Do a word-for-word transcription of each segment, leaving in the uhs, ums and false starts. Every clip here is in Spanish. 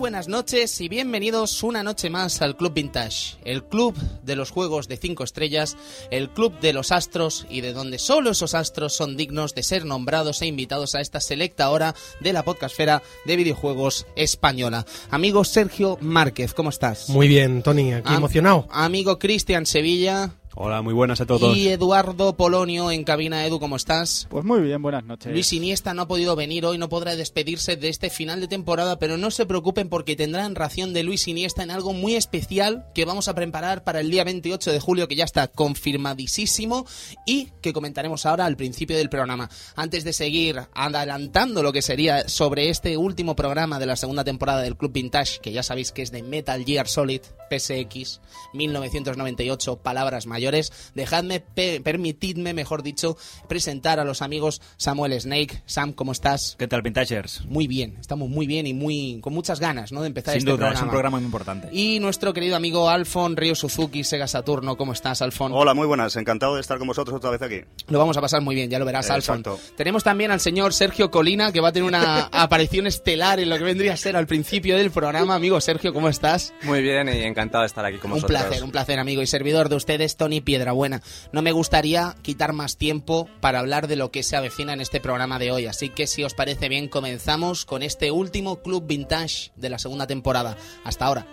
buenas noches y bienvenidos una noche más al Club Vintage, el club de los juegos de cinco estrellas, el club de los astros y de donde solo esos astros son dignos de ser nombrados e invitados a esta selecta hora de la podcastfera de videojuegos española. Amigo Sergio Márquez, ¿cómo estás? Muy bien, Tony, aquí Am- emocionado. Amigo Cristian Sevilla. Hola, muy buenas a todos. Y Eduardo Polonio en cabina. Edu, ¿cómo estás? Pues muy bien, buenas noches. Luis Iniesta no ha podido venir hoy, no podrá despedirse de este final de temporada, pero no se preocupen porque tendrán ración de Luis Iniesta en algo muy especial que vamos a preparar para el día veintiocho de julio, que ya está confirmadísimo y que comentaremos ahora al principio del programa. Antes de seguir adelantando lo que sería sobre este último programa de la segunda temporada del Club Vintage, que ya sabéis que es de Metal Gear Solid, P S X, mil novecientos noventa y ocho, palabras mayores. Dejadme, pe- permitidme, mejor dicho, presentar a los amigos Samuel Snake. Sam, ¿cómo estás? ¿Qué tal, Vintagers? Muy bien, estamos muy bien y muy con muchas ganas, ¿no?, de empezar Sin este duda, programa. es un programa muy importante. Y nuestro querido amigo Alfon Ryo Suzuki, Sega Saturno, ¿cómo estás, Alfon? Hola, muy buenas, encantado de estar con vosotros otra vez aquí. Lo vamos a pasar muy bien, ya lo verás, Alfon. Exacto. Tenemos también al señor Sergio Colina, que va a tener una aparición estelar en lo que vendría a ser al principio del programa. Amigo Sergio, ¿cómo estás? Muy bien y encantado de estar aquí con Un vosotros. placer, un placer, amigo y servidor de ustedes, Tony Piedrabuena. No me gustaría quitar más tiempo para hablar de lo que se avecina en este programa de hoy, así que si os parece bien comenzamos con este último Club Vintage de la segunda temporada. Hasta ahora.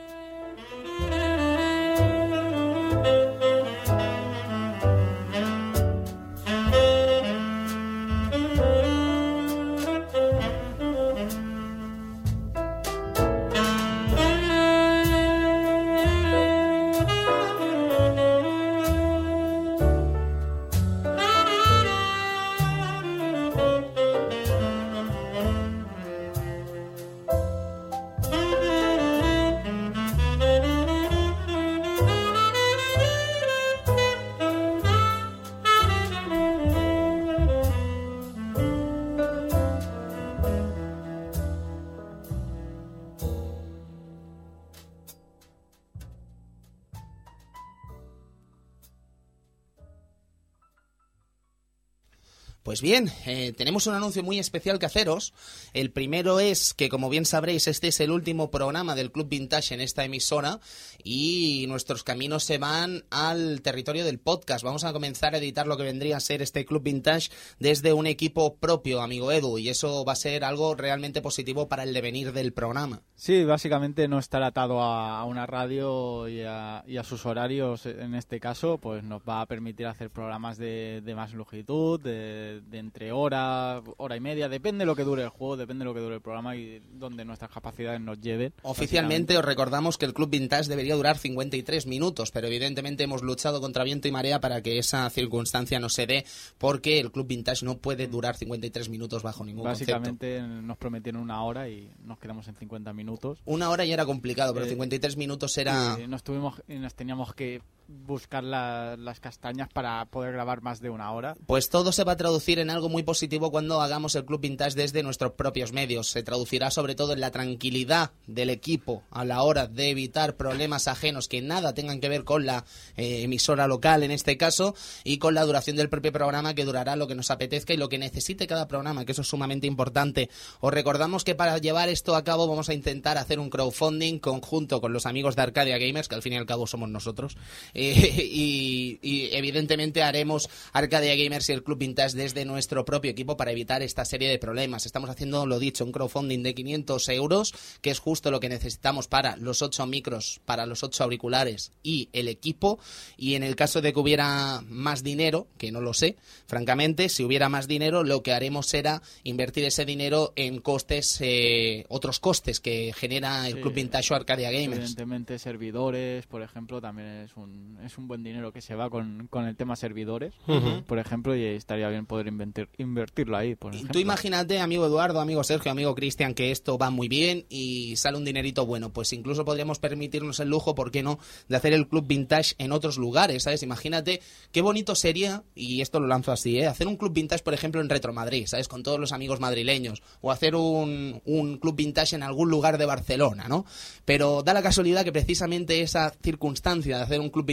Pues bien, eh, tenemos un anuncio muy especial que haceros. El primero es que, como bien sabréis, este es el último programa del Club Vintage en esta emisora y nuestros caminos se van al territorio del podcast. Vamos a comenzar a editar lo que vendría a ser este Club Vintage desde un equipo propio, amigo Edu, y eso va a ser algo realmente positivo para el devenir del programa. Sí, básicamente no estar atado a, a una radio y a, y a sus horarios, en este caso, pues nos va a permitir hacer programas de, de más longitud, de de entre hora, hora y media, depende de lo que dure el juego, depende de lo que dure el programa y donde nuestras capacidades nos lleven. Oficialmente os recordamos que el Club Vintage debería durar cincuenta y tres minutos, pero evidentemente hemos luchado contra viento y marea para que esa circunstancia no se dé, porque el Club Vintage no puede durar cincuenta y tres minutos bajo ningún Básicamente concepto. nos prometieron una hora y nos quedamos en cincuenta minutos. Una hora ya era complicado, pero eh, cincuenta y tres minutos era... Y nos, tuvimos, y nos teníamos que buscar la, las castañas para poder grabar más de una hora. Pues todo se va a traducir en algo muy positivo cuando hagamos el Club Vintage desde nuestros propios medios. Se traducirá sobre todo en la tranquilidad del equipo a la hora de evitar problemas ajenos que nada tengan que ver con la eh, emisora local en este caso, y con la duración del propio programa, que durará lo que nos apetezca y lo que necesite cada programa, que eso es sumamente importante. Os recordamos que para llevar esto a cabo vamos a intentar hacer un crowdfunding conjunto con los amigos de Arcadia Gamers, que al fin y al cabo somos nosotros. Eh, y, y evidentemente haremos Arcadia Gamers y el Club Vintage desde nuestro propio equipo para evitar esta serie de problemas. Estamos haciendo, lo dicho, un crowdfunding de quinientos euros, que es justo lo que necesitamos para los ocho micros, para los ocho auriculares y el equipo. Y en el caso de que hubiera más dinero, que no lo sé, francamente, si hubiera más dinero, lo que haremos será invertir ese dinero en costes, eh, otros costes que genera el Sí, Club Vintage o Arcadia Gamers. Evidentemente servidores, por ejemplo, también es un, es un buen dinero que se va con, con el tema servidores, Uh-huh. por ejemplo, y estaría bien poder invertir, invertirlo ahí, por ejemplo. Tú imagínate, amigo Eduardo, amigo Sergio, amigo Cristian, que esto va muy bien y sale un dinerito bueno. Pues incluso podríamos permitirnos el lujo, ¿por qué no?, de hacer el Club Vintage en otros lugares, ¿sabes? Imagínate qué bonito sería, y esto lo lanzo así, ¿eh?, hacer un Club Vintage, por ejemplo, en Retro Madrid, ¿sabes?, con todos los amigos madrileños, o hacer un, un Club Vintage en algún lugar de Barcelona, ¿no? Pero da la casualidad que precisamente esa circunstancia de hacer un Club Vintage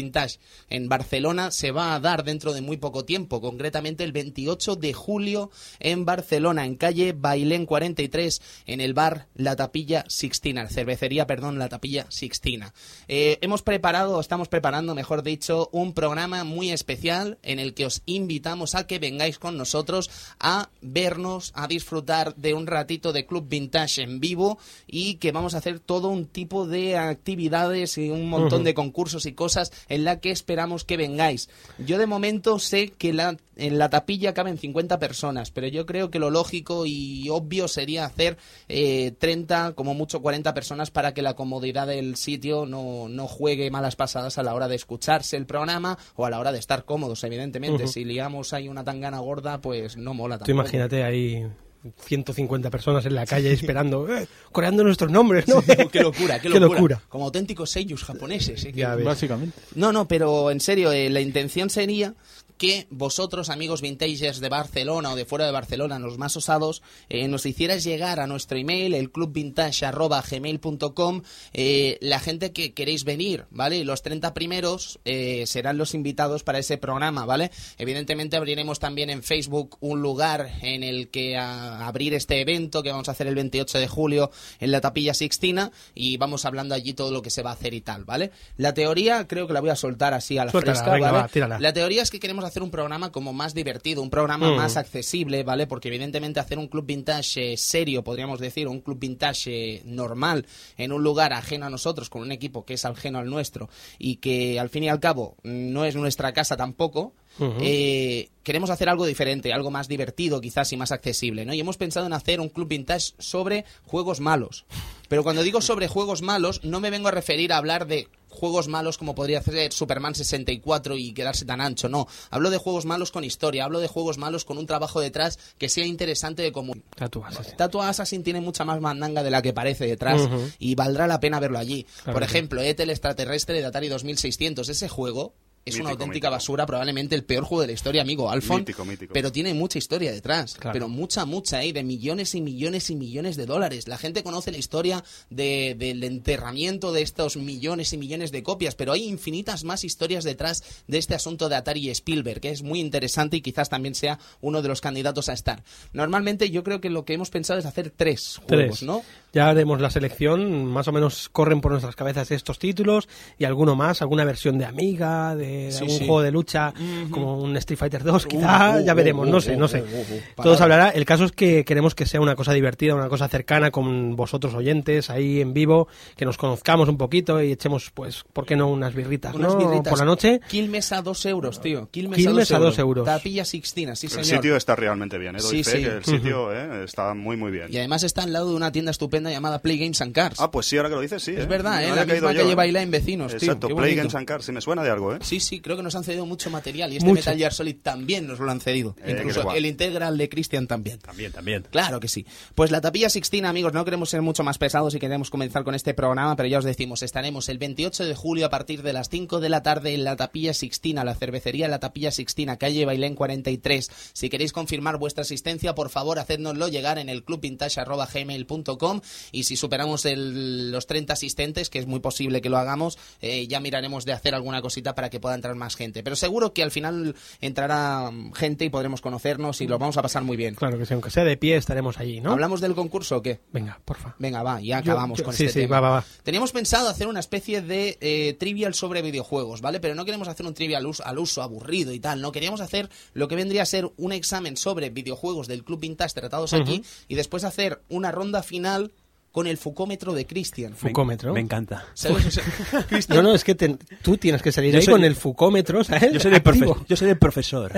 Vintage en Barcelona se va a dar dentro de muy poco tiempo, concretamente el veintiocho de julio en Barcelona, en calle Bailén cuarenta y tres, en el bar La Tapilla Sixtina, cervecería, perdón, La Tapilla Sixtina. Eh, hemos preparado, estamos preparando, mejor dicho, un programa muy especial en el que os invitamos a que vengáis con nosotros a vernos, a disfrutar de un ratito de Club Vintage en vivo y que vamos a hacer todo un tipo de actividades y un montón uh-huh. de concursos y cosas en la que esperamos que vengáis. Yo de momento sé que la, en La Tapilla caben cincuenta personas, pero yo creo que lo lógico y obvio sería hacer eh, treinta, como mucho cuarenta personas para que la comodidad del sitio no, no juegue malas pasadas a la hora de escucharse el programa o a la hora de estar cómodos, evidentemente. Uh-huh. Si liamos ahí una tangana gorda, pues no mola tampoco. Tú imagínate ahí ciento cincuenta personas en la calle esperando, eh, coreando nuestros nombres, ¿no? Sí, qué locura, qué locura. Qué locura. Como auténticos seiyus japoneses. ¿eh? Ya ves. Básicamente. No, no, pero en serio, eh, la intención sería que vosotros, amigos vintagers de Barcelona o de fuera de Barcelona, los más osados, eh, nos hicierais llegar a nuestro email, el clubvintage arroba gmail punto com, eh, la gente que queréis venir, ¿vale? Y los treinta primeros eh, serán los invitados para ese programa, ¿vale? Evidentemente abriremos también en Facebook un lugar en el que a, abrir este evento que vamos a hacer el veintiocho de julio en la Tapilla Sixtina y vamos hablando allí todo lo que se va a hacer y tal, ¿vale? La teoría creo que la voy a soltar así a la Suéltala, fresca, venga, ¿vale? va, tírala. La teoría es que queremos hacer un programa como más divertido, un programa mm. más accesible, ¿vale? Porque evidentemente hacer un club vintage eh, serio, podríamos decir, un club vintage eh, normal, en un lugar ajeno a nosotros, con un equipo que es ajeno al nuestro y que al fin y al cabo no es nuestra casa tampoco, uh-huh. eh, queremos hacer algo diferente, algo más divertido quizás y más accesible, ¿no? Y hemos pensado en hacer un club vintage sobre juegos malos. Pero cuando digo sobre juegos malos, no me vengo a referir a hablar de juegos malos como podría ser Superman sesenta y cuatro y quedarse tan ancho, no. Hablo de juegos malos con historia, hablo de juegos malos con un trabajo detrás que sea interesante de común. Tattoo Assassin. Tattoo Assassin tiene mucha más mandanga de la que parece detrás uh-huh. y valdrá la pena verlo allí. Claro. Por ejemplo, E T el extraterrestre de Atari dos mil seiscientos, ese juego es mítico, una auténtica mítico. basura, probablemente el peor juego de la historia, amigo Alfon, mítico, mítico. Pero tiene mucha historia detrás, claro. pero mucha, mucha, ¿eh? De millones y millones y millones de dólares. La gente conoce la historia de, del enterramiento de estos millones y millones de copias, pero hay infinitas más historias detrás de este asunto de Atari y Spielberg, que es muy interesante y quizás también sea uno de los candidatos a estar. Normalmente yo creo que lo que hemos pensado es hacer tres juegos, tres. ¿no? Ya haremos la selección, más o menos corren por nuestras cabezas estos títulos y alguno más, alguna versión de Amiga, de de sí, algún sí. juego de lucha uh-huh. como un Street Fighter dos, quizá, uh, uh, ya veremos, uh, uh, no sé, no sé. Uh, uh, uh, Todo se hablará. El caso es que queremos que sea una cosa divertida, una cosa cercana con vosotros oyentes, ahí en vivo, que nos conozcamos un poquito y echemos, pues, ¿por qué no unas birritas, unas ¿no? birritas por la noche? Quilmes a dos euros, tío. Quilmes, Quilmes a dos euros. Tapilla Sixtina, sí, señor. El sitio está realmente bien, ¿eh? Doy sí, fe sí. que el sitio uh-huh. eh, está muy, muy bien. Y además está al lado de una tienda estupenda llamada Play Games and Cars. Ah, pues sí, ahora que lo dices, sí. Es ¿eh? verdad, ¿eh? No la misma yo, calle ¿eh? Bailá en Vecinos, tío. Exacto, Play Games and Cars, sí me suena de algo, ¿eh? Sí, sí, creo que nos han cedido mucho material y este mucho. Metal Gear Solid también nos lo han cedido. Eh, Incluso el Integral de Christian también. También, también. Claro que sí. Pues la Tapilla Sixtina, amigos, no queremos ser mucho más pesados y queremos comenzar con este programa, pero ya os decimos, estaremos el veintiocho de julio a partir de las cinco de la tarde en la Tapilla Sixtina, la cervecería La Tapilla Sixtina, calle Bailén cuarenta y tres. Si queréis confirmar vuestra asistencia, por favor, hacednoslo llegar en el clubvintage arroba gmail punto com y si superamos el, los treinta asistentes, que es muy posible que lo hagamos, eh, ya miraremos de hacer alguna cosita para que pueda entrar más gente. Pero seguro que al final entrará gente y podremos conocernos y lo vamos a pasar muy bien. Claro que sí, aunque sea de pie estaremos allí, ¿no? ¿Hablamos del concurso o qué? Venga, porfa. Venga, va, ya acabamos yo, yo, con sí, este sí, tema. Va, va, va. Teníamos pensado hacer una especie de eh, trivial sobre videojuegos, ¿vale? Pero no queremos hacer un trivial us- al uso aburrido y tal, no. Queríamos hacer lo que vendría a ser un examen sobre videojuegos del Club Vintage tratados uh-huh. aquí y después hacer una ronda final con el fucómetro de Christian. ¿Fucómetro? Me, me encanta. ¿Sabes? No, no, es que te, tú tienes que salir yo ahí soy, con el fucómetro, ¿sabes? Yo soy el, profe- yo soy el profesor.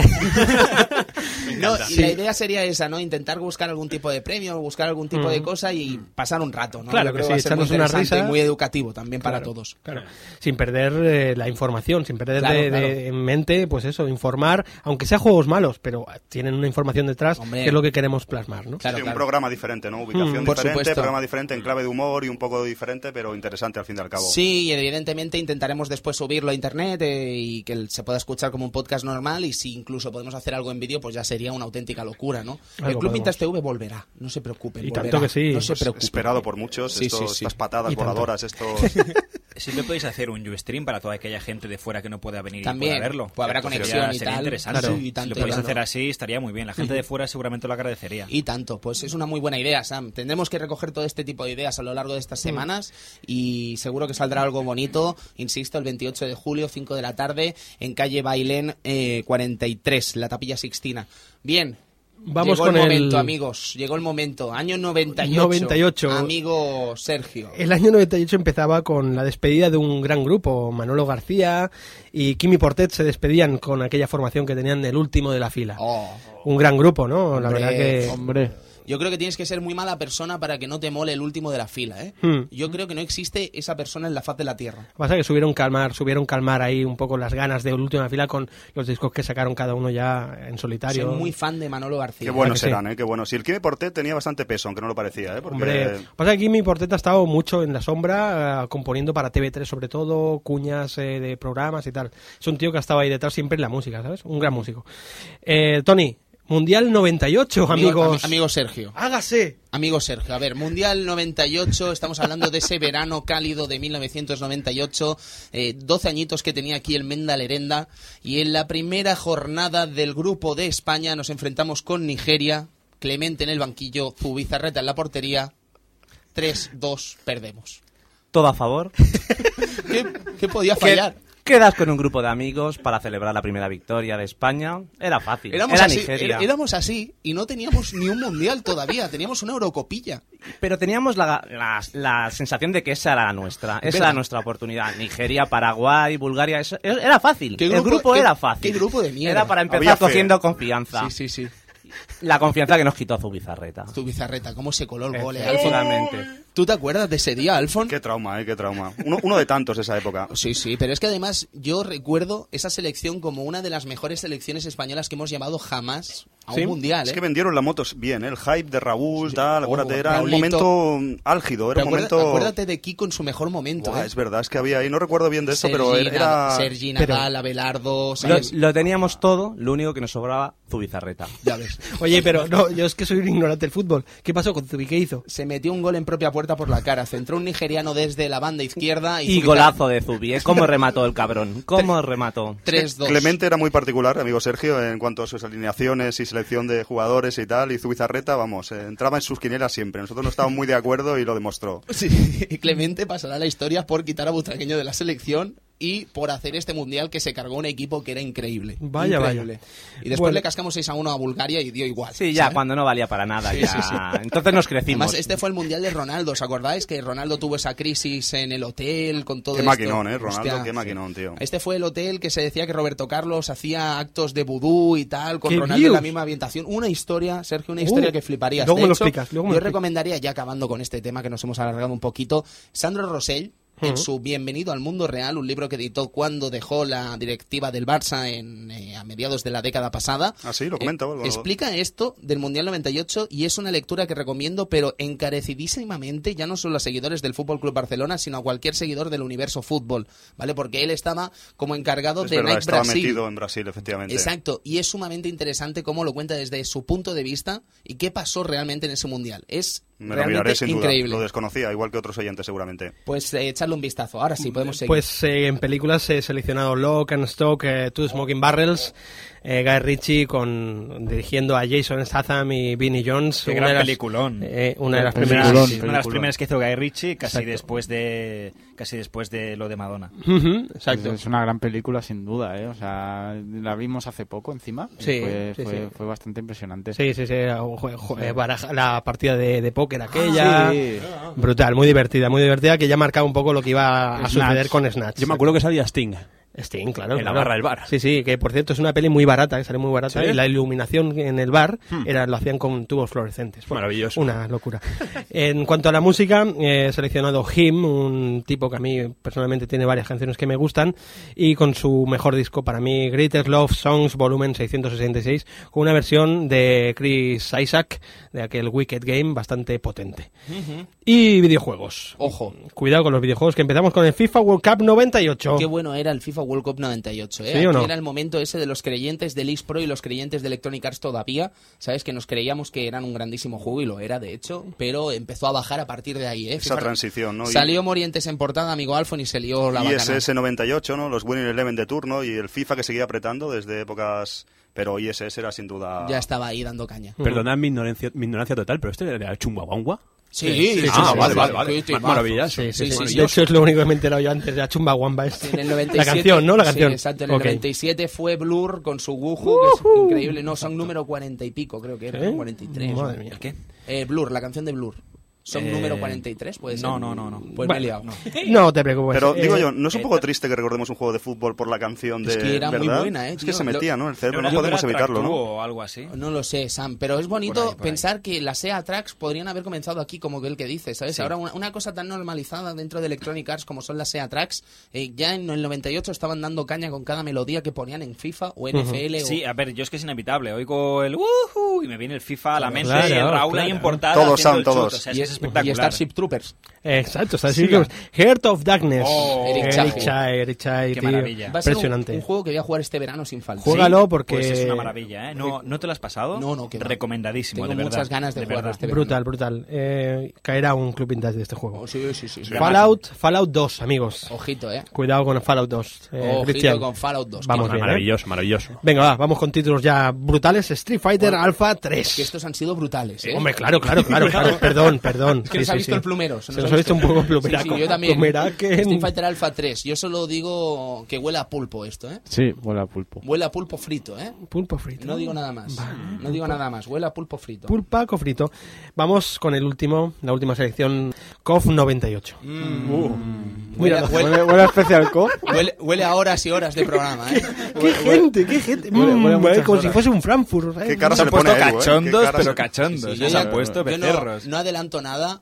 No, y sí. La idea sería esa, ¿no? Intentar buscar algún tipo de premio, buscar algún tipo mm. de cosa y pasar un rato, ¿no? Claro Yo que creo sí, que va a ser muy echarnos una risa. Y muy educativo también claro, para todos. Claro. Sin perder eh, la información, sin perder claro, de, claro. de en mente, pues eso, informar, aunque sea juegos malos, pero tienen una información detrás, Hombre. que es lo que queremos plasmar, ¿no? Claro, sí, claro. Un programa diferente, ¿no? Ubicación mm, diferente, programa diferente en clave de humor y un poco diferente, pero interesante al fin y al cabo. Sí, y evidentemente intentaremos después subirlo a internet eh, y que se pueda escuchar como un podcast normal y si incluso podemos hacer algo en vídeo, pues ya sería una auténtica locura, ¿no? Algo el Club podemos. Vintage T V volverá, no se preocupen. Y volverá, tanto que sí. No se Pues preocupen. esperado por muchos, sí, estos, sí, sí. estas patadas y voladoras, estos... siempre podéis hacer un Ustream para toda aquella gente de fuera que no pueda venir También, y pueda verlo. pues habrá Sería- conexión y sería tal. interesante. Claro. Sí, y tanto, si lo podéis y hacer tanto. así, estaría muy bien. La gente de fuera seguramente lo agradecería. Y tanto, pues es una muy buena idea, Sam. Tendremos que recoger todo este tipo de ideas a lo largo de estas semanas y seguro que saldrá algo bonito. Insisto, el veintiocho de julio, cinco de la tarde, en calle Bailén eh, cuarenta y tres, la Tapilla Sixtina. Bien. Vamos Llegó con el el- momento, amigos. Llegó el momento. Año noventa y ocho. noventa y ocho. Amigo Sergio. El año noventa y ocho empezaba con la despedida de un gran grupo. Manolo García y Quimi Portet se despedían con aquella formación que tenían el último de la fila. Oh, Un gran grupo, ¿no? La Hombre, verdad que... Hombre, yo creo que tienes que ser muy mala persona para que no te mole el último de la fila, ¿eh? Hmm. Yo creo que no existe esa persona en la faz de la tierra. Pasa que subieron calmar, subieron calmar ahí un poco las ganas de última fila con los discos que sacaron cada uno ya en solitario. Soy muy fan de Manolo García. Qué buenos que sí? eran, ¿eh? Qué buenos. Y el Kimi Portet tenía bastante peso, aunque no lo parecía, ¿eh? Porque... Hombre, pasa que Quimi Portet ha estado mucho en la sombra, eh, componiendo para T V tres sobre todo, cuñas eh, de programas y tal. Es un tío que ha estado ahí detrás siempre en la música, ¿sabes? Un gran músico. Eh, Tony, Mundial noventa y ocho, Amigo, amigos. ami- amigo Sergio. Hágase. Amigo Sergio, a ver, Mundial noventa y ocho, estamos hablando de ese verano cálido de mil novecientos noventa y ocho, eh, doce añitos que tenía aquí el Menda Lerenda, y en la primera jornada del grupo de España nos enfrentamos con Nigeria, Clemente en el banquillo, Zubizarreta en la portería, tres dos, perdemos. Todo a favor. ¿Qué, qué podía fallar? Quedas con un grupo de amigos para celebrar la primera victoria de España. Era fácil. Éramos Era así, Nigeria. é- éramos así y no teníamos ni un Mundial todavía, teníamos una Eurocopilla. Pero teníamos la, la, la sensación de que esa era la nuestra. Esa ¿Verdad? era nuestra oportunidad. Nigeria, Paraguay, Bulgaria. Eso, era fácil. ¿Qué El grupo- grupo qué- era fácil. qué grupo de mierda? Era para Había empezar fe. cogiendo confianza. Sí, sí, sí. La confianza que nos quitó Zubizarreta. Zubizarreta, cómo se coló el gol, eh, Efectivamente. Alfon. ¿Tú te acuerdas de ese día, Alfon? Qué trauma, ¿eh? Qué trauma. Uno, uno de tantos esa época. Sí, sí, pero es que además yo recuerdo esa selección como una de las mejores selecciones españolas que hemos llevado jamás a Sí. un mundial, ¿eh? Es que vendieron la motos bien, ¿eh? El hype de Raúl, tal, acuérdate, Oh, era Raulito. un momento álgido, era Pero un acuerda- momento... Acuérdate de Kiko en su mejor momento, Buah, ¿eh? es verdad, es que había ahí, no recuerdo bien de esto, pero Sergi, era... era- Sergi, Pero- Nadal, Abelardo, Lo, ¿sabes? lo teníamos todo, lo único que nos sobraba Zubizarreta. Ya ves. Oye, pero no, yo es que soy un ignorante del fútbol. ¿Qué pasó con Zubi? ¿Qué hizo? Se metió un gol en propia puerta por la cara, centró un nigeriano desde la banda izquierda y... Y Zubizarreta- golazo de Zubi, ¿eh? ¿Cómo remató el cabrón? ¿Cómo remató? tres dos. Clemente era muy particular, amigo Sergio, en cuanto a sus alineaciones y selección de jugadores y tal, y Zubizarreta, vamos, eh, entraba en sus quinielas siempre. Nosotros no estábamos muy de acuerdo y lo demostró. Sí, Clemente pasará a la historia por quitar a Butragueño de la selección y por hacer este mundial que se cargó un equipo que era increíble. Vaya, increíble. vaya. Y después Bueno. le cascamos seis a uno a Bulgaria y dio igual. Sí, ya, ¿sabes? cuando no valía para nada. Sí, ya. sí, sí. Entonces nos crecimos. Además, este fue el mundial de Ronaldo, ¿os acordáis? Que Ronaldo tuvo esa crisis en el hotel con todo Qué esto. maquinón, ¿eh? Ronaldo, Hostia. qué maquinón, tío. Este fue el hotel que se decía que Roberto Carlos hacía actos de vudú y tal, con ¡Qué Ronaldo en la views! misma ambientación. Una historia, Sergio, una historia Uh, que fliparías. luego De me lo hecho, explicas, luego me yo lo explicas. recomendaría, ya acabando con este tema que nos hemos alargado un poquito, Sandro Rosell, en su Bienvenido al Mundo Real, un libro que editó cuando dejó la directiva del Barça en, eh, a mediados de la década pasada. Ah, sí, lo comenta, Eh, algo. explica esto del Mundial noventa y ocho y es una lectura que recomiendo, pero encarecidísimamente, ya no solo a seguidores del Fútbol Club Barcelona, sino a cualquier seguidor del universo fútbol, ¿vale? Porque él estaba como encargado Es de verdad, Nike estaba Brasil. metido en Brasil, efectivamente. Exacto, y es sumamente interesante cómo lo cuenta desde su punto de vista y qué pasó realmente en ese Mundial. Es Me lo realmente miraré sin increíble. duda, lo desconocía, igual que otros oyentes seguramente. Pues eh, echarle un vistazo, ahora sí, podemos seguir. Pues eh, en películas he seleccionado Lock and Stock, eh, Two Smoking Barrels, eh, Guy Ritchie con, dirigiendo a Jason Statham y Vinnie Jones. Qué Una gran de las- peliculón. eh, una de las Peliculón. primeras... Una de las Peliculón. primeras que hizo Guy Ritchie, casi Exacto. después de casi después de lo de Madonna. Ujú, exacto. Es una gran película sin duda, ¿eh? O sea, la vimos hace poco encima. y Sí, fue, sí, fue, sí. fue bastante impresionante. Sí, sí, sí. jue- jue- baraja- la partida de, de póker aquella. Sí. Brutal, muy divertida, muy divertida, que ya marcaba un poco lo que iba a Snatch. suceder con Snatch. Yo me acuerdo que salía Sting. Sting, claro. En la claro. barra del bar. Sí, sí, que por cierto es una peli muy barata, que sale muy barata. ¿Sí? Y la iluminación en el bar era, lo hacían con tubos fluorescentes. Bueno, Maravilloso. Una locura. En cuanto a la música, eh, he seleccionado Him, un tipo que a mí personalmente tiene varias canciones que me gustan, y con su mejor disco para mí, Greatest Love Songs, volumen seiscientos sesenta y seis, con una versión de Chris Isaac de aquel Wicked Game bastante potente. Uh-huh. Y videojuegos. Ojo. Cuidado con los videojuegos, que empezamos con el FIFA World Cup noventa y ocho. Qué bueno era el FIFA World Cup noventa y ocho, ¿eh? ¿Sí o no? Era el momento ese de los creyentes del eSpro y los creyentes de Electronic Arts todavía, ¿sabes? Que nos creíamos que eran un grandísimo juego y lo era, de hecho, pero empezó a bajar a partir de ahí, ¿eh? Esa FIFA, transición, ¿no? Salió Morientes en portada, amigo Alfon, y se lió la I S bacana. S noventa y ocho, ¿no? Los Winning Eleven de turno y el FIFA que seguía apretando desde épocas... Pero I S S era sin duda... Ya estaba ahí dando caña. Perdonad mi ignorancia, mi ignorancia total, pero este era de Chumbawangwa. Sí, sí, sí, ah, sí, vale, sí, vale, sí, vale. sí, sí, Maravilloso. Sí, sí, sí, sí, sí. sí. De hecho, es lo único que me he enterado yo antes de la Chumba Wamba. Es en el noventa y siete, la canción, ¿no? La canción. Sí, exacto. En el okay. noventa y siete fue Blur con su Wuhu, que es increíble. No, son número cuarenta y pico, creo que era. ¿Eh? cuarenta y tres. Madre mía. ¿El qué? Eh, Blur, la canción de Blur. ¿Son Eh, número cuarenta y tres? ¿Puede ser? no, no, no, no. Pues Bueno, me he liado. no. No te preocupes. Pero eh, digo yo, ¿no es un eh, poco triste que recordemos un juego de fútbol por la canción de... Es que era muy ¿verdad? buena, ¿eh, Es tío? que se metía, ¿no? El cerebro, no Yo podemos creo que era evitarlo, Track ¿no? Two o algo así. No lo sé, Sam, pero es bonito Por ahí, por ahí. pensar que las E A Tracks podrían haber comenzado aquí como que el que dice, ¿sabes? Sí. Ahora una, una cosa tan normalizada dentro de Electronic Arts como son las E A Tracks, eh, ya en el noventa y ocho estaban dando caña con cada melodía que ponían en FIFA o N F L. Sí, o... a ver, yo es que es inevitable. Oigo el Woohoo y me viene el FIFA a la mente Claro, y el Raúl ahí claro. en portada. Todos haciendo son el chut. todos. O sea, es y, que es y espectacular. Starship Troopers. Exacto, está así. Heart of Darkness. Oh, Eric Eric Chai. Chai, Eric Chai, Qué tío. maravilla. Va a ser un, Impresionante. un juego que voy a jugar este verano sin falta. Juégalo ¿Sí? porque... Pues es una maravilla, ¿eh? ¿No, ¿no te lo has pasado? No, no, que va. Recomendadísimo, Tengo de verdad. muchas ganas de, jugarlo verdad. este verano. Brutal, brutal. Eh, caerá un club vintage de este juego. Oh, sí, sí, sí, sí. Fallout, Fallout dos, amigos. Ojito, eh. Cuidado con el Fallout dos. Eh, Ojito Cristian. con Fallout dos. Vamos que- bien, ¿eh? Maravilloso, maravilloso. Venga, va, vamos con títulos ya brutales. Street Fighter Bueno, Alpha Que tres. estos han sido brutales, eh. Hombre, claro, claro, claro, claro. Perdón, perdón. Es que Sí, nos ha sí, visto sí. el plumero. Se nos ha visto un poco plumeraco. Sí, sí, yo también. Plumeraken. Street Fighter Alpha tres. Yo solo digo que huele a pulpo esto, ¿eh? Sí, huele a pulpo. Huele a pulpo frito, ¿eh? Pulpo frito. No digo nada más. No digo nada más. Huele a pulpo frito. Pulpaco frito. Vamos con el último, la última selección, C O F noventa y ocho. Huele, Mira, huele- Huele, huele a especial co. huele- huele a horas y horas de programa, ¿eh? ¡Qué gente, qué gente! huele- huele a Mm, muchas eh, como horas. si fuese un Frankfurt. ¿sabes? Qué cara Se se han le pone puesto a Edu, ¿eh? cachondos, Qué cara pero se- cachondos. Sí, Se yo han ya- puesto yo no, becerros. no adelanto nada.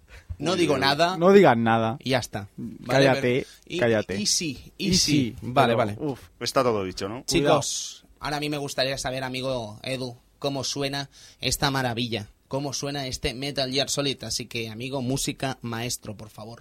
No digo nada. No digas nada. Y ya está. Cállate, pero- y- cállate. Y sí, y, Y sí. sí, Vale, pero, vale. Uf. Está todo dicho, ¿no? Chicos, ahora a mí me gustaría saber, amigo Edu, cómo suena esta maravilla. Cómo suena este Metal Gear Solid. Así que, amigo, música maestro, por favor.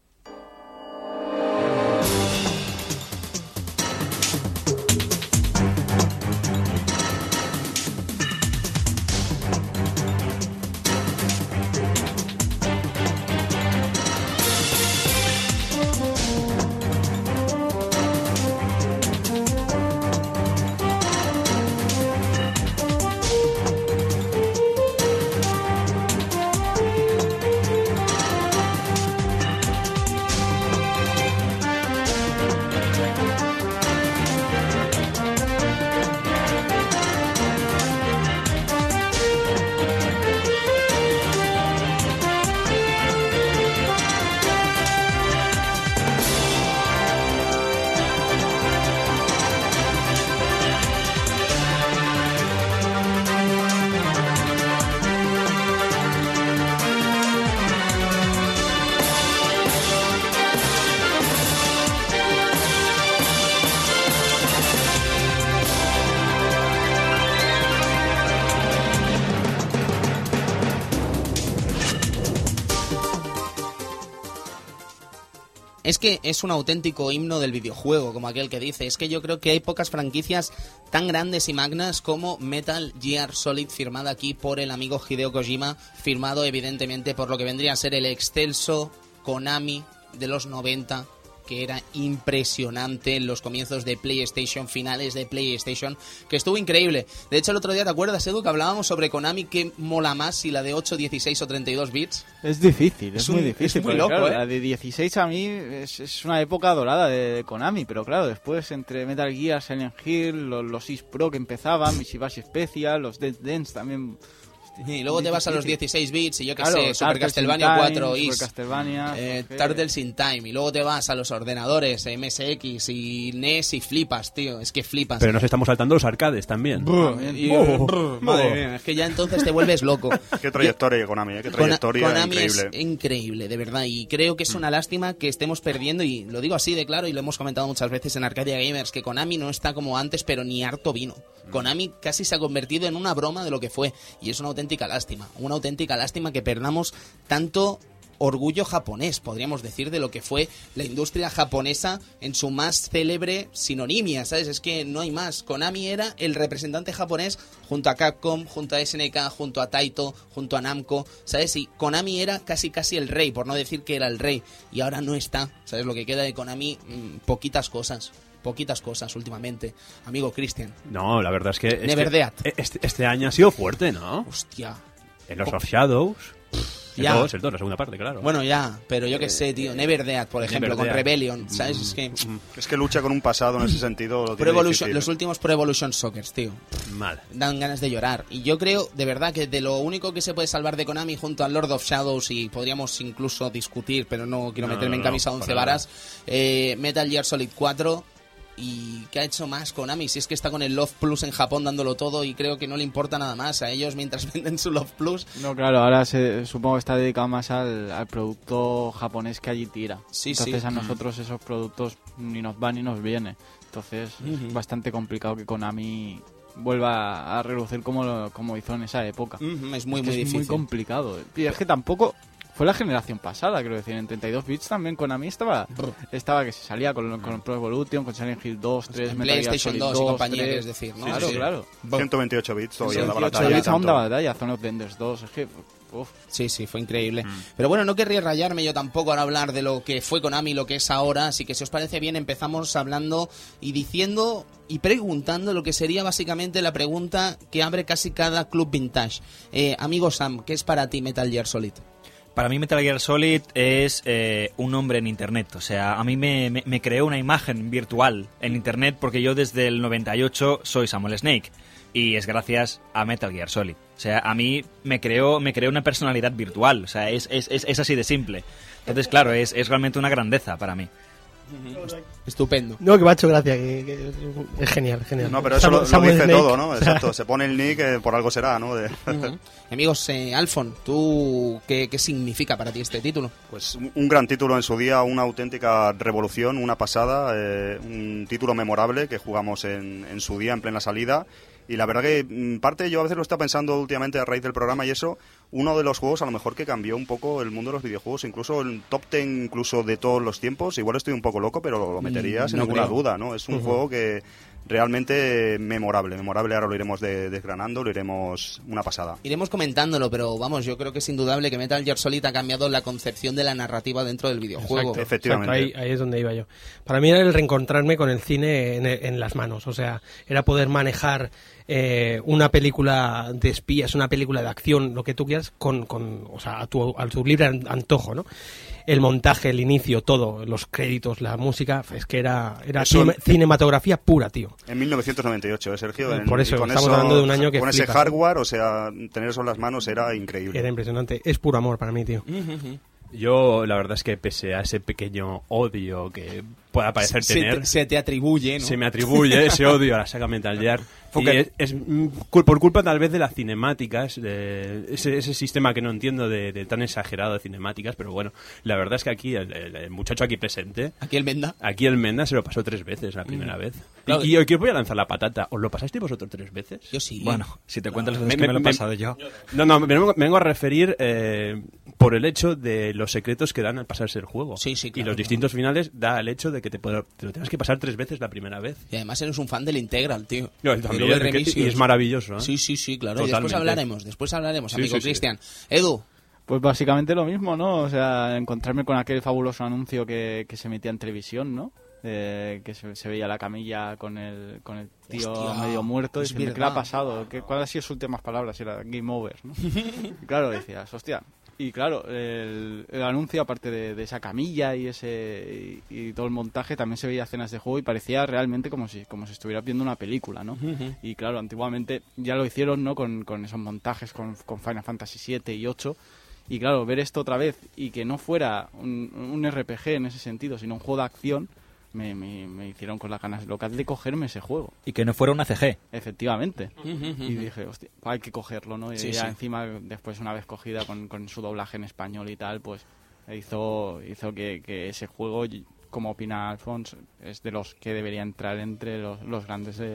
Es que es un auténtico himno del videojuego, como aquel que dice. Es que yo creo que hay pocas franquicias tan grandes y magnas como Metal Gear Solid, firmada aquí por el amigo Hideo Kojima, firmado evidentemente por lo que vendría a ser el excelso Konami de los noventa, que era impresionante en los comienzos de PlayStation, finales de PlayStation, que estuvo increíble. De hecho, el otro día, ¿te acuerdas, Edu, que hablábamos sobre Konami, que mola más, si la de ocho, dieciséis o treinta y dos bits? Es difícil, es, Es muy un- difícil. es muy porque, loco, claro, ¿eh? La de dieciséis a mí es, es una época dorada de, de Konami, pero claro, después entre Metal Gear, Silent Hill, los, los Is Pro que empezaban, Mishibashi Special, los Dead Dance también. Y luego te vas a los dieciséis bits y yo qué Claro, sé, Super Turtles in Castlevania Time, cuatro, Super Is, Castlevania, eh, Jorge. Turtles in Time, y luego te vas a los ordenadores, M S X y N E S y flipas, tío, es que flipas. Pero nos estamos saltando los arcades también. Y- brr, madre mía, es que ya entonces te vuelves loco. Qué trayectoria, Konami, ¿eh? Qué Kona- trayectoria Konami increíble. es increíble, de verdad, y creo que es una lástima que estemos perdiendo, y lo digo así de claro, y lo hemos comentado muchas veces en Arcadia Gamers, que Konami no está como antes, pero ni harto vino. Konami casi se ha convertido en una broma de lo que fue, y es una auténtica auténtica lástima, una auténtica lástima que perdamos tanto orgullo japonés, podríamos decir, de lo que fue la industria japonesa en su más célebre sinonimia, ¿sabes? Es que no hay más. Konami era el representante japonés junto a Capcom, junto a S N K, junto a Taito, junto a Namco, ¿sabes? Y Konami era casi casi el rey, por no decir que era el rey, y ahora no está, ¿sabes? Lo que queda de Konami, mmm, poquitas cosas. Poquitas cosas últimamente. Amigo Cristian. No, la verdad es que... Never este, Dead. Este, este año ha sido fuerte, ¿no? Hostia. En los of Shadows... El Ya. dos, el dos, la segunda parte, claro. Bueno, ya, pero yo qué sé, tío. Never Dead, por ejemplo, Never con Dead. Rebellion, ¿sabes? Es que... Es que lucha con un pasado en ese sentido. Lo Pro tiene Evolution, difícil. los últimos Pro Evolution Soccers, tío. Mal. Dan ganas de llorar. Y yo creo, de verdad, que de lo único que se puede salvar de Konami junto al Lord of Shadows, y podríamos incluso discutir, pero no quiero No, meterme no, en camisa no, once para varas, eh, Metal Gear Solid cuatro... ¿Y qué ha hecho más Konami? Si es que está con el Love Plus en Japón dándolo todo y creo que no le importa nada más a ellos mientras venden su Love Plus. No, claro, ahora se, supongo que está dedicado más al, al producto japonés que allí tira. Sí, Entonces sí. a nosotros esos productos ni nos va ni nos viene. Entonces Ujú. es bastante complicado que Konami vuelva a relucir como, lo- como hizo en esa época. Mm, es muy, Es muy que es difícil. muy complicado. Y es que tampoco... Fue la generación pasada, quiero decir, en treinta y dos bits también Konami estaba, estaba que se salía con, con Pro Evolution, con Silent Hill dos, tres, En Metal Gear PlayStation Solid dos y compañía, tres. quieres decir, ¿no? Claro, Sí, sí. claro. ciento veintiocho bits todavía daba la veintiocho talla. bits aún tanto. daba batalla, Zone of the Enders dos, es que... Uf. Sí, sí, fue increíble. Pero bueno, no querría rayarme yo tampoco al hablar de lo que fue Konami y lo que es ahora, así que si os parece bien empezamos hablando y diciendo y preguntando lo que sería básicamente la pregunta que abre casi cada club vintage. Eh, amigo Sam, ¿qué es para ti Metal Gear Solid? Para mí Metal Gear Solid es eh, un hombre en Internet. O sea, a mí me, me, me creó una imagen virtual en Internet porque yo desde el noventa y ocho soy Samuel Snake. Y es gracias a Metal Gear Solid. O sea, a mí me creó, me creó una personalidad virtual. O sea, es, es, es, es así de simple. Entonces, claro, es, es realmente una grandeza para mí. Estupendo. No, que me ha hecho gracia, que, que es genial, genial. No, pero eso lo, lo Samuel dice Snake. todo, ¿no? Exacto. Se pone el nick, eh, por algo será, ¿no? De- Ujú. Amigos, eh, Alfon, ¿tú qué, qué significa para ti este título? Pues un un gran título en su día, una auténtica revolución, una pasada, eh, un título memorable que jugamos en, en su día, en plena salida. Y la verdad que, en parte, yo a veces lo estaba pensando últimamente a raíz del programa y eso, uno de los juegos a lo mejor que cambió un poco el mundo de los videojuegos, incluso el top ten incluso de todos losría igual estoy un poco loco, pero lo metería Mm, sin no ninguna creo. duda, ¿no? Es un Ujú. juego que realmente memorable, memorable, ahora lo iremos de- desgranando, lo iremos una pasada. Iremos comentándolo, pero vamos, yo creo que es indudable que Metal Gear Solid ha cambiado la concepción de la narrativa dentro del videojuego. Exacto, Efectivamente. exacto, ahí, ahí es donde iba yo. Para mí era el reencontrarme con el cine en, en las manos, o sea, era poder manejar eh, una película de espías, una película de acción, lo que tú quieras, con, con o sea, a tu, a tu libre an- antojo, ¿no? El montaje, el inicio, todo, los créditos, la música, es que era, era Eso- cine- cinematografía pura, tío. En mil novecientos noventa y ocho, ¿eh, Sergio? En- Por eso, y con estamos hablando de un año que Con ese flipas, ¿eh? hardware, o sea, tener eso en las manos era increíble. Era impresionante, es puro amor para mí, tío. Yo, la verdad es que pese a ese pequeño odio que pueda parecer se, tener, te, se te atribuye, ¿no? se me atribuye ese odio a la saga Metal Gear. Y Porque- es, es, mm, cul- por culpa tal vez de las cinemáticas, de ese, ese sistema que no entiendo de, de tan exagerado de cinemáticas, pero bueno, la verdad es que aquí, el, el- el muchacho aquí presente, Aquí el Menda. aquí el Menda se lo pasó tres veces la primera vez. Claro. Y, y aquí os voy a lanzar la patata. ¿Os lo pasasteis vosotros tres veces? Yo sí. Bueno, si te cuento las veces Me- que me, lo he me- pasado yo. No, no, me vengo, me vengo a referir eh, por el hecho de los secretos que dan al pasarse el juego. Sí, sí, claro, y los claro. distintos finales da el hecho de que te, puedo- te lo tengas que pasar tres veces la primera vez. Y además eres un fan del Integral, tío. No, Y también, luego el que- Remisios. y es maravilloso, ¿eh? Sí, sí, sí, claro. Y después Totalmente. hablaremos, después hablaremos, Sí, amigo sí, sí. Cristian. Edu, Pues básicamente lo mismo, ¿no? O sea, encontrarme con aquel fabuloso anuncio que, que se emitía en televisión, ¿no? Eh, que se, se veía la camilla con el, con el tío Hostia, medio muerto y es decirme, ¿qué le verdad. ha pasado? ¿Qué, ¿Cuáles han sido sus últimas palabras? Era game over, ¿no? Y claro, decías, hostia. Y claro, el, el anuncio, aparte de, de esa camilla y ese y, y todo el montaje, también se veía escenas de juego y parecía realmente como si como si estuviera viendo una película, ¿no? Y claro, antiguamente ya lo hicieron, ¿no? Con, con esos montajes con, con Final Fantasy siete y ocho. Y claro, ver esto otra vez y que no fuera un, un R P G en ese sentido, sino un juego de acción, me, me, me hicieron con las ganas locas de cogerme ese juego. Y que no fuera una C G. Efectivamente. Y dije, hostia, hay que cogerlo, ¿no? Y Sí, ya sí. encima, después una vez cogida con, con su doblaje en español y tal, pues hizo, hizo que, que ese juego, como opina Alfonso, es de los que debería entrar entre los, los grandes de,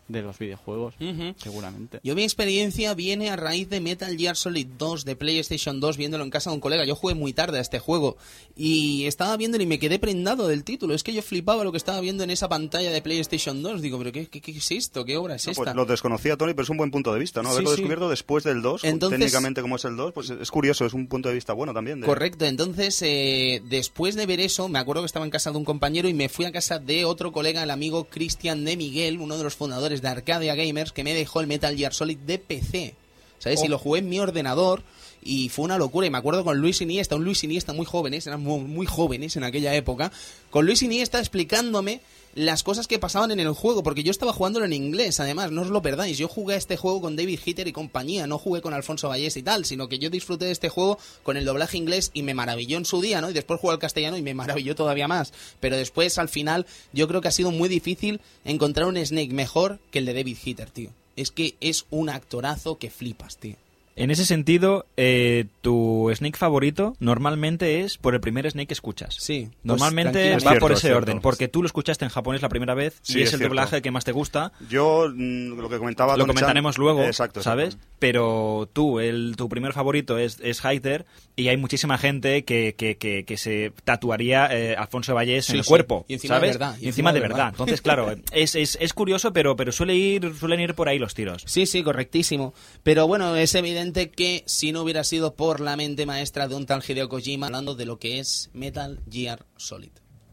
de los videojuegos, uh-huh. seguramente. Yo mi experiencia viene a raíz de Metal Gear Solid dos de PlayStation dos, viéndolo en casa de un colega. Yo jugué muy tarde a este juego y estaba viéndolo y me quedé prendado del título. Es que yo flipaba lo que estaba viendo en esa pantalla de PlayStation dos. Digo, pero ¿qué, qué, qué es esto? ¿Qué obra es no, esta? Pues lo desconocía, Tony, pero es un buen punto de vista, ¿no? Haberlo sí, sí. descubierto después del dos, Entonces, técnicamente como es el dos, pues es curioso, es un punto de vista bueno también. De... Correcto, entonces eh, después de ver eso, me acuerdo que estaba en casa de un compañero y me fui a casa de otro colega, el amigo Cristian de Miguel, uno de los fundadores de Arcadia Gamers, que me dejó el Metal Gear Solid de P C. ¿Sabes? Oh. Y lo jugué en mi ordenador y fue una locura. Y me acuerdo con Luis Iniesta, un Luis Iniesta muy jóvenes, eran muy, muy jóvenes en aquella época, con Luis Iniesta explicándome las cosas que pasaban en el juego, porque yo estaba jugándolo en inglés, además, no os lo perdáis. Yo jugué a este juego con David Hitter y compañía, no jugué con Alfonso Vallés y tal, sino que yo disfruté de este juego con el doblaje inglés y me maravilló en su día, ¿no? Y después jugué al castellano y me maravilló todavía más. Pero después, al final, yo creo que ha sido muy difícil encontrar un Snake mejor que el de David Hitter, tío. Es que es un actorazo que flipas, tío. En ese sentido, eh, tu Snake favorito normalmente es por el primer Snake que escuchas. Sí. Normalmente Pues, va cierto, por es ese cierto. orden, porque tú lo escuchaste en japonés la primera vez Sí, y es, es el cierto. doblaje que más te gusta. Yo, mm, lo que comentaba... Lo Tony-chan- comentaremos luego, exacto, exacto. ¿sabes? Pero tú, el, tu primer favorito es, es Hyder y hay muchísima gente que, que, que, que se tatuaría eh, Alfonso Vallés Sí, en el sí. cuerpo, Y encima de ¿sabes? verdad, Y encima de verdad. Entonces, claro, es, es, es curioso, pero, pero suele ir, suelen ir por ahí los tiros. Sí, sí, correctísimo. Pero bueno, es evidente que si no hubiera sido por la mente maestra de un tal Hideo Kojima, hablando de lo que es Metal Gear Solid.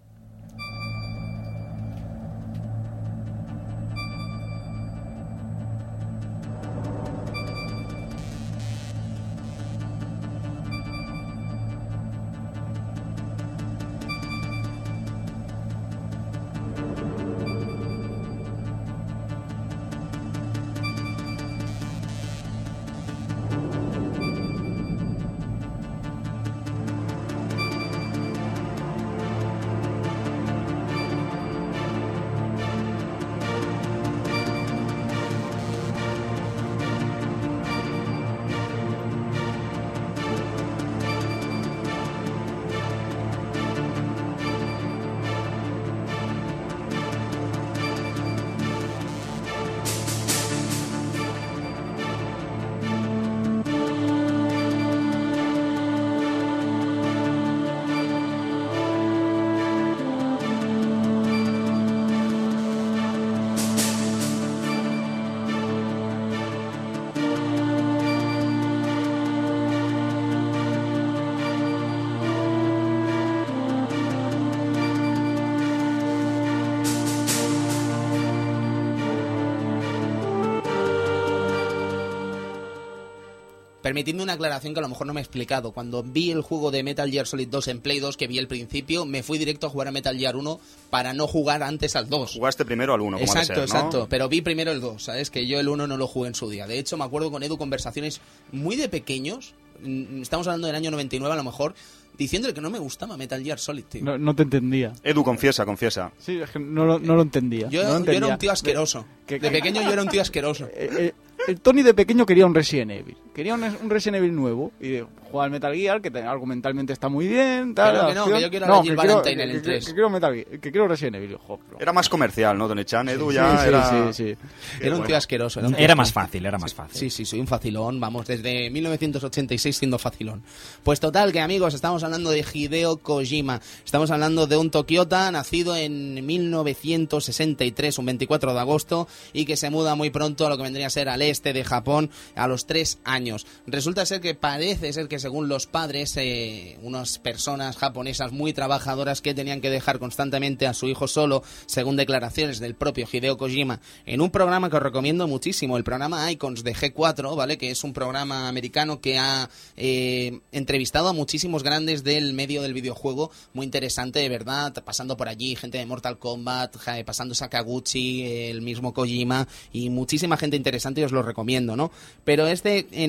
Permitidme una aclaración que a lo mejor no me he explicado. Cuando vi el juego de Metal Gear Solid dos en Play dos, que vi al principio, me fui directo a jugar a Metal Gear uno para no jugar antes al dos. Jugaste primero al uno, como Exacto, ha de ser, ¿no? exacto. Pero vi primero el dos, ¿sabes? Que yo el uno no lo jugué en su día. De hecho, me acuerdo con Edu conversaciones muy de pequeños, mm, estamos hablando del año noventa y nueve a lo mejor, diciéndole que no me gustaba Metal Gear Solid, tío. No, no te entendía. Edu, confiesa, confiesa. Sí, es que no lo, no lo entendía. Yo, no lo yo entendía. era un tío asqueroso. Que- De que- pequeño yo era un tío asqueroso. Eh, eh, el Tony de pequeño quería un Resident Evil. Quería un, un Resident Evil nuevo. Y de, jugar al Metal Gear, que te- argumentalmente está muy bien. Tal, Que no, la que no, acción. que yo quiero a la Jill quiero- Valentine en el que- tres. Que, quiero Metal Gear, que quiero Resident Evil. Jo, bro. Era más comercial, ¿no, Tony-chan? Edu Sí, ya sí, era... sí, sí. Qué Era un bueno. tío asqueroso. Era, un tío Era asqueroso. más fácil, era más fácil. Sí, sí, soy un facilón, vamos, desde mil novecientos ochenta y seis siendo facilón. Pues total, que amigos, estamos hablando de Hideo Kojima, estamos hablando de un tokiota nacido en mil novecientos sesenta y tres, un veinticuatro de agosto, y que se muda muy pronto a lo que vendría a ser al este de Japón a los tres años. Resulta ser que parece ser que según los padres, eh, unas personas japonesas muy trabajadoras que tenían que dejar constantemente a su hijo solo, según declaraciones del propio Hideo Kojima, en un programa que os recomiendo muchísimo, el programa Icons de G cuatro, ¿vale? Que es un programa americano que ha eh, entrevistado a muchísimos grandes del medio del videojuego, muy interesante, de verdad, pasando por allí gente de Mortal Kombat, ja, pasando Sakaguchi, el mismo Kojima y muchísima gente interesante, y os lo recomiendo, ¿no? Pero este, en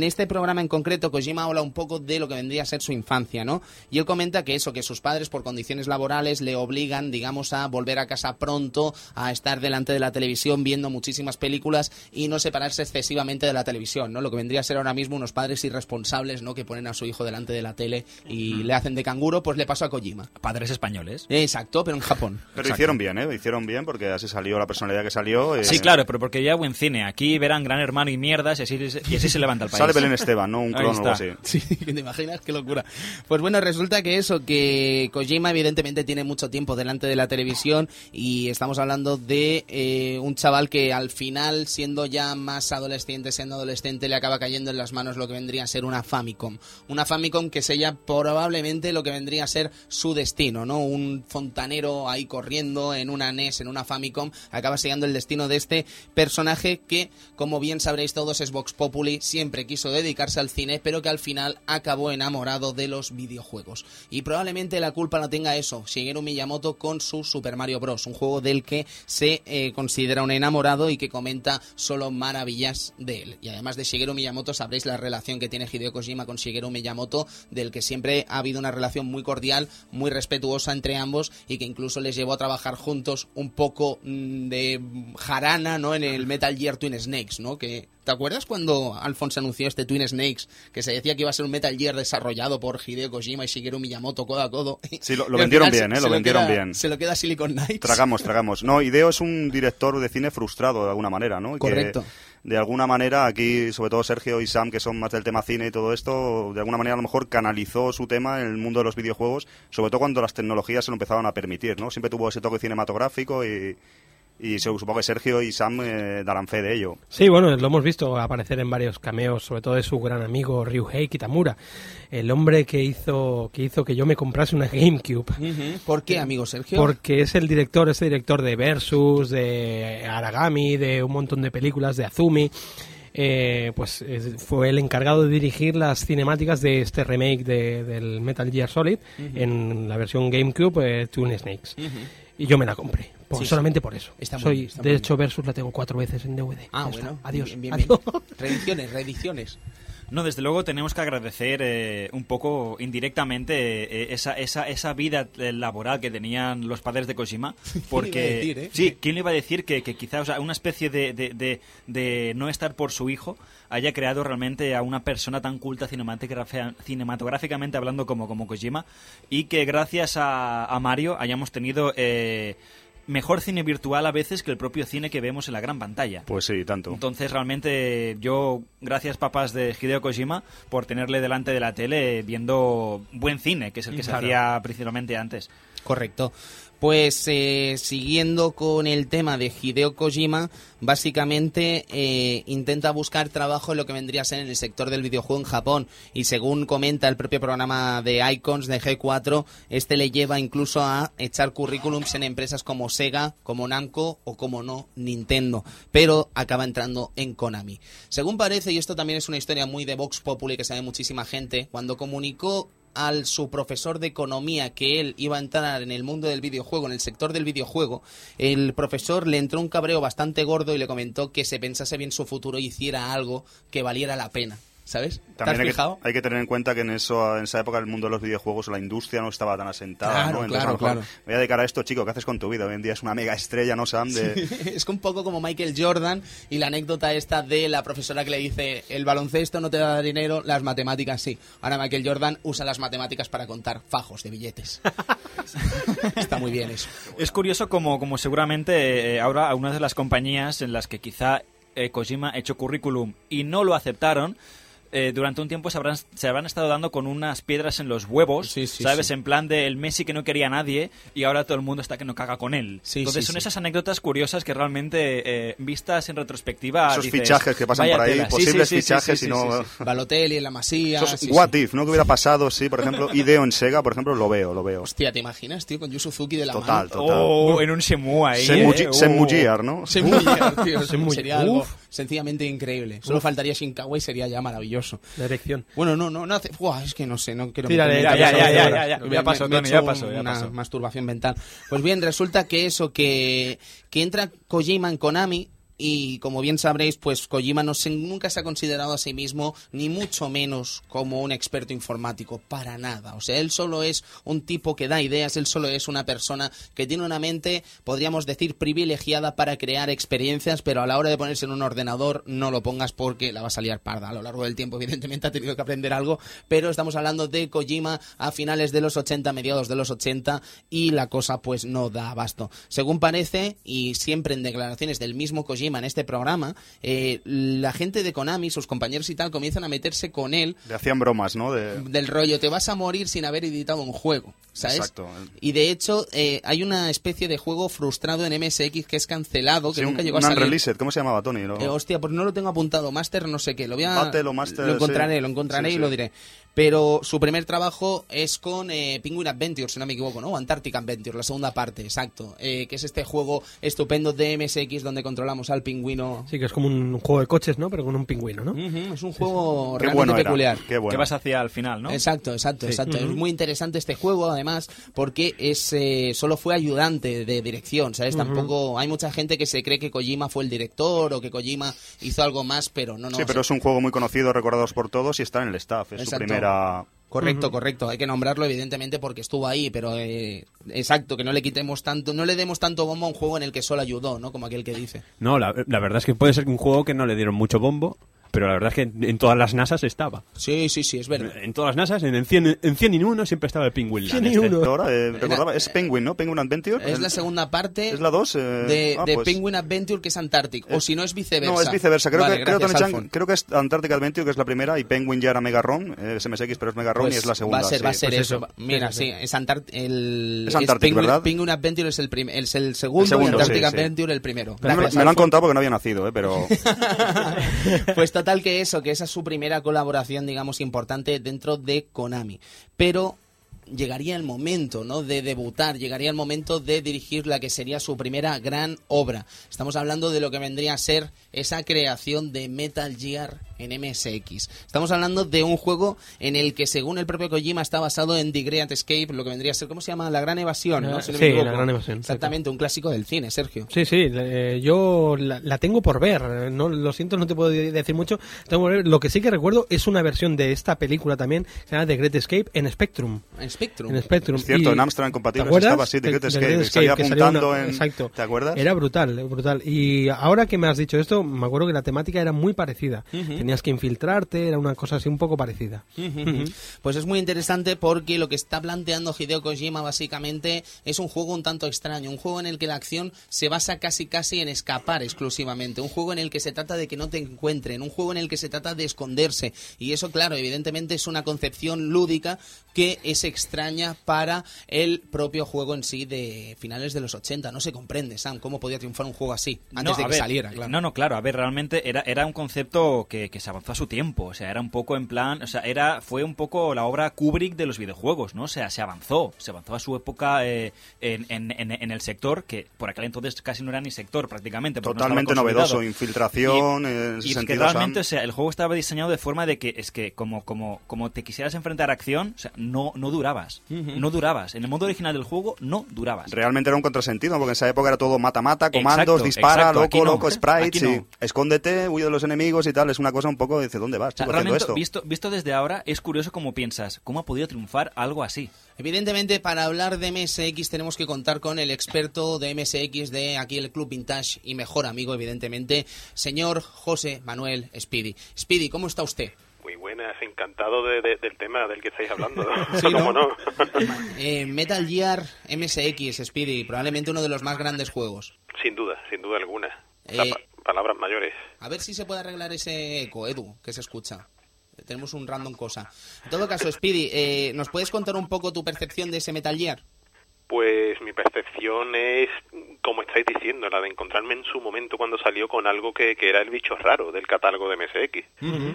en este programa en concreto Kojima habla un poco de lo que vendría a ser su infancia, ¿no? Y él comenta que eso, que sus padres por condiciones laborales le obligan, digamos, a volver a casa pronto, a estar delante de la televisión viendo muchísimas películas y no separarse excesivamente de la televisión, ¿no? Lo que vendría a ser ahora mismo unos padres irresponsables, ¿no? Que ponen a su hijo delante de la tele y uh-huh. le hacen de canguro, pues le pasó a Kojima. Padres españoles. Exacto, pero en Japón. Pero Exacto. hicieron bien, ¿eh? Hicieron bien porque así salió la personalidad que salió. Eh... Sí, claro, pero porque ya buen cine. Aquí verán Gran Hermano y mierdas y así, y así se levanta el país. Sale Belén Esteban, ¿no? Un clon o algo así. Sí, ¿te imaginas? Qué locura. Pues bueno, resulta que eso, que Kojima evidentemente tiene mucho tiempo delante de la televisión y estamos hablando de eh, un chaval que al final, siendo ya más adolescente, siendo adolescente, le acaba cayendo en las manos lo que vendría a ser una Famicom. Una Famicom que sella probablemente lo que vendría a ser su destino, ¿no? Un fontanero ahí corriendo en una N E S, en una Famicom, acaba sellando el destino de este personaje que, como bien sabréis todos, es Vox Populi, siempre quiso dedicarse al cine, pero que al final acabó enamorado de los videojuegos. Y probablemente la culpa la tenga eso, Shigeru Miyamoto con su Super Mario Bros., un juego del que se eh, considera un enamorado y que comenta solo maravillas de él. Y además de Shigeru Miyamoto, sabréis la relación que tiene Hideo Kojima con Shigeru Miyamoto, del que siempre ha habido una relación muy cordial, muy respetuosa entre ambos y que incluso les llevó a trabajar juntos un poco mmm, de jarana, ¿no? En el Metal Gear Twin Snakes, ¿no? Que ¿te acuerdas cuando Alphonse anunció este Twin Snakes, que se decía que iba a ser un Metal Gear desarrollado por Hideo Kojima y Shigeru Miyamoto codo a codo? Sí, lo, lo vendieron bien, ¿eh? Lo vendieron queda, bien. Se lo queda Silicon Knights. Tragamos, tragamos. No, Hideo es un director de cine frustrado de alguna manera, ¿no? Correcto. Que, de alguna manera, aquí, sobre todo Sergio y Sam, que son más del tema cine y todo esto, de alguna manera a lo mejor canalizó su tema en el mundo de los videojuegos, sobre todo cuando las tecnologías se lo empezaban a permitir, ¿no? Siempre tuvo ese toque cinematográfico y... Y supongo que Sergio y Sam eh, darán fe de ello. Sí, bueno, lo hemos visto aparecer en varios cameos, sobre todo de su gran amigo Ryuhei Kitamura, el hombre que hizo que hizo que yo me comprase una GameCube. Uh-huh. ¿Por qué, amigo Sergio? Porque es el director, ese director de Versus, de Aragami, de un montón de películas, de Azumi. Eh, pues eh, fue el encargado de dirigir las cinemáticas de este remake de, del Metal Gear Solid uh-huh. en la versión GameCube, eh, Twin Snakes. Uh-huh. Y yo me la compré. Por, sí, solamente sí. por eso. Está muy Soy, bien, está de muy hecho, bien. Versus la tengo cuatro veces en D V D. Ah, ya bueno. Está. Adiós. Bien, bien, Adiós. Bien. Reediciones, reediciones. No, desde luego tenemos que agradecer eh, un poco indirectamente eh, esa, esa, esa vida laboral que tenían los padres de Kojima, porque ¿Quién le iba a decir, eh? sí, ¿quién le iba a decir que, que quizá, o sea, una especie de, de, de, de no estar por su hijo haya creado realmente a una persona tan culta cinematográficamente hablando como, como Kojima, y que gracias a, a Mario hayamos tenido eh, mejor cine virtual a veces que el propio cine que vemos en la gran pantalla. Pues sí, tanto. Entonces realmente yo, gracias papás de Hideo Kojima por tenerle delante de la tele viendo buen cine, que es el que claro. se hacía principalmente antes. Correcto. Pues eh, siguiendo con el tema de Hideo Kojima, básicamente eh, intenta buscar trabajo en lo que vendría a ser en el sector del videojuego en Japón, y según comenta el propio programa de Icons de G cuatro, este le lleva incluso a echar currículums en empresas como Sega, como Namco o como no, Nintendo, pero acaba entrando en Konami. Según parece, y esto también es una historia muy de Vox Populi que sabe muchísima gente, cuando comunicó al su profesor de economía que él iba a entrar en el mundo del videojuego, en el sector del videojuego, el profesor le entró un cabreo bastante gordo y le comentó que se pensase bien su futuro y hiciera algo que valiera la pena. ¿Sabes? ¿Te También has hay fijado? Que, hay que tener en cuenta que en eso en esa época el mundo de los videojuegos, la industria no estaba tan asentada, claro, ¿no? Entonces, claro, a lo mejor, claro. voy a dedicar a esto, chico, ¿qué haces con tu vida? Hoy en día es una mega estrella, ¿no, Sam? De... Sí, es que un poco como Michael Jordan y la anécdota esta de la profesora que le dice el baloncesto no te da dinero, las matemáticas sí. Ahora Michael Jordan usa las matemáticas para contar fajos de billetes. Está muy bien eso. Es curioso como, como seguramente eh, ahora algunas de las compañías en las que quizá eh, Kojima ha hecho currículum y no lo aceptaron, Eh, durante un tiempo se habrán, se habrán estado dando con unas piedras en los huevos, sí, sí, ¿sabes? Sí. En plan de el Messi que no quería a nadie y ahora todo el mundo está que no caga con él. Sí, Entonces sí, son sí. esas anécdotas curiosas que realmente, eh, vistas en retrospectiva... Esos dices, fichajes que pasan por ahí, tela. posibles sí, sí, fichajes sí, sí, y no... sí, sí. Balotelli en la Masía... Esos sí, what sí. if, ¿no? Que hubiera pasado, sí, por ejemplo, Hideo en Sega, por ejemplo, lo veo, lo veo. Hostia, ¿te imaginas, tío? Con Yu Suzuki de la Total, mano. total. Oh, en un Shenmue ahí, Senmuji- eh. Oh. Senmujiar, ¿no? Senmujiar, tío. Senmujiar. Sería algo Uf. sencillamente increíble. Solo Uf. faltaría Shinkawa y sería ya maravilloso. La erección. Bueno, no, no, no hace... Buah, es que no sé, no quiero... Tírale, meterme ya, en ya, esa ya, hora. ya, ya, ya. Me- Ya pasó, me- me Tony, he ya hecho pasó, ya una pasó. masturbación mental. Pues bien, resulta que eso, que, que entra Kojima en Konami y como bien sabréis, pues Kojima no se, nunca se ha considerado a sí mismo, ni mucho menos como un experto informático, para nada. O sea, él solo es un tipo que da ideas, él solo es una persona que tiene una mente, podríamos decir, privilegiada para crear experiencias, pero a la hora de ponerse en un ordenador no lo pongas porque la va a salir parda. A lo largo del tiempo, evidentemente, ha tenido que aprender algo, pero estamos hablando de Kojima a finales de los ochenta, mediados de los ochenta, y la cosa pues no da abasto. Según parece, y siempre en declaraciones del mismo Kojima en este programa, eh, la gente de Konami, sus compañeros y tal, comienzan a meterse con él. Le hacían bromas, ¿no? De... Del rollo, te vas a morir sin haber editado un juego, ¿sabes? Exacto. Y de hecho, eh, hay una especie de juego frustrado en M S X que es cancelado, que sí, nunca un, llegó a un salir. Unreleased, ¿cómo se llamaba, Tony? ¿No? Eh, hostia, pues no lo tengo apuntado. Master no sé qué. Lo voy a... Battle o Master, lo encontraré, sí. lo encontraré Sí, y sí. lo diré. Pero su primer trabajo es con eh, Penguin Adventure, si no me equivoco, ¿no? Antarctic Adventure, la segunda parte, exacto. Eh, que es este juego estupendo de M S X donde controlamos al pingüino. Sí, que es como un juego de coches, ¿no? Pero con un pingüino, ¿no? Uh-huh, es un juego Qué realmente bueno era, peculiar. qué bueno. ¿Qué vas hacia al final, no? Exacto, exacto, Sí. exacto. Uh-huh. Es muy interesante este juego, además, porque es eh, solo fue ayudante de dirección, ¿sabes? Uh-huh. Tampoco hay mucha gente que se cree que Kojima fue el director o que Kojima hizo algo más, pero no, no. Sí, pero es un juego muy conocido, recordados por todos y está en el staff. Es Exacto. su primera... Correcto, Ujú. correcto. Hay que nombrarlo evidentemente porque estuvo ahí, pero eh, exacto, que no le quitemos tanto, no le demos tanto bombo a un juego en el que solo ayudó, ¿no? Como aquel que dice. No, la, la verdad es que puede ser un juego que no le dieron mucho bombo, pero la verdad es que en, en todas las NASAs estaba. Sí, sí, sí, es verdad. En todas las NASAs, en, en, cien, en cien y uno siempre estaba el Penguin Land. cien y este. uno. Ahora, eh, recordaba, es Penguin, ¿no? Penguin Adventure. Es El- la segunda parte ¿Es la dos? Eh, de, ah, de pues- Penguin Adventure, que es Antarctic, o Eh, si no es viceversa. No, es viceversa. Creo, Vale, que, creo, gracias, Tony Chan, Alfon. creo que es Antarctic Adventure, que es la primera, y Penguin ya era Mega ROM. eh, Es M S X, pero es Mega ROM Pues y es la segunda. Va a ser, sí. va a ser Pues eso. eso. Mira, Sí, sí, sí. es Antarctic. El, Es Antarctic, Penguin, ¿verdad? Penguin Adventure es el, prim- es el segundo, El segundo, y Antarctic sí, sí. Adventure el primero. Me, lo- Gracias, me lo han Alfon. contado porque no había nacido, ¿eh? Pero... Pues total que eso, que esa es su primera colaboración, digamos, importante dentro de Konami. Pero llegaría el momento, ¿no?, de debutar, llegaría el momento de dirigir la que sería su primera gran obra. Estamos hablando de lo que vendría a ser esa creación de Metal Gear en M S X. Estamos hablando de un juego en el que, según el propio Kojima, está basado en The Great Escape, lo que vendría a ser, ¿cómo se llama? La Gran Evasión, ¿no? Eh, Si no me sí, equivoco. La Gran Evasión, Exactamente, un clásico del cine, Sergio. Sí, sí, eh, yo la, la tengo por ver, eh, no, lo siento, no te puedo de- decir mucho, tengo por ver. Lo que sí que recuerdo es una versión de esta película también, se llama The Great Escape, en Spectrum. En Spectrum. En Spectrum. Es cierto, Y- en Amstrad Compatibles ¿te acuerdas? estaba así, The Great The Escape, Great que salía que salía apuntando una- en... Exacto. ¿Te acuerdas? Era brutal, eh, brutal. Y ahora que me has dicho esto, me acuerdo que la temática era muy parecida. Ujú. Tenías que infiltrarte, era una cosa así un poco parecida. Ujú. Pues es muy interesante porque lo que está planteando Hideo Kojima básicamente es un juego un tanto extraño, un juego en el que la acción se basa casi casi en escapar exclusivamente, un juego en el que se trata de que no te encuentren, un juego en el que se trata de esconderse, y eso, claro, evidentemente es una concepción lúdica que es extraña para el propio juego en sí de finales de los ochenta. No se comprende, Sam, cómo podía triunfar un juego así antes No, de a que ver, saliera, claro. No, no, claro, a ver, realmente era, era un concepto que, que se avanzó a su tiempo, o sea, era un poco en plan, o sea, era fue un poco la obra Kubrick de los videojuegos, ¿no? O sea, se avanzó, se avanzó a su época eh, en, en, en, en el sector, que por aquel entonces casi no era ni sector prácticamente. porque no estaba Totalmente consolidado. novedoso, infiltración, Y- en ese y es que sentido, realmente, Sam. o sea, el juego estaba diseñado de forma de que es que como, como, como te quisieras enfrentar a acción, o sea, no, no durabas, no durabas. En el modo original del juego no durabas. Realmente era un contrasentido, porque en esa época era todo mata-mata, comandos, Exacto, dispara, exacto, aquí loco, no. loco, sprites, Aquí no. y escóndete, huye de los enemigos y tal. Es una cosa un poco, dice, ¿dónde vas, O sea, chico, haciendo realmente, esto? visto, visto desde ahora, es curioso cómo piensas, ¿cómo ha podido triunfar algo así? Evidentemente, para hablar de M S X tenemos que contar con el experto de M S X de aquí el Club Vintage y mejor amigo, evidentemente, señor José Manuel Speedy. Speedy, ¿cómo está usted? Muy buenas, encantado de, de- del tema del que estáis hablando. Sí, ¿no? ¿Cómo no? Eh, Metal Gear M S X, Speedy, probablemente uno de los más grandes juegos. Sin duda, sin duda alguna. O sea, Eh, pa- palabras mayores. A ver si se puede arreglar ese eco, Edu, que se escucha. Tenemos un random cosa. En todo caso, Speedy, eh, ¿nos puedes contar un poco tu percepción de ese Metal Gear? Pues mi percepción es, como estáis diciendo, la de encontrarme en su momento cuando salió con algo que, que era el bicho raro del catálogo de M S X.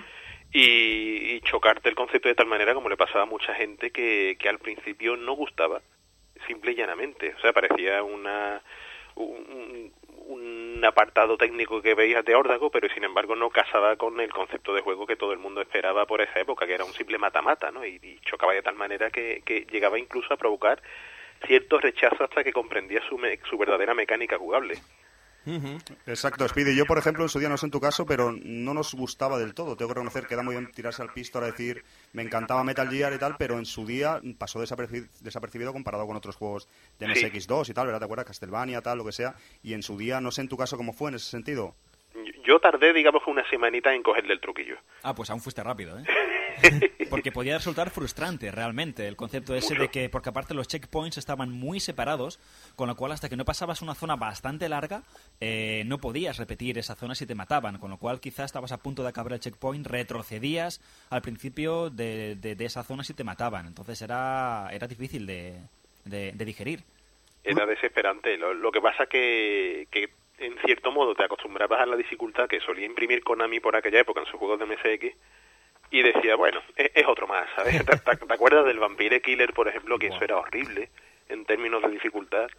y, y chocarte el concepto de tal manera como le pasaba a mucha gente que, que al principio no gustaba, simple y llanamente. O sea, parecía una un, un apartado técnico que veías de órdago, pero sin embargo no casaba con el concepto de juego que todo el mundo esperaba por esa época, que era un simple mata-mata, ¿no? Y, y chocaba de tal manera que, que llegaba incluso a provocar cierto rechazo hasta que comprendía su, me, su verdadera mecánica jugable. Uh-huh. Exacto, Speedy. Yo, por ejemplo, en su día, no sé en tu caso, pero no nos gustaba del todo. Tengo que reconocer que era muy bien tirarse al pisto a decir, me encantaba Metal Gear y tal, pero en su día pasó desaperci- desapercibido comparado con otros juegos de M S X dos y tal, ¿verdad? ¿Te acuerdas? Castlevania, tal, lo que sea. Y en su día, no sé en tu caso cómo fue en ese sentido. Yo tardé, digamos, una semanita en cogerle el truquillo. Ah, pues aún fuiste rápido, ¿eh? Porque podía resultar frustrante, realmente, el concepto ese de que, porque aparte los checkpoints estaban muy separados, con lo cual hasta que no pasabas una zona bastante larga, eh, no podías repetir esa zona si te mataban, con lo cual quizás estabas a punto de acabar el checkpoint, retrocedías al principio de, de, de esa zona si te mataban, entonces era, era difícil de, de, de digerir. Era desesperante. Lo, lo que pasa que, que en cierto modo te acostumbrabas a la dificultad que solía imprimir Konami por aquella época en sus juegos de M S X y decía, bueno, es, es otro más, ¿sabes? ¿Te, te, te acuerdas del Vampire Killer, por ejemplo, que wow. Eso era horrible en términos de dificultad?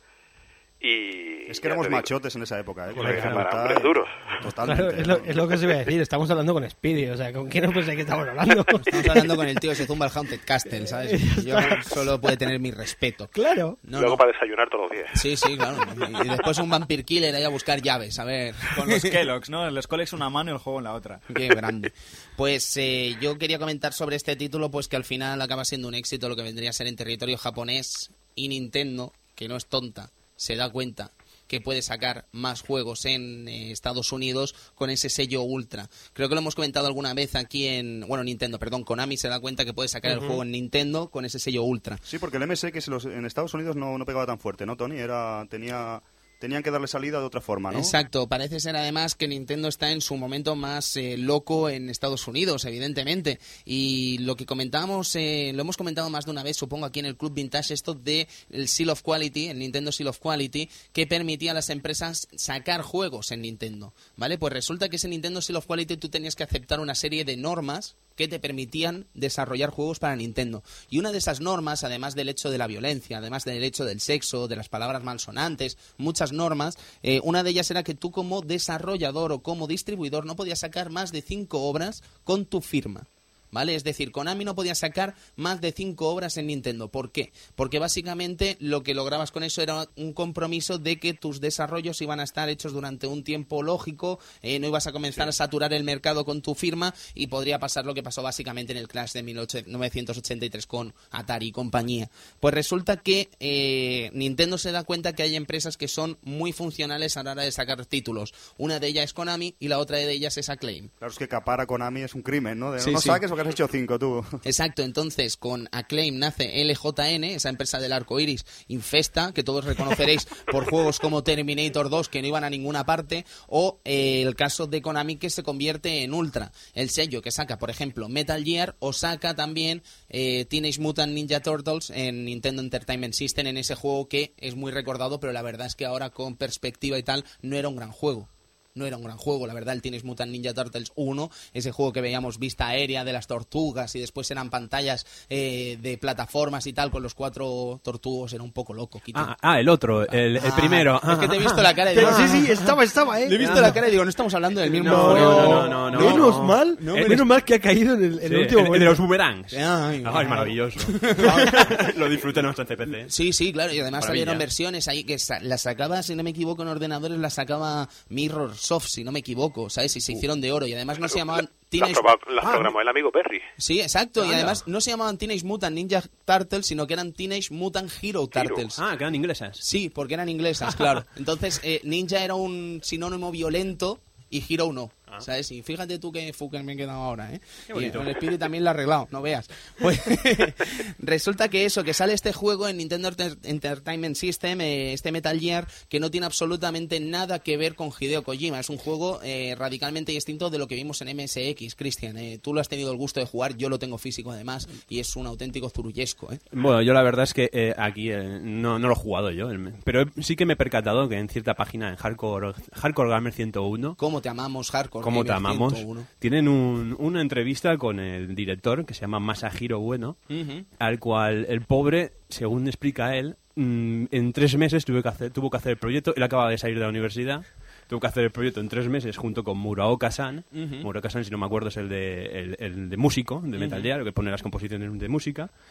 Y es que éramos machotes en esa época, ¿eh? Con la dificultad, y... duros. Totalmente. Claro, es, lo, es lo que se iba a decir, estamos hablando con Speedy, o sea, ¿con quién no pensé que estamos hablando? Estamos hablando con el tío que se zumba el Haunted Castle, ¿sabes? Yo solo puede tener mi respeto. Claro. No, Luego no. Para desayunar todos los días. Sí, sí, claro. Y después un Vampire Killer ahí a buscar llaves, a ver. Con los Kellogg's, ¿no? Los Kellogg's una mano y el juego en la otra. Qué grande. Pues eh, yo quería comentar sobre este título, pues que al final acaba siendo un éxito lo que vendría a ser en territorio japonés, y Nintendo, que no es tonta, se da cuenta que puede sacar más juegos en eh, Estados Unidos con ese sello Ultra. Creo que lo hemos comentado alguna vez aquí en... Bueno, Nintendo, perdón, Konami se da cuenta que puede sacar uh-huh. el juego en Nintendo con ese sello Ultra. Sí, porque el M S X en, los, en Estados Unidos no, no pegaba tan fuerte, ¿no, Tony? Era, tenía... Tenían que darle salida de otra forma, ¿no? Exacto. Parece ser además que Nintendo está en su momento más eh, loco en Estados Unidos, evidentemente. Y lo que comentábamos, eh, lo hemos comentado más de una vez, supongo, aquí en el Club Vintage, esto de el Seal of Quality, el Nintendo Seal of Quality, que permitía a las empresas sacar juegos en Nintendo, ¿vale? Pues resulta que ese Nintendo Seal of Quality tú tenías que aceptar una serie de normas que te permitían desarrollar juegos para Nintendo. Y una de esas normas, además del hecho de la violencia, además del hecho del sexo, de las palabras malsonantes, muchas normas, eh, una de ellas era que tú como desarrollador o como distribuidor no podías sacar más de cinco obras con tu firma. ¿Vale? Es decir, Konami no podía sacar más de cinco obras en Nintendo. ¿Por qué? Porque básicamente lo que lograbas con eso era un compromiso de que tus desarrollos iban a estar hechos durante un tiempo lógico, eh, no ibas a comenzar sí. a saturar el mercado con tu firma y podría pasar lo que pasó básicamente en el Crash de mil novecientos ochenta y tres con Atari y compañía. Pues resulta que eh, Nintendo se da cuenta que hay empresas que son muy funcionales a la hora de sacar títulos. Una de ellas es Konami y la otra de ellas es Acclaim. Claro, es que capar a Konami es un crimen, ¿no? De, sí, no sí. saques que has hecho cinco tú. Exacto, entonces con Acclaim nace L J N, esa empresa del arco iris infesta, que todos reconoceréis por juegos como Terminator dos, que no iban a ninguna parte, o eh, el caso de Konami, que se convierte en Ultra, el sello que saca, por ejemplo, Metal Gear, o saca también eh, Teenage Mutant Ninja Turtles en Nintendo Entertainment System, en ese juego que es muy recordado, pero la verdad es que ahora con perspectiva y tal, no era un gran juego. No era un gran juego, la verdad, el Teenage Mutant Ninja Turtles uno, ese juego que veíamos vista aérea de las tortugas y después eran pantallas eh, de plataformas y tal, con los cuatro tortugos, era un poco loco. Ah, ah, el otro, el, el ah, primero. Es que te he visto la cara y digo... Sí, sí, estaba, estaba, ¿eh? Le he visto ah, la cara y digo, no estamos hablando del mismo no, juego. No, no, no, no. Menos no. mal, no, menos mal que ha caído en el, en sí, el último el, momento. el de los boomerangs. Ay, oh, es maravilloso. Lo disfruté en nuestro C P C. Sí, sí, claro, y además Maravilla. salieron versiones ahí que sa- las sacaba, si no me equivoco, en ordenadores las sacaba Mirror Soft, si no me equivoco, ¿sabes? Y se hicieron de oro y además no se llamaban Teenage... Las, proba- las ah, programó el amigo Perry. Sí, exacto, ah, y además no se llamaban Teenage Mutant Ninja Turtles, sino que eran Teenage Mutant Hero Turtles. Ah, que eran inglesas. Sí, porque eran inglesas, claro. Entonces, eh, Ninja era un sinónimo violento y Hero no. Ah. ¿Sabes? Y fíjate tú qué fucker me he quedado ahora, ¿eh? Y el Spirit también lo ha arreglado, no veas. Pues resulta que eso, que sale este juego en Nintendo Entertainment System, eh, este Metal Gear, que no tiene absolutamente nada que ver con Hideo Kojima. Es un juego eh, radicalmente distinto de lo que vimos en M S X, Cristian. Eh, tú lo has tenido el gusto de jugar, yo lo tengo físico además, y es un auténtico zurullesco, ¿eh? Bueno, yo la verdad es que eh, aquí eh, no, no lo he jugado yo, pero sí que me he percatado que en cierta página, en Hardcore, Hardcore Gamer ciento uno... ¿Cómo te amamos, Hardcore? ¿Cómo te amamos? Tienen un, una entrevista con el director que se llama Masahiro Ueno, uh-huh. al cual el pobre, según explica él, mmm, en tres meses tuvo que, hacer, tuvo que hacer el proyecto. Él acaba de salir de la universidad, tuvo que hacer el proyecto en tres meses junto con Muraoka-san. Uh-huh. Muraoka-san, si no me acuerdo, es el de, el, el de músico, de Metal Gear, uh-huh. que pone las composiciones de música.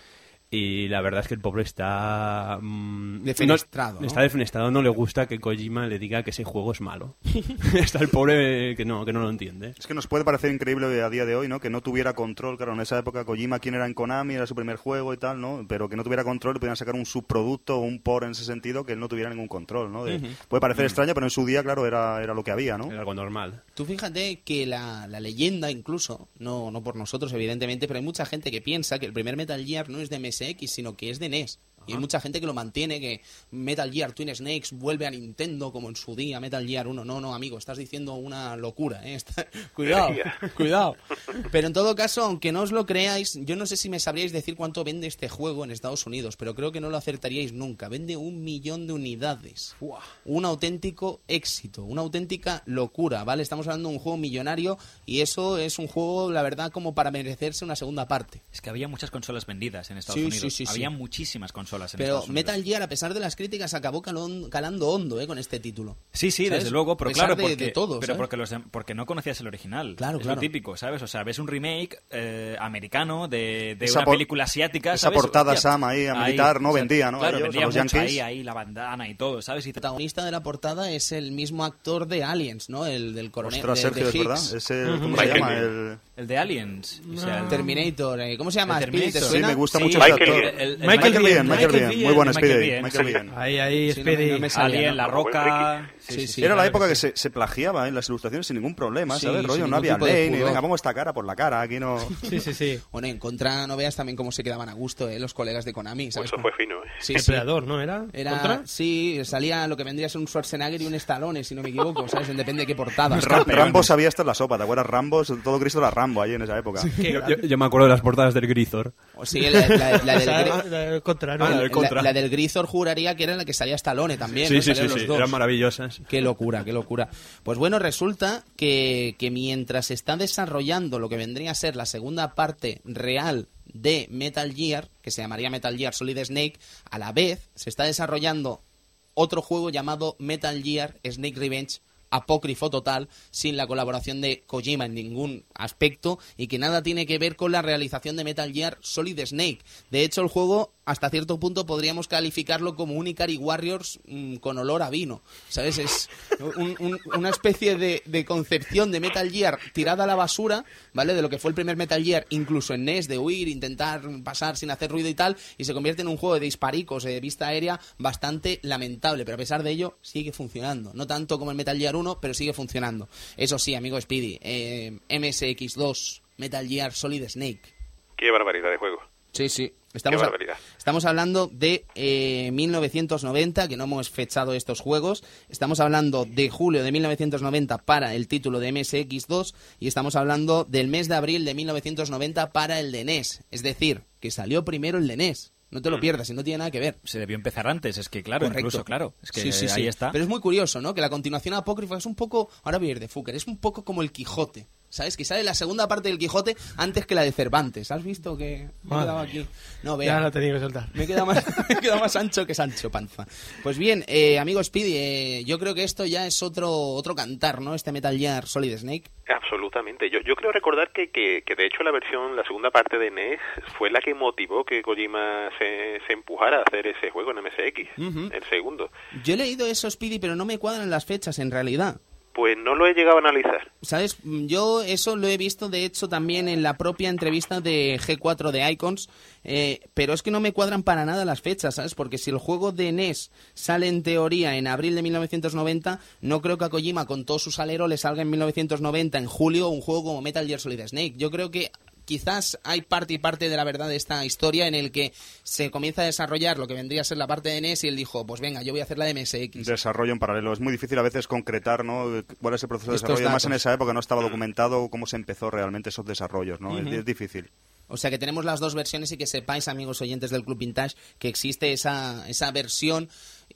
Y la verdad es que el pobre está... Mmm, defenestrado, no, está defenestrado, no le gusta que Kojima le diga que ese juego es malo. Está el pobre que no, que no lo entiende. Es que nos puede parecer increíble a día de hoy, ¿no? Que no tuviera control, claro, en esa época Kojima, quien era en Konami, era su primer juego y tal, ¿no? Pero que no tuviera control, le podían sacar un subproducto o un por en ese sentido que él no tuviera ningún control, ¿no? De, uh-huh. Puede parecer uh-huh. extraño, pero en su día, claro, era, era lo que había, ¿no? Era algo normal. Tú fíjate que la, la leyenda incluso, no, no por nosotros evidentemente, pero hay mucha gente que piensa que el primer Metal Gear no es de M S X, sino que es de N E S. Y hay mucha gente que lo mantiene, que Metal Gear Twin Snakes vuelve a Nintendo como en su día Metal Gear uno. No, no, amigo, estás diciendo una locura, ¿eh? Está... Cuidado, cuidado. Pero en todo caso, aunque no os lo creáis, yo no sé si me sabríais decir cuánto vende este juego en Estados Unidos, pero creo que no lo acertaríais nunca. Vende un millón de unidades. Uah. Un auténtico éxito, una auténtica locura, ¿vale? Estamos hablando de un juego millonario y eso es un juego, la verdad, como para merecerse una segunda parte. Es que había muchas consolas vendidas en Estados sí, Unidos. Sí, sí, había sí. muchísimas consolas. Pero Metal Gear, a pesar de las críticas, acabó calón, calando hondo ¿eh? Con este título. Sí, sí, ¿sabes? Desde luego, pero claro, de, porque, de todo, pero porque, los de, porque no conocías el original. Claro, es claro. lo típico, ¿sabes? O sea, ves un remake eh, americano de, de esa una por, película asiática, esa ¿sabes? portada Hostia, Sam ahí, a militar, ahí, no o sea, vendía, ¿no? Claro, ellos, vendía los mucho yankees. ahí, ahí, la bandana y todo, ¿sabes? Y el protagonista de la portada es el mismo actor de Aliens, ¿no? El del coronel. Ostras, de, Sergio, de es verdad. Es el, ¿cómo Michael se llama? Mann. El... El de Aliens. O sea, el Terminator. Eh. ¿Cómo se llama? El Speedy, ¿te Terminator. suena? Sí, me gusta Sí, mucho Michael ese actor. Biehn. El- el- Michael Michael Biehn, Biehn, Michael Michael Biehn. Muy buen Michael Speedy. Biehn. Michael Biehn. Ahí, ahí, Sí, no, Speedy. no me salía, Alien, ¿no? La Como buen Roca... Sí, sí, Era la claro época que que sí. se, se plagiaba en las ilustraciones sin ningún problema, Sí, ¿sabes? sin Rollo, no ningún había tipo de ley, ni pudor. venga, pongo esta cara por la cara, aquí no... Sí, sí, sí. Bueno, en contra no veas también cómo se quedaban a gusto ¿eh? Los colegas de Konami, ¿sabes? Eso fue fino, ¿eh? Sí, El sí. Predador, ¿no era? Era, ¿Contra? sí, salía lo que vendría a ser un Schwarzenegger y un Stallone, si no me equivoco, ¿sabes? Depende de qué portada. Ra- Rambo sabía estar en la sopa, ¿te acuerdas? Rambo, todo Cristo era Rambo ahí en esa época. Yo, yo- yo me acuerdo de las portadas del Grisor. O sí, la, la- la O del, sea, Gri- la del Contra, ¿no? Ah, la del la- Contra. la del Grisor juraría que era en la que salía Stallone también. Sí, ¿no? sí, sí, Salían sí, los dos. eran maravillosas. Qué locura, qué locura. Pues bueno, resulta que, que mientras se está desarrollando lo que vendría a ser la segunda parte real de Metal Gear, que se llamaría Metal Gear Solid Snake, a la vez se está desarrollando otro juego llamado Metal Gear Snake Revenge, apócrifo total, sin la colaboración de Kojima en ningún aspecto y que nada tiene que ver con la realización de Metal Gear Solid Snake. De hecho, el juego, hasta cierto punto, podríamos calificarlo como un Ikari Warriors mmm, con olor a vino. ¿Sabes? Es un- un- una especie de, de concepción de Metal Gear tirada a la basura, ¿vale? De lo que fue el primer Metal Gear, incluso en N E S, de huir, intentar pasar sin hacer ruido y tal, y se convierte en un juego de disparicos, de vista aérea, bastante lamentable, pero a pesar de ello, sigue funcionando. No tanto como el Metal Gear uno, pero sigue funcionando. Eso sí, amigo Speedy, eh, M S X dos, Metal Gear Solid Snake. Qué barbaridad de juego. Sí, sí. Estamos, Qué a- barbaridad. estamos hablando de eh, mil novecientos noventa, que no hemos fechado estos juegos. Estamos hablando de julio de mil novecientos noventa para el título de M S X dos y estamos hablando del mes de abril de mil novecientos noventa para el de N E S. Es decir, que salió primero el de N E S. No te lo pierdas y no tiene nada que ver. Se debió empezar antes, es que claro, Correcto. incluso, claro. Es que Sí, sí, sí. ahí está. Pero es muy curioso, ¿no? Que la continuación apócrifa es un poco... Ahora voy a ir de Fucker. Es un poco como el Quijote. ¿Sabes? Que sale la segunda parte del Quijote antes que la de Cervantes. ¿Has visto que me he Madre quedado aquí? No, vea. Ya lo he tenido que soltar. Me queda más, me queda más ancho que Sancho Panza. Pues bien, eh, amigo Speedy, eh, yo creo que esto ya es otro otro cantar, ¿no? Este Metal Gear Solid Snake. Absolutamente. Yo, yo creo recordar que, que, que de hecho la versión, la segunda parte de N E S fue la que motivó que Kojima se, se empujara a hacer ese juego en M S X, Ujú. el segundo. Yo he leído eso, Speedy, pero no me cuadran las fechas en realidad. Pues no lo he llegado a analizar. ¿Sabes? Yo eso lo he visto, de hecho, también en la propia entrevista de G cuatro de Icons, eh, pero es que no me cuadran para nada las fechas, ¿sabes? Porque si el juego de N E S sale en teoría en abril de mil novecientos noventa, no creo que a Kojima con todo su salero le salga en mil novecientos noventa, en julio, un juego como Metal Gear Solid Snake. Yo creo que quizás hay parte y parte de la verdad de esta historia en el que se comienza a desarrollar lo que vendría a ser la parte de N E S y él dijo, pues venga, yo voy a hacer la de M S X. Desarrollo en paralelo. Es muy difícil a veces concretar, ¿no? Cuál es el proceso de Estos desarrollo. Además, datos. en esa época no estaba documentado cómo se empezó realmente esos desarrollos, ¿no? Es- es difícil. O sea que tenemos las dos versiones y que sepáis, amigos oyentes del Club Vintage, que existe esa, esa versión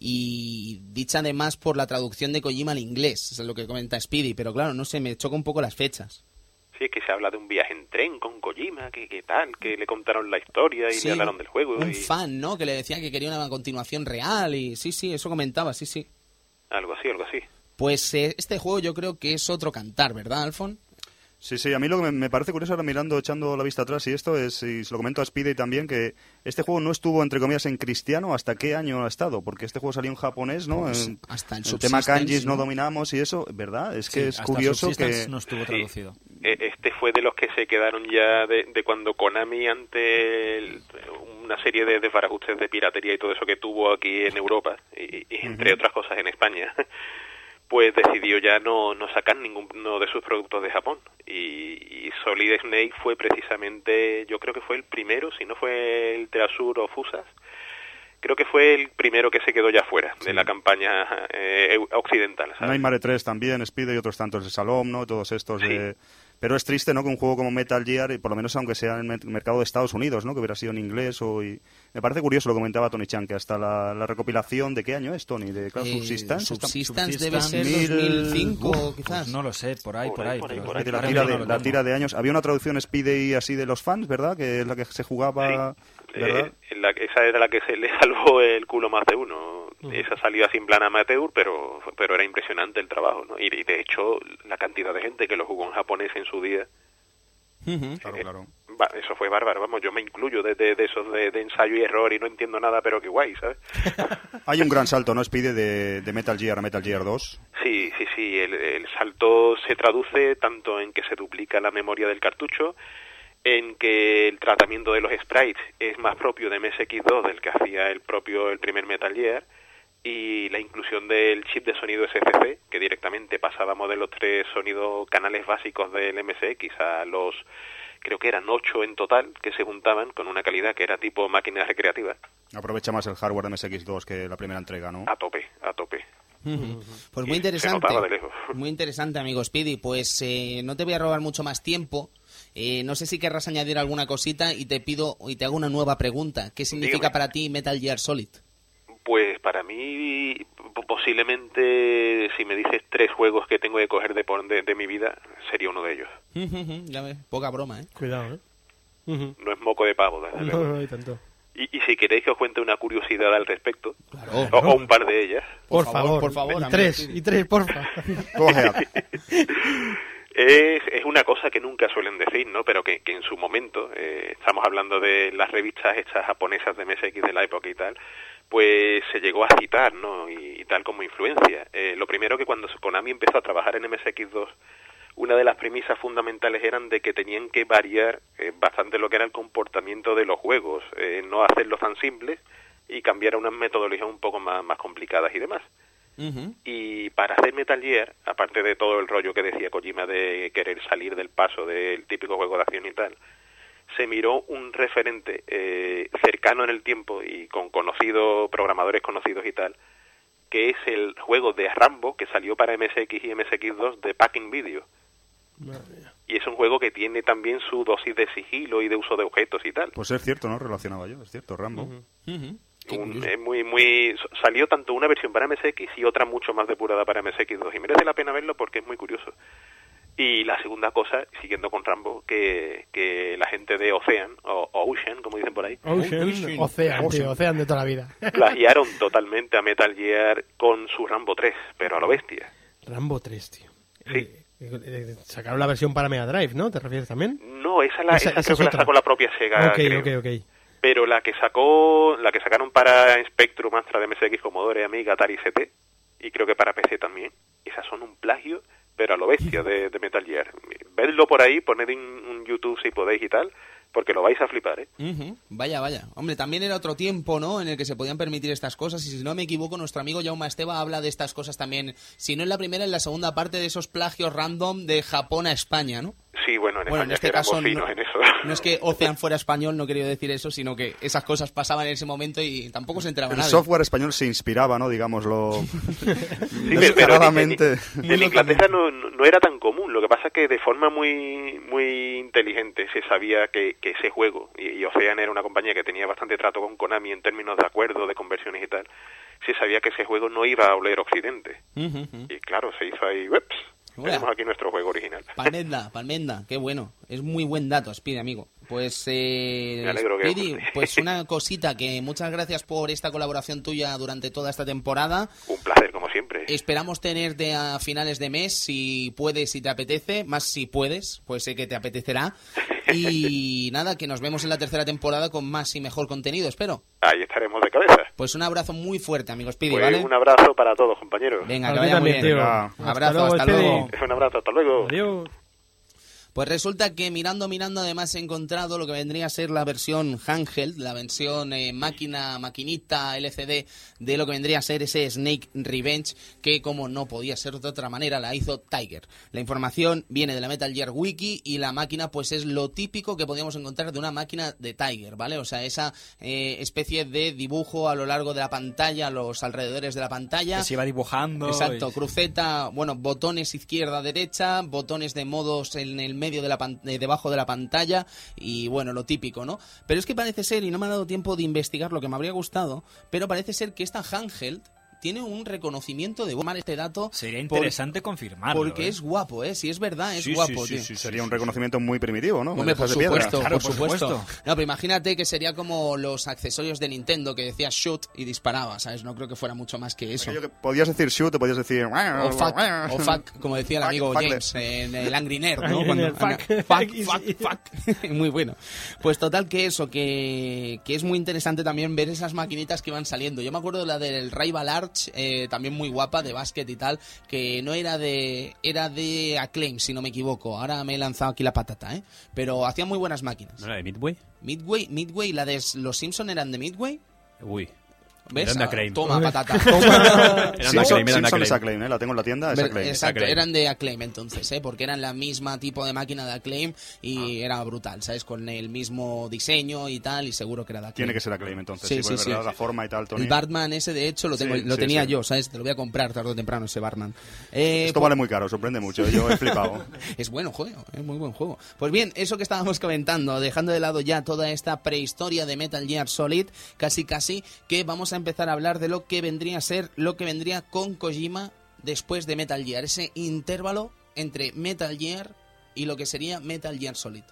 y dicha además por la traducción de Kojima al inglés, eso es lo que comenta Speedy, pero claro, no sé, me choca un poco las fechas. Sí, es que se habla de un viaje en tren con Kojima, que, que tal, que le contaron la historia y Sí, le hablaron del juego. Un y fan, ¿no? Que le decía que quería una continuación real y sí, sí, eso comentaba, sí, sí. Algo así, algo así. Pues eh, este juego yo creo que es otro cantar, ¿verdad, Alfon? Sí, sí, a mí lo que me, me parece curioso ahora mirando, echando la vista atrás y esto es, y se lo comento a Speedy también, que este juego no estuvo, entre comillas, en cristiano. ¿Hasta qué año ha estado? Porque este juego salió en japonés, ¿no? Pues en, hasta el, el tema kanjis ¿no? no dominamos y eso, ¿verdad? Es que Sí, es hasta curioso que... no estuvo traducido. Sí. Este fue de los que se quedaron ya de, de cuando Konami, ante el, una serie de desbarajustes de piratería y todo eso que tuvo aquí en Europa, y, y entre uh-huh. otras cosas en España, pues decidió ya no, no sacar ninguno de sus productos de Japón. Y, y Solid Snake fue precisamente, yo creo que fue el primero, si no fue el Treasure of Usas, creo que fue el primero que se quedó ya fuera sí. de la campaña eh, occidental, ¿sabes? Nightmare tres también, Speed y otros tantos de Salom, ¿no? Todos estos sí. de... Pero es triste, ¿no?, que un juego como Metal Gear, y por lo menos aunque sea en el mercado de Estados Unidos, ¿no?, que hubiera sido en inglés o... Y... Me parece curioso, lo comentaba Tony Chan, que hasta la, la recopilación... ¿De qué año es, Tony? ¿De claro, eh, Subsistence? Subsistence debe ser dos mil cinco, Uf, quizás. Pues no lo sé, por ahí, por ahí. Por ahí, pero por ahí, por ahí. La, tira de, la tira de años. Había una traducción Speedy así de los fans, ¿verdad?, que es la que se jugaba... Sí. Eh, la, esa era la que se le salvó el culo más de uno. Uh-huh. Esa salió así en plan amateur, pero pero era impresionante el trabajo, ¿no? Y, y de hecho, la cantidad de gente que lo jugó en japonés en su día... Uh-huh. Claro, eh, claro. Va, eso fue bárbaro, vamos, yo me incluyo de, de, de esos de, de ensayo y error y no entiendo nada, pero qué guay, ¿sabes? Hay un gran salto, ¿no, Speedy, de, de Metal Gear a Metal Gear dos? Sí, sí, sí, el, el salto se traduce tanto en que se duplica la memoria del cartucho, en que el tratamiento de los sprites es más propio de M S X dos del que hacía el propio el primer Metal Gear, y la inclusión del chip de sonido S C C, que directamente pasábamos de los tres sonidos canales básicos del M S X a los, creo que eran ocho en total, que se juntaban con una calidad que era tipo máquina recreativa. Aprovecha más el hardware de M S X dos que la primera entrega, ¿no? A tope, a tope. Uh-huh. Pues muy interesante, muy interesante, amigo Speedy. Pues eh, no te voy a robar mucho más tiempo. Eh, no sé si querrás añadir alguna cosita y te pido y te hago una nueva pregunta. ¿Qué significa Dígame. para ti Metal Gear Solid? Pues para mí, posiblemente, si me dices tres juegos que tengo que coger de, de, de mi vida, sería uno de ellos. Uh-huh, ya ves, poca broma, ¿eh? Cuidado, ¿eh? Uh-huh. No es moco de pavo, desde luego. No, no hay tanto. Y, y si queréis que os cuente una curiosidad al respecto, claro, o, claro. o un par de ellas. Por, por favor, por favor. Y tres, y tres, porfa. Es, es una cosa que nunca suelen decir, ¿no? Pero que, que en su momento, eh, estamos hablando de las revistas estas japonesas de M S X de la época y tal, pues se llegó a citar, ¿no? Y, y tal como influencia. Eh, lo primero que cuando Konami empezó a trabajar en M S X dos, una de las premisas fundamentales eran de que tenían que variar eh, bastante lo que era el comportamiento de los juegos, eh, no hacerlos tan simples y cambiar a unas metodologías un poco más, más complicadas y demás. Uh-huh. Y para hacer Metal Gear, aparte de todo el rollo que decía Kojima de querer salir del paso del típico juego de acción y tal, se miró un referente eh, cercano en el tiempo y con conocidos, programadores conocidos y tal, que es el juego de Rambo que salió para M S X y M S X dos de Packing Video. Y es un juego que tiene también su dosis de sigilo y de uso de objetos y tal. Pues es cierto, ¿no? Relacionaba yo, es cierto, Rambo. Uh-huh. Uh-huh. Un, eh, muy, muy, salió tanto una versión para M S X y otra mucho más depurada para M S X dos, y merece la pena verlo porque es muy curioso. Y la segunda cosa, siguiendo con Rambo, que, que la gente de Ocean, o, o Ocean, como dicen por ahí, Ocean, Ocean, Ocean, tío, Ocean de toda la vida. plagiaron totalmente a Metal Gear con su Rambo tres, pero a lo bestia. Rambo tres, tío. Sí. Eh, eh, sacaron la versión para Mega Drive, ¿no? ¿Te refieres también? No, esa, la, esa, esa creo que otra. La sacó la propia Sega, Ok, creo. ok, ok. Pero la que sacó, la que sacaron para Spectrum, Astra de M S X, Commodore, Amiga, Atari C T, y creo que para P C también, esas son un plagio, pero a lo bestia de, de Metal Gear. Vedlo por ahí, poned en un YouTube si podéis y tal, porque lo vais a flipar, ¿eh? Uh-huh. Vaya, vaya. Hombre, también era otro tiempo, ¿no?, en el que se podían permitir estas cosas, y si no me equivoco, nuestro amigo Jaume Esteva habla de estas cosas también, si no en la primera, en la segunda parte de esos plagios random de Japón a España, ¿no? Sí, bueno, en bueno, España en este que caso finos no, en eso. No es que Ocean fuera español, no quería decir eso, sino que esas cosas pasaban en ese momento y tampoco se enteraba El nadie. software español se inspiraba, ¿no? Digámoslo. Sí, pero en, en, en Inglaterra no, no era tan común. Lo que pasa es que de forma muy muy inteligente se sabía que, que ese juego, y, y Ocean era una compañía que tenía bastante trato con Konami en términos de acuerdo, de conversiones y tal, se sabía que ese juego no iba a oler Occidente. Uh-huh, uh-huh. Y claro, se hizo ahí, ups, tenemos aquí nuestro juego original. Palmenda, Palmenda, qué bueno. Es muy buen dato, Speedy, amigo. Pues, eh, Me alegro que Speedy, pues una cosita, que muchas gracias por esta colaboración tuya durante toda esta temporada. Un placer, como siempre. Esperamos tenerte a finales de mes, si puedes, si te apetece, más si puedes, pues sé que te apetecerá. Y nada, que nos vemos en la tercera temporada con más y mejor contenido, espero. Ahí estaremos de cabeza. Pues un abrazo muy fuerte, amigo Speedy, Pues ¿vale? un abrazo para todos, compañeros. Venga, que vaya muy bien. Venga. Abrazo, Hasta hasta luego, luego. Speedy. Un abrazo, hasta luego. Adiós. Pues resulta que mirando, mirando, además he encontrado lo que vendría a ser la versión handheld, la versión eh, máquina, maquinita L C D de lo que vendría a ser ese Snake Revenge, que como no podía ser de otra manera, la hizo Tiger. La información viene de la Metal Gear Wiki y la máquina pues es lo típico que podíamos encontrar de una máquina de Tiger, ¿vale? O sea, esa eh, especie de dibujo a lo largo de la pantalla, a los alrededores de la pantalla. Que se iba dibujando. Exacto, y... cruceta, bueno, botones izquierda, derecha, botones de modos en el medio de la pan- eh, debajo de la pantalla y bueno, lo típico, ¿no? Pero es que parece ser, y no me ha dado tiempo de investigar lo que me habría gustado, pero parece ser que esta handheld tiene un reconocimiento de tomar este dato. Sería interesante por, confirmarlo. Porque ¿eh? es guapo, ¿eh? Si es verdad, es Sí, guapo, sí, sí, tío. sí, sería un reconocimiento muy primitivo, ¿no? Hombre, Con por hojas de piedra. supuesto, Claro, por por supuesto. supuesto. No, pero imagínate que sería como los accesorios de Nintendo que decía shoot y disparaba, ¿sabes? No creo que fuera mucho más que eso. Aquello que podías decir shoot, o podías decir... O fuck, o fuck, como decía el Fuck, igual fuck James en el Angry Nerd, Angry ¿no? Cuando, Nerd, fuck. fuck, fuck, fuck. Muy bueno. Pues total que eso, que, que es muy interesante también ver esas maquinitas que van saliendo. Yo me acuerdo de la del Rival Arch, eh, también muy guapa, de básquet y tal, que no era de era de Acclaim, si no me equivoco. Ahora me he lanzado aquí la patata, ¿eh? Pero hacían muy buenas máquinas. ¿No era de Midway? Midway, Midway, la de los Simpson eran de Midway. Uy. ¿Ves? Eran de Acclaim. Toma, patata. Eran de Simpson, Acclaim, eran de Simpson es Acclaim. Acclaim, ¿eh? La tengo en la tienda, es Ver- Acclaim. Exacto, Acclaim. eran de Acclaim entonces, ¿eh? Porque eran la misma tipo de máquina de Acclaim y era brutal, ¿sabes? Con el mismo diseño y tal, y seguro que era de Acclaim. Tiene que ser Acclaim entonces, Sí, sí, sí, pues, sí. verdad, la forma y tal, Tony. El Batman ese, de hecho, lo, tengo, Sí, lo sí, tenía sí. yo, ¿sabes? Te lo voy a comprar tarde o temprano, ese Batman. Eh, Esto pues- vale muy caro, sorprende mucho, yo he flipado. Es bueno juego, es muy buen juego. Pues bien, eso que estábamos comentando, dejando de lado ya toda esta prehistoria de Metal Gear Solid, casi casi que vamos a empezar a hablar de lo que vendría a ser, lo que vendría con Kojima después de Metal Gear, ese intervalo entre Metal Gear y lo que sería Metal Gear Solid.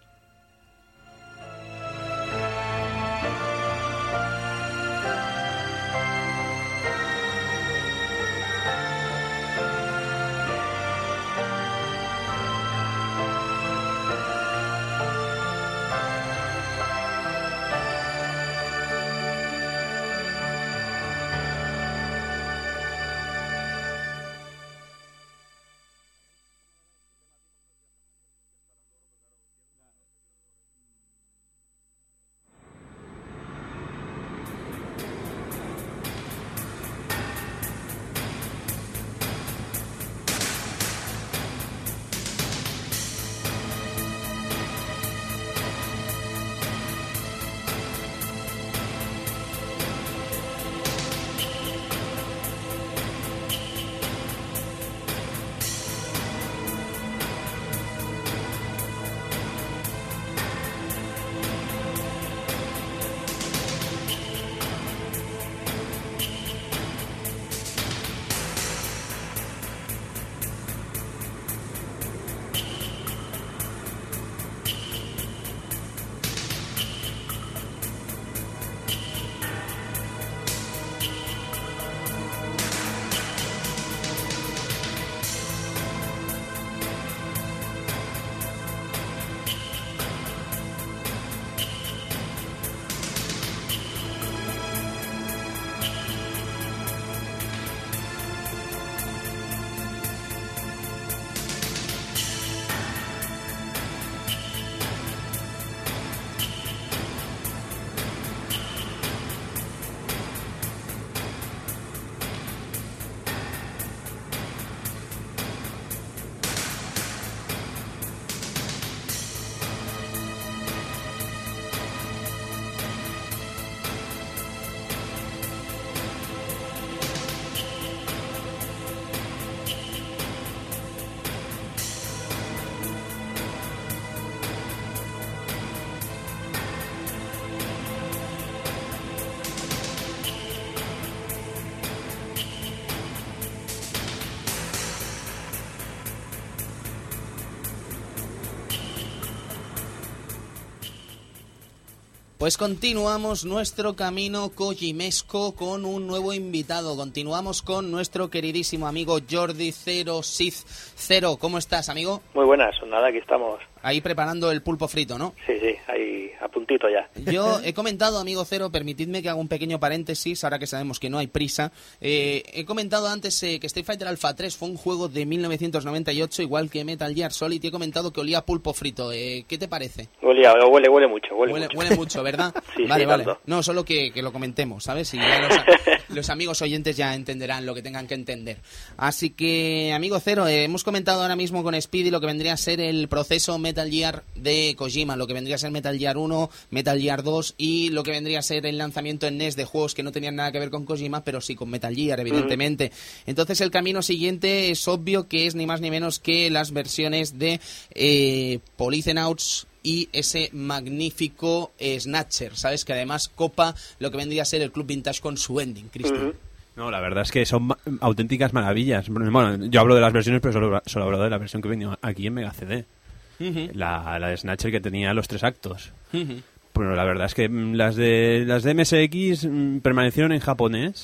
Pues continuamos nuestro camino kojimesco con un nuevo invitado. Continuamos con nuestro queridísimo amigo Jordi Zero Sith Zero. ¿Cómo estás, amigo? Muy buenas, nada, aquí estamos. Ahí preparando el pulpo frito, ¿no? Sí, sí, ahí a puntito ya. Yo he comentado, amigo Cero, permitidme que haga un pequeño paréntesis, ahora que sabemos que no hay prisa. Eh, he comentado antes eh, que Street Fighter Alpha tres fue un juego de mil novecientos noventa y ocho, igual que Metal Gear Solid, y he comentado que olía a pulpo frito. Eh, ¿Qué te parece? Olía, huele, huele mucho, huele, huele mucho. Huele mucho, ¿verdad? Sí, vale, sí, vale. tanto. No, solo que, que lo comentemos, ¿sabes? Y ya los, los amigos oyentes ya entenderán lo que tengan que entender. Así que, amigo Cero, eh, hemos comentado ahora mismo con Speedy lo que vendría a ser el proceso Metal Gear de Kojima, lo que vendría a ser Metal Gear uno, Metal Gear dos y lo que vendría a ser el lanzamiento en N E S de juegos que no tenían nada que ver con Kojima, pero sí con Metal Gear, evidentemente. Mm. Entonces el camino siguiente es obvio que es ni más ni menos que las versiones de eh, Polythenauts y ese magnífico eh, Snatcher, ¿sabes? Que además copa lo que vendría a ser el Club Vintage con su ending, Cristian. Uh-huh. No, la verdad es que son ma- auténticas maravillas. Bueno, yo hablo de las versiones, pero solo, solo hablo de la versión que venía aquí en Mega C D. Uh-huh. La, la de Snatcher que tenía los tres actos. Uh-huh. Bueno, la verdad es que las de las de M S X mm, permanecieron en japonés.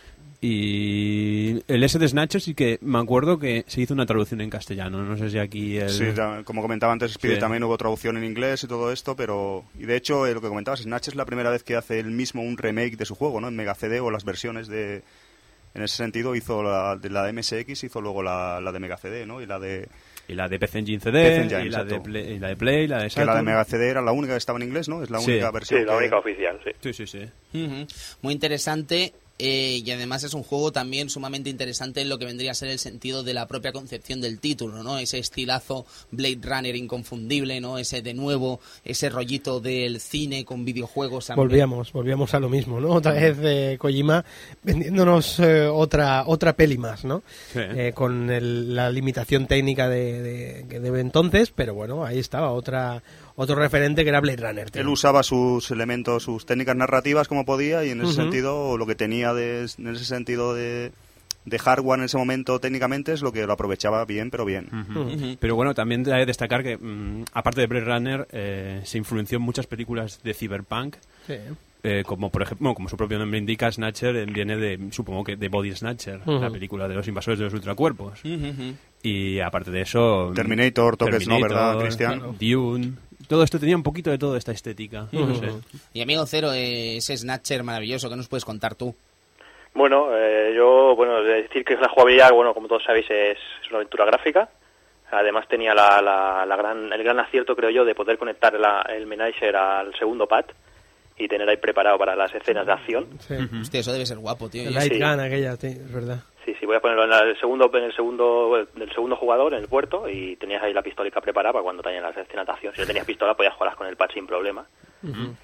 Y el S de Snatcher sí que me acuerdo que se hizo una traducción en castellano. No sé si aquí... El... Sí, como comentaba antes Speedy, sí. También hubo traducción en inglés y todo esto, pero... Y de hecho, eh, lo que comentabas, Snatcher es la primera vez que hace él mismo un remake de su juego, ¿no? En Mega C D o las versiones de... En ese sentido hizo la de, la de M S X, hizo luego la, la de Mega C D, ¿no? Y la de... Y la de P C Engine C D, P C Engine, y, la de Play, y la de Play, la de Saturn. Que la de Mega C D era la única que estaba en inglés, ¿no? Es la sí. única versión. Sí, la que... única oficial, sí. Sí, sí, sí. Uh-huh. Muy interesante. Eh, y además es un juego también sumamente interesante en lo que vendría a ser el sentido de la propia concepción del título, ¿no? Ese estilazo Blade Runner inconfundible, ¿no? Ese de nuevo, ese rollito del cine con videojuegos. También. Volvíamos, volvíamos a lo mismo, ¿no? Otra vez eh, Kojima vendiéndonos eh, otra otra peli más, ¿no? Sí. Eh, con el, la limitación técnica de, de, de, de entonces, pero bueno, ahí estaba otra otro referente que era Blade Runner. Tío. Él usaba sus elementos, sus técnicas narrativas como podía y en ese Uh-huh. sentido lo que tenía de, en ese sentido de, de hardware en ese momento técnicamente es lo que lo aprovechaba bien, pero bien. Uh-huh. Uh-huh. Pero bueno, también hay que destacar que mmm, aparte de Blade Runner eh, se influenció en muchas películas de cyberpunk. Sí. Eh, como por ejemplo, bueno, como su propio nombre indica, Snatcher eh, viene de, supongo que de Body Snatcher, uh-huh. la película de los invasores de los ultracuerpos. Uh-huh. Y aparte de eso... Terminator, toques, ¿no? ¿Verdad, Cristian? Claro. Dune... Todo esto tenía un poquito de toda esta estética. Uh-huh. No sé. Y amigo Cero, eh, ese Snatcher maravilloso, ¿qué nos puedes contar tú? Bueno, eh, yo, bueno, decir que la jugabilidad, bueno, como todos sabéis, es, es una aventura gráfica. Además tenía la, la, la gran, el gran acierto, creo yo, de poder conectar la, el Menager al segundo pad y tener ahí preparado para las escenas de acción. Sí. Uh-huh. Hostia, eso debe ser guapo, tío. El Light sí. Gun aquella, sí, es verdad. Sí, sí, voy a ponerlo en el segundo, en el segundo, del segundo jugador, en el puerto, y tenías ahí la pistolica preparada para cuando tenían las escenas de acción. Si no tenías pistola, podías jugarlas con el pad sin problema. Uh-huh.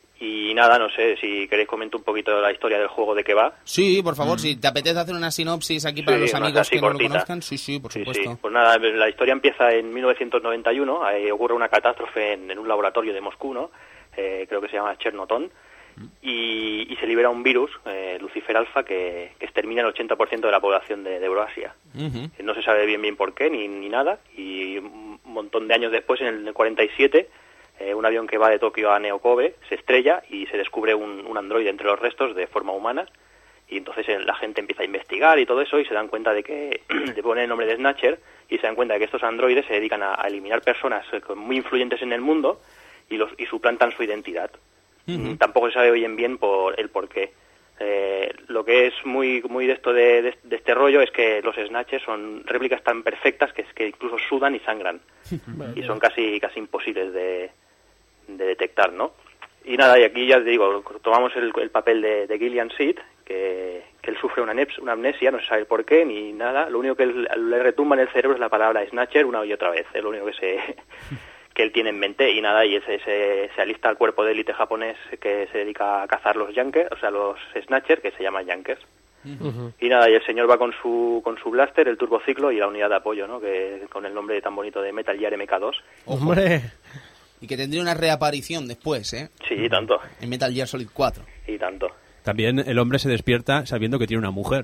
Y nada, no sé, si queréis comento un poquito la historia del juego, de qué va. Sí, por favor, mm. si te apetece hacer una sinopsis aquí para sí, los amigos que cortita. no lo conozcan. Sí, sí, por sí, supuesto. Sí. Pues nada, la historia empieza en mil novecientos noventa y uno, ahí ocurre una catástrofe en, en un laboratorio de Moscú, ¿no? Eh, creo que se llama Chernoton. Y, y se libera un virus, eh, Lucifer Alpha, que, que extermina el ochenta por ciento de la población de, de Euroasia. Uh-huh. No se sabe bien bien por qué, ni, ni nada, y un montón de años después, en el, en el cuarenta y siete, eh, un avión que va de Tokio a Neo-Kobe se estrella y se descubre un, un androide entre los restos de forma humana, y entonces eh, la gente empieza a investigar y todo eso, y se dan cuenta de que le ponen el nombre de Snatcher, y se dan cuenta de que estos androides se dedican a, a eliminar personas eh, muy influyentes en el mundo y, los, y suplantan su identidad. Uh-huh. Tampoco se sabe bien bien por el por qué. Eh, lo que es muy muy de esto de, de, de este rollo es que los Snatchers son réplicas tan perfectas que, que incluso sudan y sangran. Y son casi casi imposibles de, de detectar, ¿no? Y nada, y aquí ya te digo, tomamos el, el papel de, de Gillian Seed, que, que él sufre una, neps, una amnesia, no se sabe por qué ni nada. Lo único que él, le retumba en el cerebro es la palabra Snatcher una y otra vez. Es lo único que se... que él tiene en mente, y nada, y ese, se, se alista al cuerpo de élite japonés que se dedica a cazar los yankers, o sea, los snatchers, que se llaman yankers. Uh-huh. Y nada, y el señor va con su con su blaster, el turbociclo y la unidad de apoyo, ¿no? Que con el nombre tan bonito de Metal Gear M K dos. ¡Hombre! Y que tendría una reaparición después, ¿eh? Sí, tanto. En Metal Gear Solid cuatro. Y tanto. También el hombre se despierta sabiendo que tiene una mujer.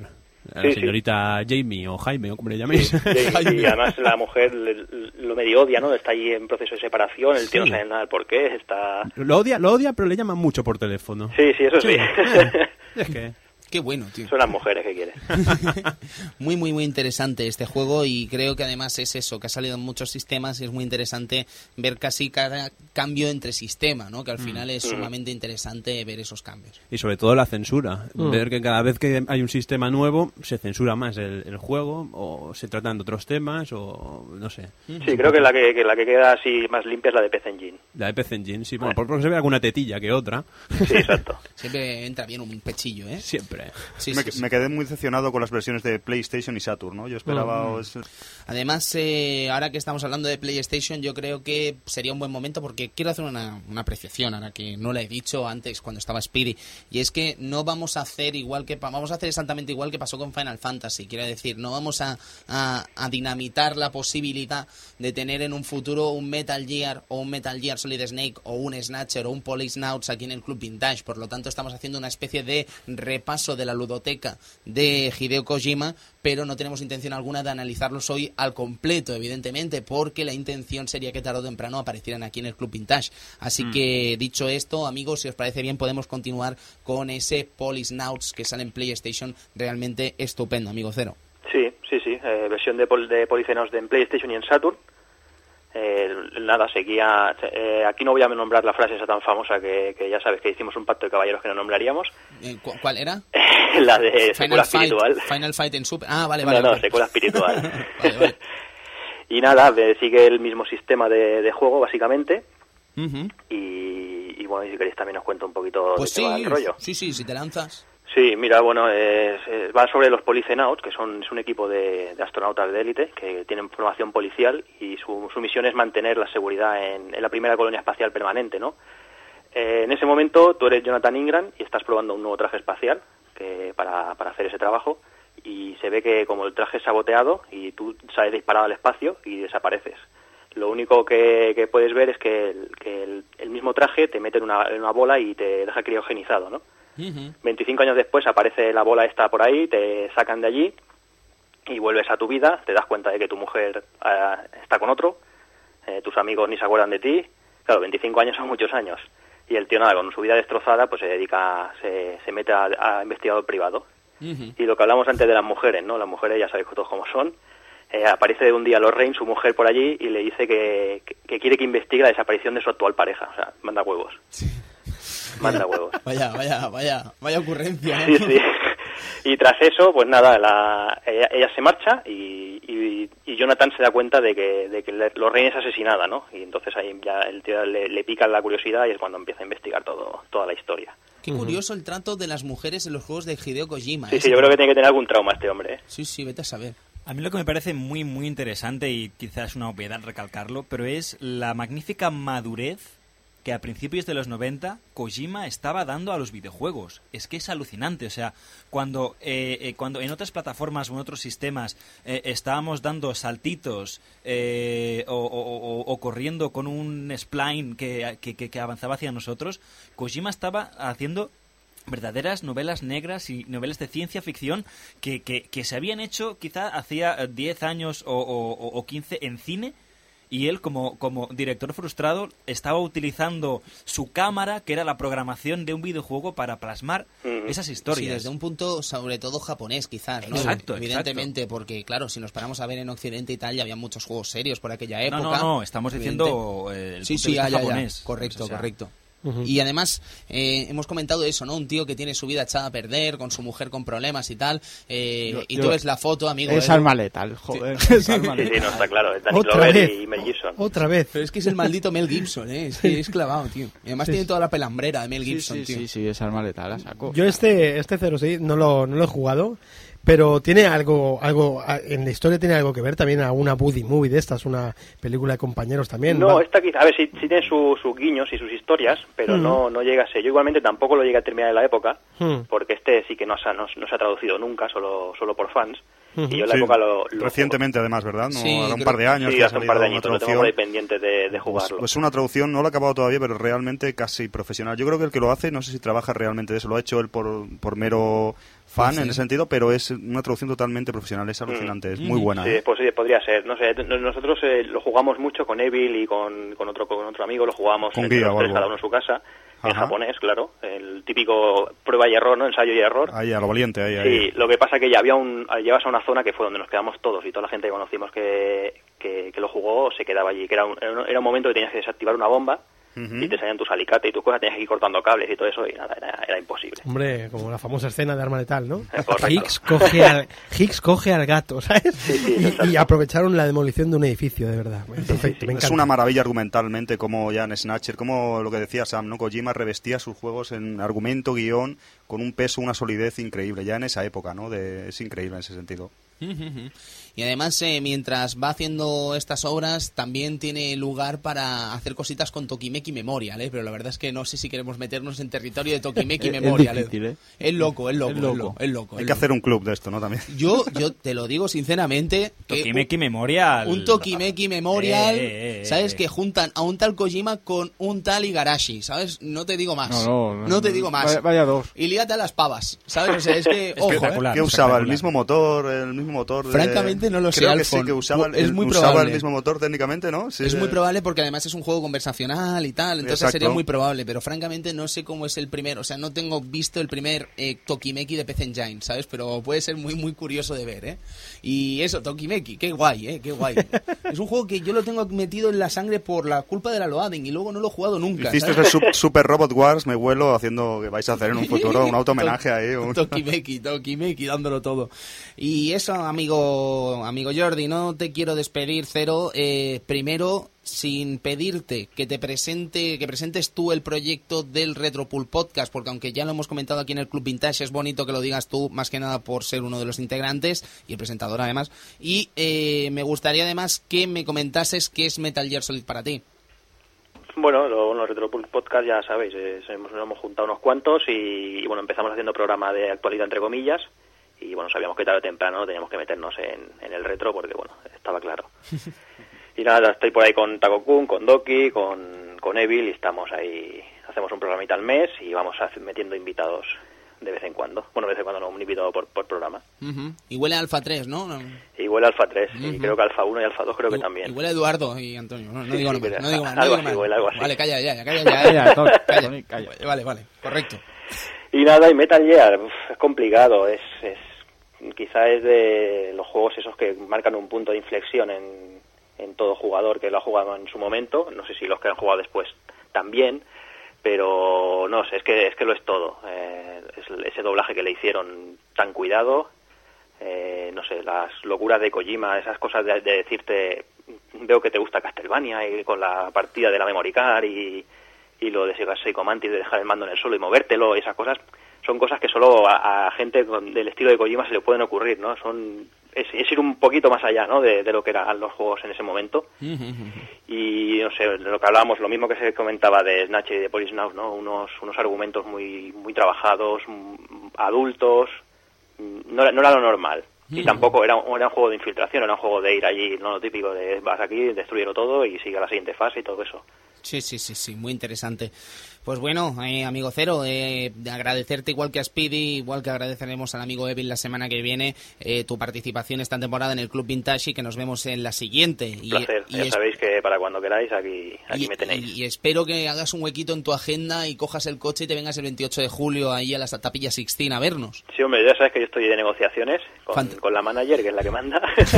La Sí, señorita sí. Jamie o Jaime, o como le llaméis. Sí, sí, y además la mujer le, lo medio odia, ¿no? Está ahí en proceso de separación, el tío sí. no sabe nada del por qué, está... Lo odia, lo odia, pero le llaman mucho por teléfono. Sí, sí, eso sí. sí. Es que... Qué bueno, tío. Son las mujeres que quieren. Muy, muy, muy interesante este juego y creo que además es eso, que ha salido en muchos sistemas y es muy interesante ver casi cada cambio entre sistema, ¿no? Que al final es sumamente interesante ver esos cambios. Y sobre todo la censura. Mm. Ver que cada vez que hay un sistema nuevo se censura más el, el juego o se tratan de otros temas o no sé. Sí, creo que la que, que la que queda así más limpia es la de P C Engine. La de P C Engine, sí. Bueno, porque se ve alguna tetilla que otra. Sí, exacto. Siempre entra bien un pechillo, ¿eh? Siempre. Sí, me, sí, sí. me quedé muy decepcionado con las versiones de PlayStation y Saturn, ¿no? Yo esperaba... Uh-huh. Es... Además, eh, ahora que estamos hablando de PlayStation, yo creo que sería un buen momento porque quiero hacer una, una apreciación, ahora que no la he dicho antes cuando estaba Speedy, y es que no vamos a hacer igual que... Vamos a hacer exactamente igual que pasó con Final Fantasy, quiero decir, no vamos a, a, a dinamitar la posibilidad de tener en un futuro un Metal Gear o un Metal Gear Solid Snake o un Snatcher o un Policenauts aquí en el Club Vintage, por lo tanto estamos haciendo una especie de repaso de la ludoteca de Hideo Kojima, pero no tenemos intención alguna de analizarlos hoy al completo, evidentemente, porque la intención sería que tarde o temprano aparecieran aquí en el Club Vintage. Así mm. que, dicho esto, amigos, si os parece bien, podemos continuar con ese Policenauts que sale en PlayStation, realmente estupendo, amigo Cero. Sí, sí, sí, eh, versión de, Pol- de Policenauts en PlayStation y en Saturn. Eh, nada, seguía... Eh, aquí no voy a nombrar la frase esa tan famosa que, que ya sabes que hicimos un pacto de caballeros que no nombraríamos. Eh, ¿cu- ¿Cuál era? La de secuela Fight, espiritual. Final Fight en Super... Ah, vale, vale. No, no, vale. secuela espiritual. vale, vale. Y nada, sigue el mismo sistema de, de juego, básicamente. Uh-huh. Y, y bueno, y si queréis también os cuento un poquito pues de sí, qué va el rollo. Sí, sí, si te lanzas... Sí, mira, bueno, es, es, va sobre los Policenauts, que son es un equipo de, de astronautas de élite que tienen formación policial y su, su misión es mantener la seguridad en, en la primera colonia espacial permanente, ¿no? Eh, en ese momento tú eres Jonathan Ingram y estás probando un nuevo traje espacial que para, para hacer ese trabajo y se ve que como el traje es saboteado y tú sales disparado al espacio y desapareces. Lo único que, que puedes ver es que, el, que el, el mismo traje te mete en una, en una bola y te deja criogenizado, ¿no? Uh-huh. veinticinco años después aparece la bola esta por ahí, te sacan de allí y vuelves a tu vida, te das cuenta de que tu mujer uh, está con otro, eh, tus amigos ni se acuerdan de ti. Claro, veinticinco años son muchos años. Y el tío, nada, con su vida destrozada, pues se dedica, se, se mete a, a investigador privado. Uh-huh. Y lo que hablamos antes de las mujeres, ¿no? Las mujeres ya sabéis todos cómo son. Eh, aparece de un día Lorraine, su mujer, por allí y le dice que, que, que quiere que investigue la desaparición de su actual pareja. O sea, manda huevos. Sí. Manda huevos. Vaya, vaya, vaya, vaya ocurrencia, ¿no? Sí, sí. Y tras eso, pues nada, la, ella, ella se marcha y, y, y Jonathan se da cuenta de que, de que Lorraine es asesinada, ¿no? Y entonces ahí ya el tío le, le pica la curiosidad y es cuando empieza a investigar todo, toda la historia. Qué curioso el trato de las mujeres en los juegos de Hideo Kojima. Sí, ¿eh? sí, yo creo que tiene que tener algún trauma este hombre, ¿eh? Sí, sí, vete a saber. A mí lo que me parece muy, muy interesante, y quizás una obviedad recalcarlo, pero es la magnífica madurez que a principios de los noventa Kojima estaba dando a los videojuegos. Es que es alucinante, o sea, cuando eh, eh, cuando en otras plataformas o en otros sistemas eh, estábamos dando saltitos eh, o, o, o, o corriendo con un spline que, que, que avanzaba hacia nosotros, Kojima estaba haciendo verdaderas novelas negras y novelas de ciencia ficción que, que, que se habían hecho quizá hacía diez años o, o, o quince en cine. Y él, como, como director frustrado, estaba utilizando su cámara, que era la programación de un videojuego, para plasmar mm. esas historias. Sí, desde un punto, sobre todo japonés, quizás, ¿no? Exacto, evidentemente, exacto. Porque, claro, si nos paramos a ver en Occidente y tal, ya había muchos juegos serios por aquella época. No, no, no, estamos diciendo eh, el sí, punto sí, de vista ya, japonés. Ya. Correcto, o sea, correcto. Uh-huh. Y además, eh, hemos comentado eso, ¿no? Un tío que tiene su vida echada a perder, con su mujer con problemas y tal. Eh, yo, y tú yo, ves la foto, amigo. Es de... alma letal, joder. Sí, es alma letal. Sí, sí, no, está claro. Es Danny Glover y Mel Gibson. Otra vez. Pero es que es el maldito Mel Gibson, ¿eh? Es que es clavado, tío. Y además sí, tiene toda la pelambrera de Mel Gibson, sí, sí, tío. Sí, sí, es alma letal, a saco. Yo este, este cero seis no lo, no lo he jugado. Pero tiene algo, algo en la historia tiene algo que ver también a una buddy movie de estas, una película de compañeros también. No, ¿va? esta quizá, a ver, sí, sí tiene sus su guiños y sus historias, pero mm. no no llega a ser. Yo igualmente tampoco lo llegué a terminar en la época, mm. porque este sí que no se ha, no, no se ha traducido nunca, solo solo por fans. Mm-hmm. Y yo en la sí, época lo, lo recientemente juego. Además, ¿verdad? No, sí, hace un par de años. Sí, hace un par de años, lo tengo por ahí pendiente de, de jugarlo. Pues, pues una traducción, no lo he acabado todavía, pero realmente casi profesional. Yo creo que el que lo hace, no sé si trabaja realmente de eso, lo ha hecho él por, por mero fan Sí. en ese sentido, pero es una traducción totalmente profesional, es alucinante, Mm. es muy buena. Sí, ¿eh? pues sí, podría ser. No sé, nosotros eh, lo jugamos mucho con Evil y con, con otro con otro amigo, lo jugamos Con entre guía los o tres, algo. cada uno en su casa, en Ajá. japonés, claro, el típico prueba y error, ¿no? Ensayo y error. Ahí, a lo valiente, ahí, ahí. Sí, lo que pasa que ya había un, llevas a una zona que fue donde nos quedamos todos y toda la gente que conocimos que, que, que lo jugó se quedaba allí, que era un, era un momento que tenías que desactivar una bomba. Ujú. Y te salían tus alicates y tus cosas, tenías que ir cortando cables y todo eso, y nada, era, era imposible. Hombre, como la famosa escena de Arma Letal, ¿no? Correcto. Higgs coge al, Higgs coge al gato, ¿sabes? Sí, sí, y, exacto. y aprovecharon la demolición de un edificio, de verdad. Perfecto, me Es encanta. una maravilla argumentalmente, como ya en Snatcher, como lo que decía Sam, ¿no? Kojima revestía sus juegos en argumento, guión, con un peso, una solidez increíble, ya en esa época, ¿no? De, es increíble en ese sentido. Y además, eh, mientras va haciendo estas obras, también tiene lugar para hacer cositas con Tokimeki Memorial, ¿eh? Pero la verdad es que no sé si queremos meternos en territorio de Tokimeki Es- es Memorial. difícil, ¿eh? Es loco, es loco, Es es loco. loco. Es loco, Hay es que loco. hacer un club de esto, ¿no? También. Yo, yo te lo digo sinceramente, que Tokimeki Memorial. un Tokimeki Memorial, Eh, eh, eh, ¿sabes? eh. Que juntan a un tal Kojima con un tal Igarashi, ¿sabes? No te digo más. No, no, no, te digo más. Vaya, vaya dos. Y líate a las pavas, ¿sabes? O sea, es que, ojo, ¿eh? Espectacular. ¿Qué usaba? ¿El espectacular. mismo motor? ¿El mismo motor? de- Francamente no lo sé, Creo que sí, Alfon. que usaba, el, Es muy usaba probable. el mismo motor técnicamente, ¿no? Sí, Es de- muy probable porque además es un juego conversacional y tal, entonces Exacto. sería muy probable, pero francamente no sé cómo es el primer, o sea, no tengo visto el primer eh, Tokimeki de P C Engine, ¿sabes? Pero puede ser muy muy curioso de ver, ¿eh? Y eso, Tokimeki, qué guay, ¿eh? Qué guay. Es un juego que yo lo tengo metido en la sangre por la culpa de la Loading y luego no lo he jugado nunca. Hiciste ¿sabes? el Sup- Super Robot Wars, me vuelo haciendo que vais a hacer en un futuro un auto homenaje ahí. un- Tokimeki, Tokimeki, dándolo todo. Y eso, amigo, amigo Jordi, no te quiero despedir, Cero. Eh, primero, sin pedirte que te presente, que presentes tú el proyecto del Retropool Podcast, porque aunque ya lo hemos comentado aquí en el Club Vintage, es bonito que lo digas tú, más que nada por ser uno de los integrantes y el presentador además. Y eh, me gustaría además que me comentases qué es Metal Gear Solid para ti. Bueno, lo- los Retropool Podcast ya sabéis, eh, hemos, nos hemos juntado unos cuantos y, y, bueno, empezamos haciendo programa de actualidad entre comillas y bueno, sabíamos que tarde o temprano teníamos que meternos en, en el retro porque bueno, estaba claro. Y nada, estoy por ahí con Taco Kun, con Doki, con, con Evil y estamos ahí, hacemos un programita al mes y vamos a, metiendo invitados de vez en cuando. Bueno, de vez en cuando no, un invitado por, por programa. Ujú. Y huele a Alfa tres, ¿no? No. Y huele a Alfa tres, y Ujú. creo que Alfa uno y Alfa dos creo que Y- también. Y huele a Eduardo y Antonio. No, no Sí, digo sí, más, pero no digo más. no algo digo así, más. huele algo así. Vale, calla ya, ya, calla ya. Calla, Tony, Calla. Tony, calla. Vale, vale, correcto. Y nada, y Metal Gear, uf, es complicado, es, es quizá es de los juegos esos que marcan un punto de inflexión en, en todo jugador que lo ha jugado en su momento, no sé si los que han jugado después también, pero no sé, es que es que lo es todo, eh, es ese doblaje que le hicieron tan cuidado, eh, no sé, las locuras de Kojima, esas cosas de, de decirte, veo que te gusta Castlevania y con la partida de la memory card y y lo de Seiko Mantis, de dejar el mando en el suelo y movértelo, esas cosas, son cosas que solo a, a gente con, del estilo de Kojima se le pueden ocurrir, ¿no? Son es, es ir un poquito más allá, ¿no? De, de lo que eran los juegos en ese momento. Y, no sé, lo que hablábamos, lo mismo que se comentaba de Snatcher y de Policenaut, ¿no? Unos, unos argumentos muy muy trabajados, mm, adultos, mm, no, era- no era lo normal. Y tampoco era, un- era un juego de infiltración, era un juego de ir allí, no lo típico de vas aquí, destruirlo todo y sigue a la siguiente fase y todo eso. Sí, sí, sí, sí, muy interesante. Pues bueno, eh, amigo Cero, eh, de agradecerte igual que a Speedy, igual que agradeceremos al amigo Evil la semana que viene, eh, tu participación esta temporada en el Club Vintage y que nos vemos en la siguiente. Un Y, placer, y ya es- sabéis que para cuando queráis aquí, aquí y- me tenéis. y- y espero que hagas un huequito en tu agenda y cojas el coche y te vengas el veintiocho de julio ahí a las Tapillas Sixteen a vernos. Sí, hombre, ya sabes que yo estoy de negociaciones con, Fant- con la manager, que es la que manda.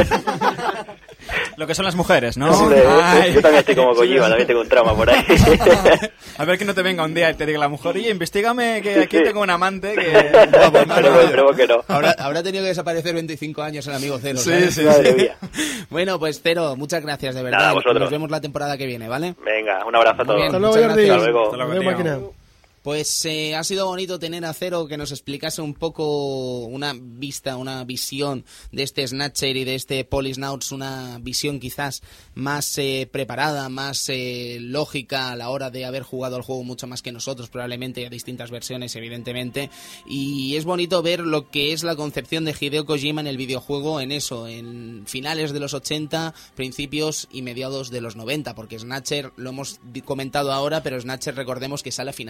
Lo que son las mujeres, ¿no? Hombre, Ay. yo también estoy como Kojima, también tengo un trauma por ahí. A ver que no te venga un día y te diga la mujer, oye, investigame que aquí Sí. tengo un amante que... Vamos, no, Pero- no, no. pero que no. Habrá, habrá tenido que desaparecer veinticinco años el amigo Cero. Sí, ¿sabes? sí, Madre mía. Bueno, pues Cero, muchas gracias de verdad. Nada, a vosotros. Nos vemos la temporada que viene, ¿vale? Venga, un abrazo a Muy todos. bien, Hasta luego, muchas Jordi. gracias. Hasta luego. Hasta luego, Nos vemos, tío. máquina. Pues eh, ha sido bonito tener a Cero que nos explicase un poco una vista, una visión de este Snatcher y de este Policenauts, una visión quizás más eh, preparada, más eh, lógica a la hora de haber jugado al juego mucho más que nosotros, probablemente a distintas versiones, evidentemente. Y es bonito ver lo que es la concepción de Hideo Kojima en el videojuego, en eso, en finales de los ochenta, principios y mediados de los noventa, porque Snatcher, lo hemos di- comentado ahora, pero Snatcher recordemos que sale a finales de los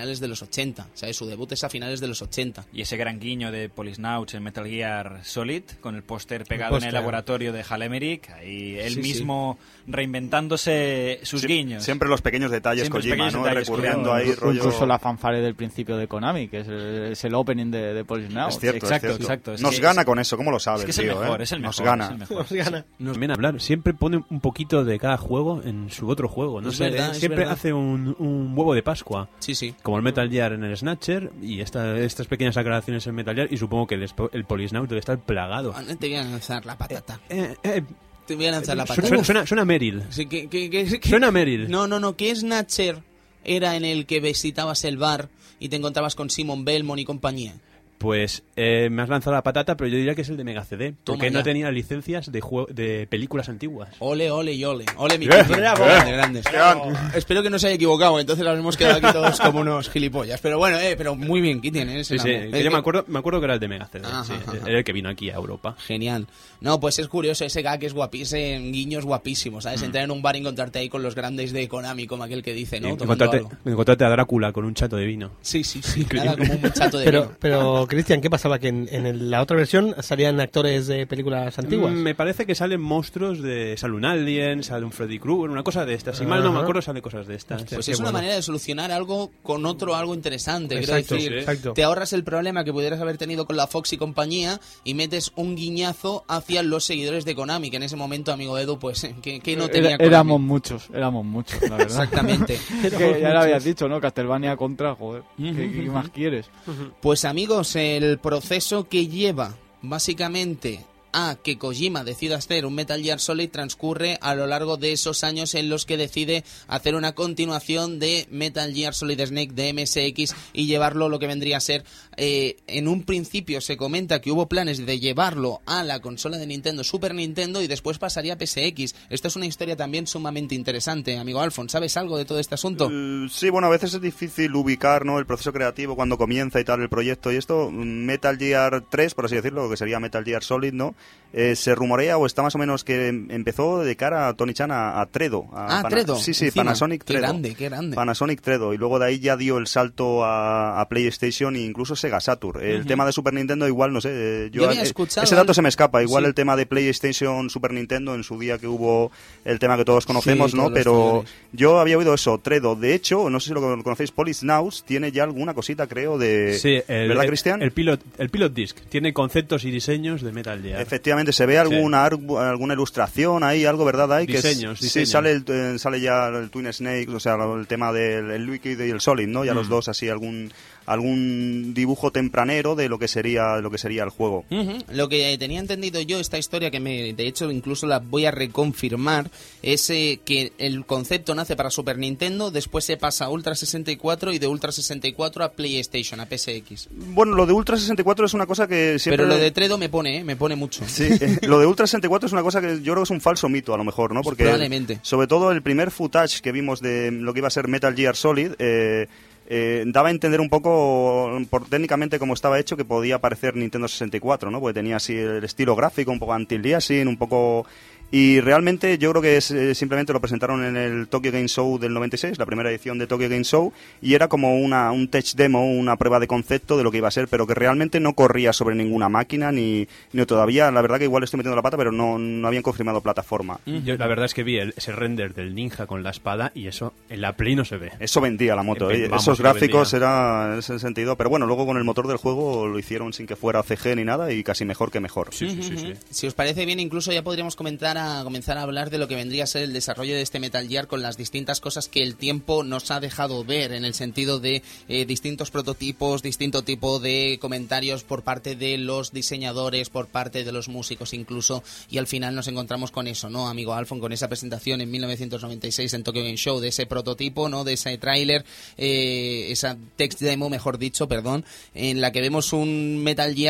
ochenta, ¿sabes? Su debut es a finales de los ochenta. Y ese gran guiño de Polisnauts en Metal Gear Solid, con el póster pegado el póster. en el laboratorio de Hal Emmerich, ahí él Sí, mismo sí. reinventándose sus Sie- guiños. Siempre los pequeños detalles, Siempre los Kojima, pequeños ¿no? detalles, Recurriendo claro. ahí, O rollo... incluso la fanfare del principio de Konami, que es el, es el opening de, de Policenauts. Es cierto, Exacto, es cierto. exacto. Es Nos que gana es- con eso, ¿cómo lo sabes, Es que es el tío, mejor, eh? es el mejor. Nos gana. es el mejor. Nos gana. También hablar, siempre pone un poquito de cada juego en su otro juego, no Es sé, verdad, es siempre verdad. hace un, un huevo de Pascua, Sí, sí. como el Metal Gear en el Snatcher y esta, estas pequeñas aclaraciones en Metal Gear, y supongo que el, espo- el Polisnaut debe estar plagado. Ah, Te voy a lanzar la patata. Eh, eh, Te voy a lanzar la suena, patata. suena, suena Meryl. Sí, que- que- que- que- Suena Meryl. No, no, no. ¿Qué Snatcher era en el que visitabas el bar y te encontrabas con Simon Belmont y compañía? Pues eh, me has lanzado la patata, pero yo diría que es el de Mega C D, porque Toma no ya. tenía licencias de jue- de películas antiguas. Ole, ole y ole. Ole, mi Eh, Cristian. eh, Grande, eh. grande. Espero que no se haya equivocado, entonces nos hemos quedado aquí todos como unos gilipollas. Pero bueno, eh, pero muy bien, ¿qué tienes? Sí, sí, que yo me acuerdo, me acuerdo que era el de Mega C D, Ajá, sí, ajá. era el que vino aquí a Europa. Genial. No, pues es curioso, ese gag es guapísimo, ese guiño es guapísimo, ¿sabes? Mm. Entrar en un bar y encontrarte ahí con los grandes de Konami, como aquel que dice, ¿no? Y Tomando encontrarte, algo. encontrarte a Drácula con un chato de vino. Sí, sí, sí. Increíble. Nada como un chato de Pero, vino. pero Cristian, ¿qué pasaba? ¿Que en, en el- la otra versión salían actores de películas antiguas? Mm, Me parece que salen monstruos de... Sale un Alien, sale un Freddy Krueger, una cosa de estas. Si mal no me Ajá. acuerdo, sale cosas de estas. Pues qué es una bueno. manera de solucionar algo con otro algo interesante. Quiero Exacto, decir, sí. Exacto. te ahorras el problema que pudieras haber tenido con la Fox y compañía y metes un guiñazo hacia los seguidores de Konami, que en ese momento, amigo Edu, pues que, que no tenía Era- Konami. éramos muchos, éramos muchos, la verdad. Exactamente. Es que ya lo habías dicho, ¿no? Castlevania contra, joder. ¿Qué, qué más quieres? Pues amigos, el proceso que lleva básicamente a que Kojima decida hacer un Metal Gear Solid transcurre a lo largo de esos años en los que decide hacer una continuación de Metal Gear Solid Snake de M S X y llevarlo lo que vendría a ser, eh, en un principio se comenta que hubo planes de llevarlo a la consola de Nintendo, Super Nintendo, y después pasaría a P S X. Esto es una historia también sumamente interesante, amigo Alfon. ¿Sabes algo de todo este asunto? Eh, sí, bueno, a veces es difícil ubicar, ¿no?, el proceso creativo cuando comienza y tal el proyecto y esto. Metal Gear tres, por así decirlo, lo que sería Metal Gear Solid, ¿no? Eh, se rumorea o está más o menos que em- empezó de cara a Tony Chan a, a Tredo. A Ah, Pana- Tredo, Sí, sí, encima. Panasonic Qué Tredo. grande, qué grande. Panasonic Tredo. Y luego de ahí ya dio el salto a, a PlayStation e incluso Sega Saturn. El Ujú. tema de Super Nintendo igual, no sé. eh, Yo, Yo había eh, escuchado ese dato al- se me escapa. Igual sí. el tema de PlayStation, Super Nintendo, en su día que hubo el tema que todos conocemos, Sí, ¿no? todos los Pero señores. yo había oído eso, Tredo. De hecho, no sé si lo conocéis, Polisnauts tiene ya alguna cosita, creo, de... Sí, el, ¿verdad, el- Cristian? El pilot, el pilot disc tiene conceptos y diseños de Metal Gear. Efectivamente, se ve alguna, ar- alguna ilustración ahí, algo, ¿verdad? Ahí, que es- Diseños, sí, diseños. sale, el, eh, sale ya el Twin Snake, o sea, el tema del el Liquid y el Solid, ¿no? Ya Mm. los dos, así, algún algún dibujo tempranero de lo que sería lo que sería el juego. Ujú. Lo que tenía entendido yo, esta historia, que me, de hecho incluso la voy a reconfirmar, es eh, que el concepto nace para Super Nintendo, después se pasa a Ultra sesenta y cuatro y de Ultra sesenta y cuatro a PlayStation, a P S X. Bueno, lo de Ultra sesenta y cuatro es una cosa que siempre... Pero lo de Tredo me pone, ¿eh? Me pone mucho. Sí, eh, lo de Ultra sesenta y cuatro es una cosa que yo creo que es un falso mito, a lo mejor, ¿no? Porque Probablemente. sobre todo el primer footage que vimos de lo que iba a ser Metal Gear Solid eh, eh, daba a entender un poco, por técnicamente como estaba hecho, que podía parecer Nintendo sesenta y cuatro, ¿no? Porque tenía así el estilo gráfico, un poco anti-aliasing, un poco... Y realmente yo creo que es, eh, simplemente lo presentaron en el Tokyo Game Show del noventa y seis, la primera edición de Tokyo Game Show, y era como una, un tech demo, una prueba de concepto de lo que iba a ser, pero que realmente no corría sobre ninguna máquina, ni, ni todavía, la verdad que igual estoy metiendo la pata, pero no, no habían confirmado plataforma. Yo la verdad es que vi el- ese render del ninja con la espada y eso en la Play no se ve. Eso vendía la moto, Eh, ¿eh? vamos, Esos que gráficos vendía. era en ese sentido, pero bueno, luego con el motor del juego lo hicieron sin que fuera C G ni nada y casi mejor que mejor. Sí, sí, sí, sí. Si os parece bien, incluso ya podríamos comentar a, comenzar a hablar de lo que vendría a ser el desarrollo de este Metal Gear con las distintas cosas que el tiempo nos ha dejado ver, en el sentido de eh, distintos prototipos, distinto tipo de comentarios por parte de los diseñadores, por parte de los músicos incluso, y al final nos encontramos con eso, ¿no, amigo Alfon? Con esa presentación en mil novecientos noventa y seis en Tokyo Game Show de ese prototipo, ¿no? De ese tráiler, eh, esa text demo, mejor dicho, perdón, en la que vemos un Metal Gear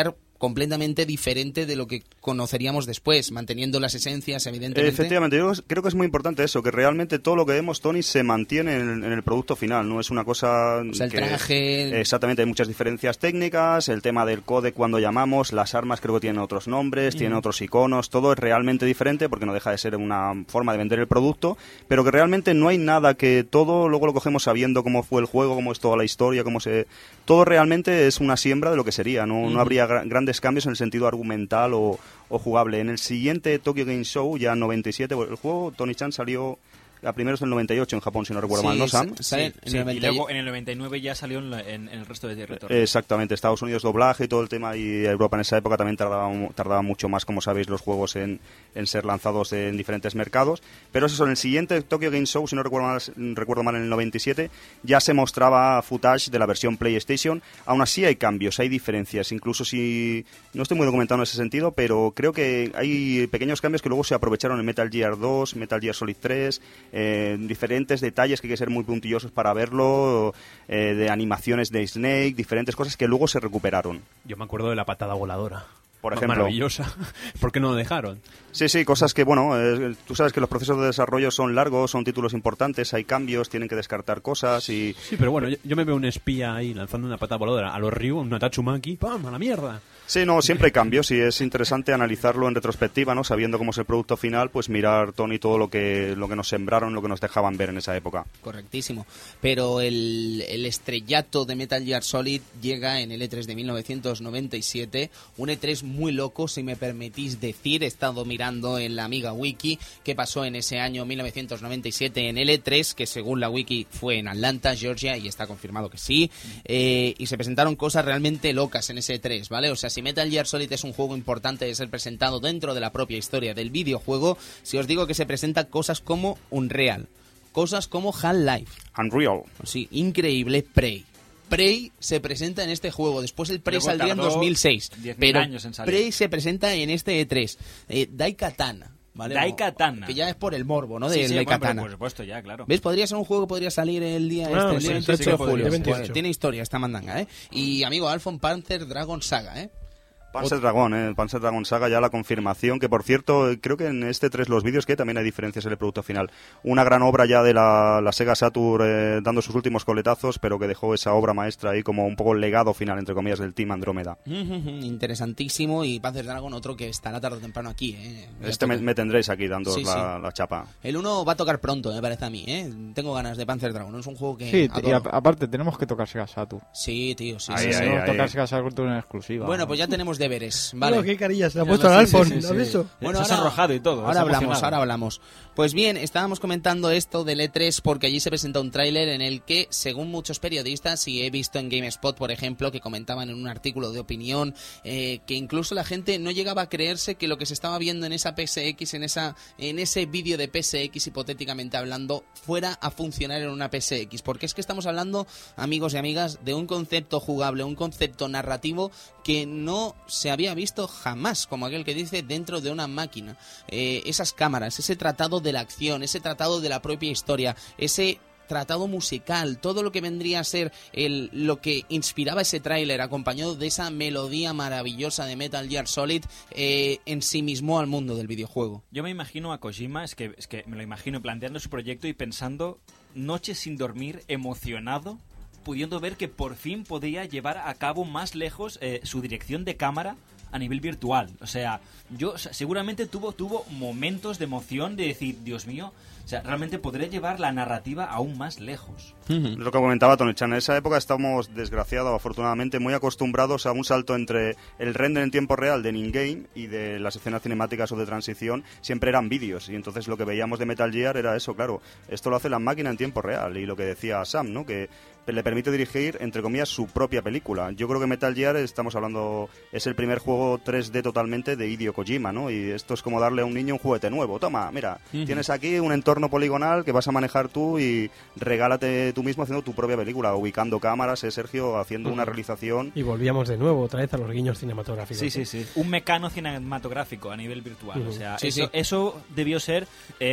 completamente diferente de lo que conoceríamos después, manteniendo las esencias, evidentemente. Efectivamente, yo creo que es muy importante eso, que realmente todo lo que vemos, Tony, se mantiene en, en el producto final, no es una cosa... O sea, el que, traje... Exactamente, hay muchas diferencias técnicas, el tema del codec cuando llamamos, las armas creo que tienen otros nombres, mm. tienen otros iconos, todo es realmente diferente porque no deja de ser una forma de vender el producto, pero que realmente no hay nada que todo luego lo cogemos sabiendo cómo fue el juego, cómo es toda la historia, cómo se... Todo realmente es una siembra de lo que sería, no, mm. no habría gra- grandes cambios en el sentido argumental o, o jugable. En el siguiente Tokyo Game Show, ya en noventa y siete, el juego Tony-chan salió a primeros del noventa y ocho en Japón, si no recuerdo sí, mal, ¿no, Sam? Sí, sí, sí. Y luego en el noventa y nueve ya salió en, la, en, en el resto de territorios. Exactamente, Estados Unidos doblaje y todo el tema, y Europa en esa época también tardaba, tardaba mucho más, como sabéis, los juegos en, en ser lanzados en diferentes mercados. Pero eso, en el siguiente Tokyo Game Show, si no recuerdo mal, recuerdo mal en el noventa y siete, ya se mostraba footage de la versión PlayStation. Aún así hay cambios, hay diferencias, incluso si... No estoy muy documentado en ese sentido, pero creo que hay pequeños cambios que luego se aprovecharon en Metal Gear dos, Metal Gear Solid tres, eh, diferentes detalles que hay que ser muy puntillosos para verlo, eh, de animaciones de Snake, diferentes cosas que luego se recuperaron. Yo me acuerdo de la patada voladora. Por ejemplo. Maravillosa. ¿Por qué no lo dejaron? Sí, sí, cosas que, bueno, eh, tú sabes que los procesos de desarrollo son largos, son títulos importantes, hay cambios, tienen que descartar cosas y... Sí, pero bueno, yo, yo me veo un espía ahí lanzando una patada voladora a los Ryu, una Tatsumaki, ¡pam!, a la mierda. Sí, no, siempre hay cambios y es interesante analizarlo en retrospectiva, ¿no? Sabiendo cómo es el producto final, pues mirar, Tony, todo lo que lo que nos sembraron, lo que nos dejaban ver en esa época. Correctísimo. Pero el, el estrellato de Metal Gear Solid llega en el E tres de mil novecientos noventa y siete, un E tres muy loco, si me permitís decir. He estado mirando en la amiga Wiki qué pasó en ese año mil novecientos noventa y siete en el E tres, que según la Wiki fue en Atlanta, Georgia, y está confirmado que sí. Eh, y se presentaron cosas realmente locas en ese E tres, ¿vale? O sea, si Metal Gear Solid es un juego importante de ser presentado dentro de la propia historia del videojuego, si os digo que se presentan cosas como Unreal, cosas como Half-Life, Unreal, sí, increíble, Prey. Prey se presenta en este juego, después el Prey saldría en dos mil seis, pero años en Prey se presenta en este E tres. eh, Daikatana, ¿vale? Daikatana. Que ya es por el morbo, ¿no? De sí, sí, Daikatana. bueno, por supuesto, ya, claro. ¿Ves? Podría ser un juego que podría salir el día Ah, este, el sí, día sí, veintiocho sí, de podría, julio. veintiocho. Pues, tiene historia esta mandanga, ¿eh? Y amigo Alphon, Panzer Dragon Saga, ¿eh? Panzer Dragon, eh, Panzer Dragon Saga, ya la confirmación, que por cierto, creo que en este tres los vídeos que también hay diferencias en el producto final. Una gran obra ya de la, la Sega Saturn eh, dando sus últimos coletazos, pero que dejó esa obra maestra ahí como un poco el legado final, entre comillas, del Team Andrómeda. Interesantísimo, y Panzer Dragon otro que estará tarde o temprano aquí, ¿eh? Ya este me, toca. me tendréis aquí dando Sí, la, sí. la chapa. El uno va a tocar pronto, me parece a mí, ¿eh? Tengo ganas de Panzer Dragon, es un juego que Sí, adoro. y a- aparte tenemos que tocar Sega Saturn. Sí, tío, sí, Ahí, sí, sí. ahí, Tenemos que ahí. tocar Sega Saturn en exclusiva. Bueno, pues ya tenemos deberes, ¿vale? Bueno, qué carillas se ha Ya, puesto no, al sí, Alphon, sí, sí, ¿lo has sí. visto? Bueno, se has enrojado y todo. Ahora se ha hablamos, emocionado. ahora hablamos. Pues bien, estábamos comentando esto del E tres porque allí se presentó un tráiler en el que, según muchos periodistas, y he visto en GameSpot, por ejemplo, que comentaban en un artículo de opinión, eh, que incluso la gente no llegaba a creerse que lo que se estaba viendo en esa P S X, en esa en ese vídeo de P S X, hipotéticamente hablando, fuera a funcionar en una P S X. Porque es que estamos hablando, amigos y amigas, de un concepto jugable, un concepto narrativo que no se había visto jamás, como aquel que dice, dentro de una máquina. Eh, esas cámaras, ese tratado de la acción, ese tratado de la propia historia, ese tratado musical, todo lo que vendría a ser el, lo que inspiraba ese tráiler, acompañado de esa melodía maravillosa de Metal Gear Solid, eh, ensimismó al mundo del videojuego. Yo me imagino a Kojima, es que, es que me lo imagino planteando su proyecto y pensando noches sin dormir, emocionado, pudiendo ver que por fin podía llevar a cabo más lejos eh, su dirección de cámara a nivel virtual. O sea, yo o sea, seguramente tuvo, tuvo momentos de emoción de decir, Dios mío, o sea, realmente podré llevar la narrativa aún más lejos. Uh-huh. Lo que comentaba Tony Chan, en esa época estamos, desgraciados, afortunadamente, muy acostumbrados a un salto entre el render en tiempo real de in-game y de las escenas cinemáticas o de transición, siempre eran vídeos, y entonces lo que veíamos de Metal Gear era eso, claro, esto lo hace la máquina en tiempo real, y lo que decía Sam, ¿no?, que le permite dirigir, entre comillas, su propia película. Yo creo que Metal Gear, estamos hablando, es el primer juego tres D totalmente de Hideo Kojima, ¿no? Y esto es como darle a un niño un juguete nuevo. Toma, mira, uh-huh. tienes aquí un entorno poligonal que vas a manejar tú y regálate tú mismo haciendo tu propia película, ubicando cámaras, eh, Sergio, haciendo uh-huh. una realización. Y volvíamos de nuevo otra vez a los guiños cinematográficos. Sí, sí, sí. Un mecano cinematográfico a nivel virtual. Uh-huh. O sea, sí, eso, sí. eso debió ser... Eh,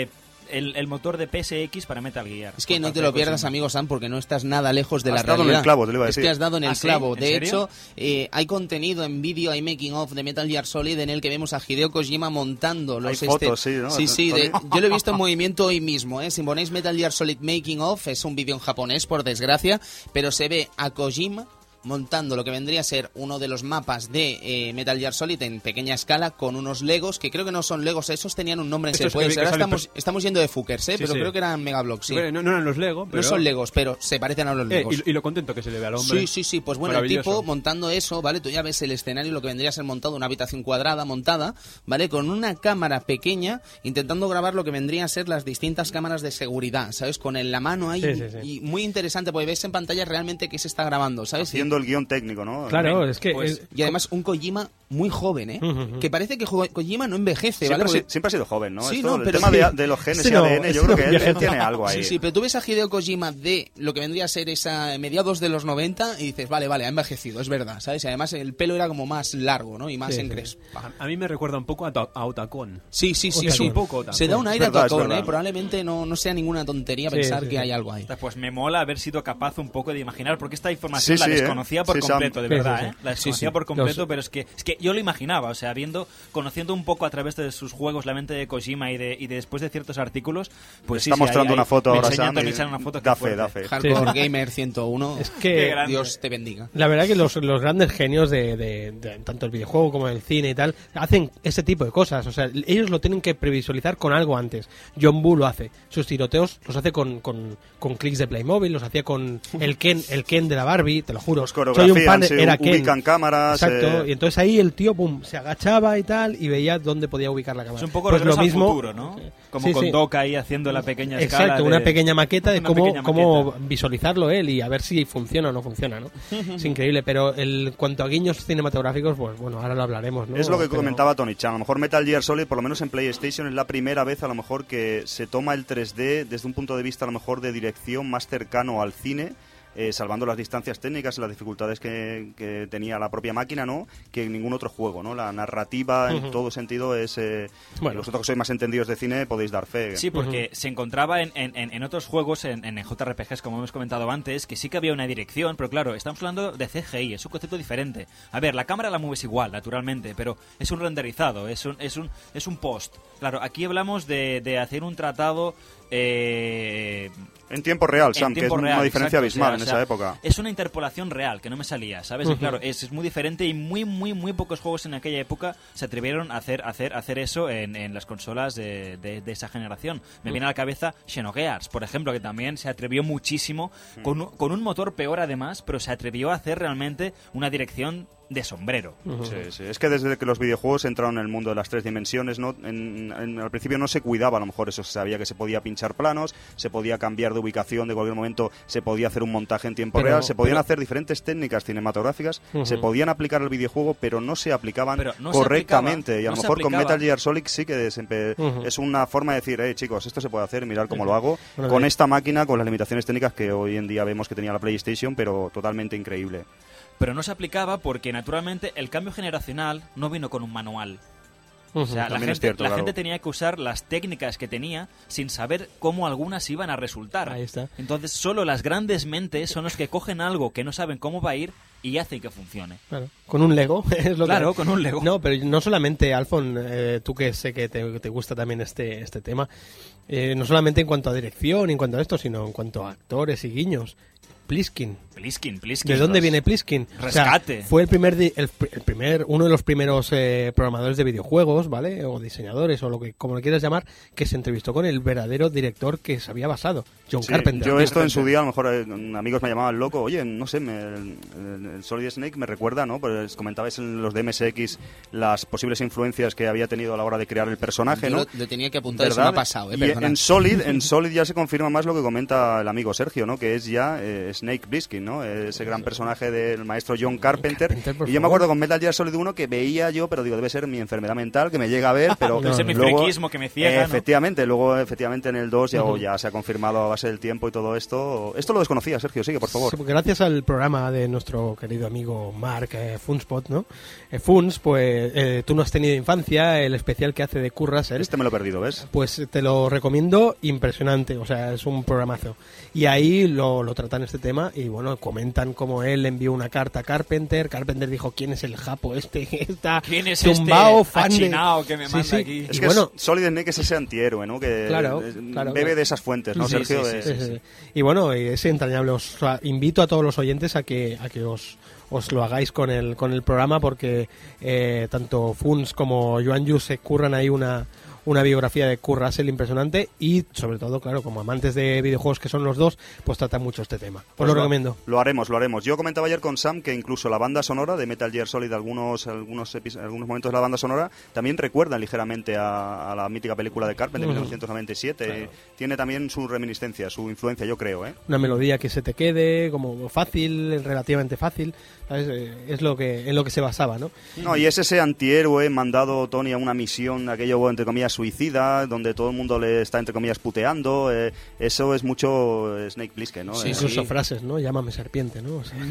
el, el motor de P S X para Metal Gear. Es que no te lo pierdas, amigo Sam, porque no estás nada lejos de has la realidad. Has dado en el clavo, te lo iba a decir. Es que has dado en el ¿Ah, sí? clavo. ¿En De serio? hecho, eh, hay contenido en vídeo, hay making of de Metal Gear Solid en el que vemos a Hideo Kojima montando los... Hay fotos, sí, ¿no? Sí, sí, de- yo lo he visto en movimiento hoy mismo, ¿eh? Si ponéis Metal Gear Solid making of, es un vídeo en japonés, por desgracia, pero se ve a Kojima montando lo que vendría a ser uno de los mapas de eh, Metal Gear Solid en pequeña escala con unos Legos, que creo que no son Legos, esos tenían un nombre en Estos secuencia. que- que Ahora salen estamos, per- estamos yendo de fuckers, ¿eh? Sí, pero sí. creo que eran Megablocks, sí. No, no eran los Lego, pero... No son Legos, pero se parecen a los Eh, Legos. y, y lo contento que se le ve al hombre. Sí, sí, sí. Pues bueno, el Maravilloso. tipo montando eso, ¿vale? Tú ya ves el escenario, lo que vendría a ser montado, una habitación cuadrada montada, ¿vale? Con una cámara pequeña, intentando grabar lo que vendría a ser las distintas cámaras de seguridad, ¿sabes? Con el- la mano ahí. Sí, sí, sí. Y muy interesante, porque ves en pantalla realmente qué se está grabando, ¿sabes? Haciendo el guión técnico, ¿no? Claro, es que... Pues, es- y además un Kojima muy joven, ¿eh? Ujú, ujú. Que parece que Jo- Kojima no envejece, Siempre, ¿vale? ha Porque- sido, siempre ha sido joven, ¿no? Sí, Esto, no, el pero tema sí. de, de los genes Sí, y no, A D N, yo sí, creo no, que él, viejo. él tiene algo ahí. Sí, sí, pero tú ves a Hideo Kojima de lo que vendría a ser esa mediados de los noventa y dices, vale, vale, ha envejecido, es verdad, ¿sabes? Y además el pelo era como más largo, ¿no? Y más Sí, en sí. crespa. A, a mí me recuerda un poco a, Ta- a Otacón. Sí, sí, sí. Otacón. sí. Un poco Otacón. Se da un Es aire verdad, a es Otacón, verdad. ¿eh? Probablemente no, no sea ninguna tontería Sí, pensar sí, que sí. hay algo ahí. Pues me mola haber sido capaz un poco de imaginar, porque esta información Sí, la sí, ¿eh? desconocía por Sí, Sam. completo, de Sí, verdad, sí, sí. ¿eh? La Sí, desconocía sí. por completo, Los- pero es que es que yo lo imaginaba, o sea, viendo, conociendo un poco a través de sus juegos la mente de Kojima y de, y de después de ciertos artículos, pues sí, Está sí, mostrando ahí- una ahí foto me ahora, enseña Sam, Tony y Chan una foto que da fe, fuerte. da fe. Hardcore Sí. Gamer ciento uno. Es Qué que... grande. Dios te bendiga. La verdad que los, los grandes genios de, de- de tanto el videojuego como el cine y tal hacen ese tipo de cosas. O sea, ellos lo tienen que previsualizar con algo antes. John Woo lo hace. Sus tiroteos los hace con, con, con clics de Playmobil, los hacía con el Ken, el Ken de la Barbie, te lo juro. Los Soy un coreografían, fan, se era Ken. ubican cámaras. Exacto. eh, Y entonces ahí el tío pum, se agachaba y tal y veía dónde podía ubicar la cámara. Es un poco Pues regreso lo mismo, al futuro, ¿no? Como Sí, con sí. Doka ahí haciendo la pequeña escala. Exacto, de- una pequeña maqueta de una cómo, pequeña cómo maqueta. visualizarlo él y a ver si funciona o no funciona, ¿no? Es increíble, pero el cuanto a guiños cinematográficos, pues bueno, ahora lo hablaremos, ¿no? Es lo que Pero- comentaba Tony Chan. A lo mejor Metal Gear Solid, por lo menos en PlayStation, es la primera vez a lo mejor que se toma el tres D desde un punto de vista a lo mejor de dirección más cercano al cine. Eh, salvando las distancias técnicas y las dificultades que, que tenía la propia máquina, ¿no? Que en ningún otro juego, ¿no? La narrativa en Ujú. todo sentido es... Eh, Bueno. Vosotros que sois más entendidos de cine podéis dar fe. Sí, porque se encontraba en, en, en otros juegos, en, en J R P Gs, como hemos comentado antes, que sí que había una dirección, pero claro, estamos hablando de C G I, es un concepto diferente. A ver, la cámara la mueves igual, naturalmente, pero es un renderizado, es un, es un, es un post. Claro, aquí hablamos de, de hacer un tratado... Eh, En tiempo real, en Sam, que es tiempo una real, diferencia exacto, abismal o sea, en o sea, esa época. Es una interpolación real, que no me salía, ¿sabes? Y Ujú. claro, es, es muy diferente y muy, muy, muy pocos juegos en aquella época se atrevieron a hacer, a hacer, a hacer eso en, en las consolas de, de- de esa generación. Me viene a la cabeza Xenogears, por ejemplo, que también se atrevió muchísimo, con, un- con un motor peor además, pero se atrevió a hacer realmente una dirección de sombrero. Sí, sí. Es que desde que los videojuegos entraron en el mundo de las tres dimensiones, ¿no? En- en- al principio no se cuidaba, a lo mejor eso se sabía que se podía pinchar planos, se podía cambiar de ubicación de cualquier momento, se podía hacer un montaje en tiempo Pero- real, se podían pero- hacer diferentes técnicas cinematográficas, Ujú. se podían aplicar al videojuego, pero no se aplicaban Pero no se correctamente. aplicaba, y a no lo se mejor con aplicaba. Metal Gear Solid sí que es, empe- Ujú. es una forma de decir, hey chicos, esto se puede hacer, mirad cómo lo hago, Bueno, con de- esta máquina, con las limitaciones técnicas que hoy en día vemos que tenía la PlayStation, pero totalmente increíble. Pero no se aplicaba porque, naturalmente, el cambio generacional no vino con un manual. Ujú. O sea, la, También gente, es cierto, la claro. gente tenía que usar las técnicas que tenía sin saber cómo algunas iban a resultar. Ahí está. Entonces, solo las grandes mentes son los que cogen algo que no saben cómo va a ir y hacen que funcione. Claro. Con un Lego. Es lo Claro, que... con un Lego. No, pero no solamente, Alfon, eh, tú que sé que te, te gusta también este, este tema, eh, no solamente en cuanto a dirección y en cuanto a esto, sino en cuanto a actores y guiños. Pliskin. Pliskin, Pliskin. ¿De dónde Res- viene Pliskin? O sea, Rescate. fue el primer, di- el, pr- el primer, uno de los primeros eh, programadores de videojuegos, ¿vale? O diseñadores, o lo que como lo quieras llamar, que se entrevistó con el verdadero director que se había basado, John Sí, Carpenter. yo esto en su día, a lo mejor eh, amigos me llamaban loco, oye, no sé, me- el, el Solid Snake me recuerda, ¿no? Pues comentabais en los de M S X las posibles influencias que había tenido a la hora de crear el personaje, Yo ¿no? lo, lo tenía que apuntar, eso ¿Verdad? me ha pasado, eh, Y perdona. en Solid, en Solid ya se confirma más lo que comenta el amigo Sergio, ¿no? Que es ya eh, Snake Plissken, ¿no? ¿no? Ese gran personaje del maestro John Carpenter. Carpenter, por y yo me favor. acuerdo con Metal Gear Solid uno que veía yo, pero digo, debe ser mi enfermedad mental que me llega a ver, pero Debe ser mi luego, friquismo que me ciega, eh, ¿no? efectivamente, luego efectivamente en el dos ya, Ujú. ya se ha confirmado a base del tiempo y todo esto. Esto lo desconocía, Sergio, sigue, por favor. Sí, porque gracias al programa de nuestro querido amigo Mark eh, Funspot, ¿no? Eh, Funs, pues eh, tú no has tenido infancia, el especial que hace de Kurt Russell, Este me lo he perdido, ¿ves? pues te lo recomiendo, impresionante, o sea, es un programazo. Y ahí lo, lo tratan este tema y bueno, comentan cómo él envió una carta a Carpenter, Carpenter dijo, ¿quién es el japo este que está ¿Quién es tumbado, este fan de-?" achinao que me Sí, manda sí. aquí? Es Y que bueno, es- Solid Snake es ese antihéroe, ¿no? Que Claro, eh, claro, bebe claro. de esas fuentes, ¿no, Sí, Sergio? sí, De- Sí, sí, sí. Y bueno, es entrañable. Os o sea, invito a todos los oyentes a que a que os, os lo hagáis con el con el programa porque eh, tanto Funs como Joan Yus se curran ahí una una biografía de Kurt Russell impresionante y sobre todo, claro, como amantes de videojuegos que son los dos, pues tratan mucho este tema. Os Pues lo recomiendo. Lo haremos, lo haremos. Yo comentaba ayer con Sam que incluso la banda sonora de Metal Gear Solid, algunos algunos, epi- algunos momentos de la banda sonora, también recuerdan ligeramente a, a la mítica película de Carpenter de Ujú. mil novecientos noventa y siete. Tiene también su reminiscencia, su influencia, yo creo, ¿eh? Una melodía que se te quede, como fácil, relativamente fácil, ¿sabes? Eh, Es lo que en lo que se basaba, ¿no? No, y es ese antihéroe mandado Tony a una misión, aquello entre comillas suicida, donde todo el mundo le está entre comillas puteando. eh, eso es mucho eh, Snake Plissken, ¿no? Sí, Eh, Incluso sí. frases, ¿no? Llámame serpiente, ¿no? O sea,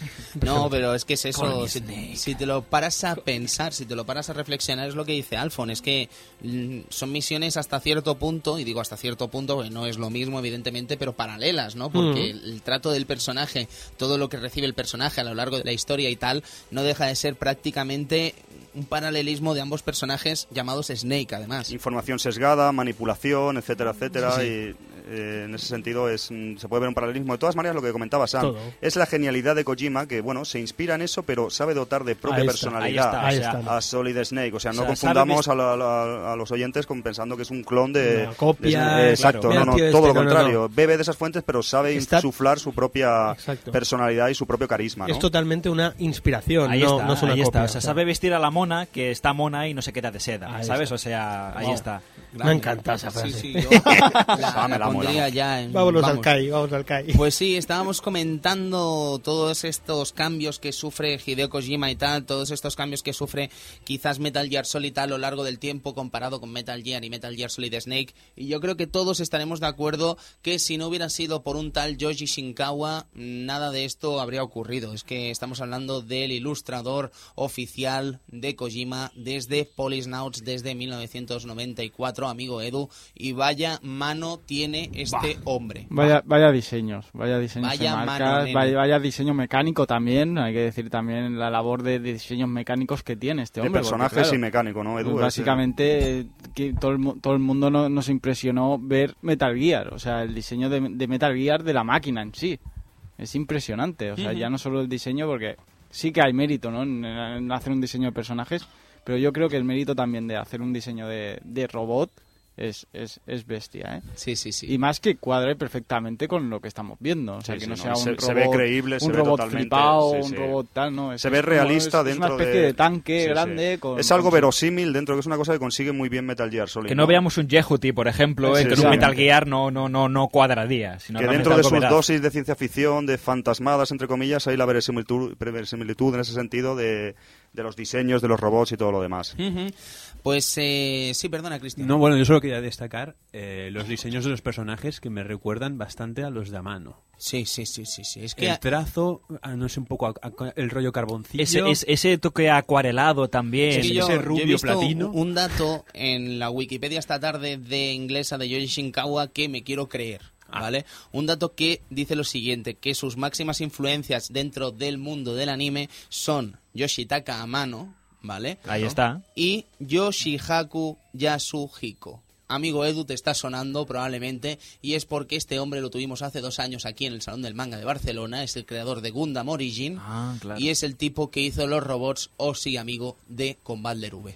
No, pero es que es eso. Coño, Si, Snake. si te lo paras a pensar, si te lo paras a reflexionar, es lo que dice Alfon. Es que mm, son misiones hasta cierto punto, y digo hasta cierto punto, porque no es lo mismo, evidentemente, pero paralelas, ¿no? Porque Mm. el, el trato del personaje, todo lo que recibe el personaje a lo largo de la historia y tal, no deja de ser prácticamente un paralelismo de ambos personajes llamados Snake, además. Información sesgada, manipulación, etcétera, etcétera. Sí, sí. Y eh, en ese sentido es mm, se puede ver un paralelismo. De todas maneras, lo que comentaba Sam, Todo. es la genialidad de Kojima, que bueno, se inspira en eso, pero sabe dotar de propia Ahí está, personalidad ahí está. Ahí está. a Solid Snake. O sea, no O sea, confundamos sabe a, la- la- a los oyentes con pensando que es un clon de... Una copia, de Snake. Exacto, claro. no, no, Mira, tío, todo este, lo no, no, contrario. Bebe de esas fuentes, pero sabe Está- insuflar su propia Exacto. personalidad y su propio carisma, ¿no? Es totalmente una inspiración, Ahí no, está, no es una ahí copia. está. O sea, sabe vestir a la mona que está mona y no se queda de seda, Ahí ¿sabes? está. O sea, ahí Wow. está. Me encanta esa frase. Sí, sí, yo la, Sam, la el amo, el pondría amo. ya en... Vámonos al vamos. CAI, vamos al CAI. Pues sí, estábamos comentando todos estos cambios que sufre Hideo Kojima y tal, todos estos cambios que sufre quizás Metal Gear Solid a lo largo del tiempo comparado con Metal Gear y Metal Gear Solid Snake, y yo creo que todos estaremos de acuerdo que si no hubiera sido por un tal Yoshi Shinkawa, nada de esto habría ocurrido. Es que estamos hablando del ilustrador oficial de Kojima desde Policenauts, desde mil novecientos noventa y cuatro, amigo Edu, y vaya mano tiene este hombre. Vaya, vaya diseños, vaya diseños Vaya de mano, marcas, nene. vaya, vaya diseño mecánico también, hay que decir también la labor de diseños mecánicos que tiene este De hombre. porque, personajes claro, y mecánico, ¿no, Edu? pues Es, eh, básicamente eh, que todo el, mu- todo el mundo no- nos impresionó ver Metal Gear, o sea, el diseño de, de Metal Gear de la máquina en sí. Es impresionante, o sea, ya no solo el diseño, porque sí que hay mérito, ¿no? En, en hacer un diseño de personajes, pero yo creo que el mérito también de hacer un diseño de, de robot es, es, es bestia, ¿eh? Sí, sí, sí. Y más que cuadre perfectamente con lo que estamos viendo. O sea, Sí, que sí, no no, sea un se- robot, se ve creíble, se un ve robot totalmente, flipado, sí, un sí. robot tal, ¿no? Es- Se es ve como- realista es- dentro Es una especie de, tanque Sí, sí. grande. Con, es algo con- verosímil dentro, que es una cosa que consigue muy bien Metal Gear Solid. Que no veamos un Jehuty, por ejemplo, Sí, en que en sí, un sí. Metal Gear no, no, no, no cuadraría. Sino Que realmente dentro de algo sus veraz. dosis de ciencia ficción, de fantasmadas, entre comillas, hay la verosimilitud, verosimilitud en ese sentido de, de los diseños de los robots y todo lo demás. Ujú. Pues eh, sí, perdona, Cristian. No, bueno, yo solo quería destacar eh, los diseños de los personajes que me recuerdan bastante a los de a mano. Sí, sí, sí, sí, sí. Es que El trazo, ah, no sé, un poco a- a- el rollo carboncillo. Ese, es- ese toque acuarelado también. Es que yo, ese yo he rubio visto platino. un un dato en la Wikipedia esta tarde de inglesa de Yoshi Shinkawa que me quiero creer, ¿vale? Un dato que dice lo siguiente, que sus máximas influencias dentro del mundo del anime son Yoshitaka Amano, ¿vale? Ahí está. Y Yoshihaku Yasuhiko. Amigo Edu, te está sonando probablemente, y es porque este hombre lo tuvimos hace dos años aquí en el Salón del Manga de Barcelona. Es el creador de Gundam Origin Ah, claro. y es el tipo que hizo los robots Osi, amigo, de Combat V.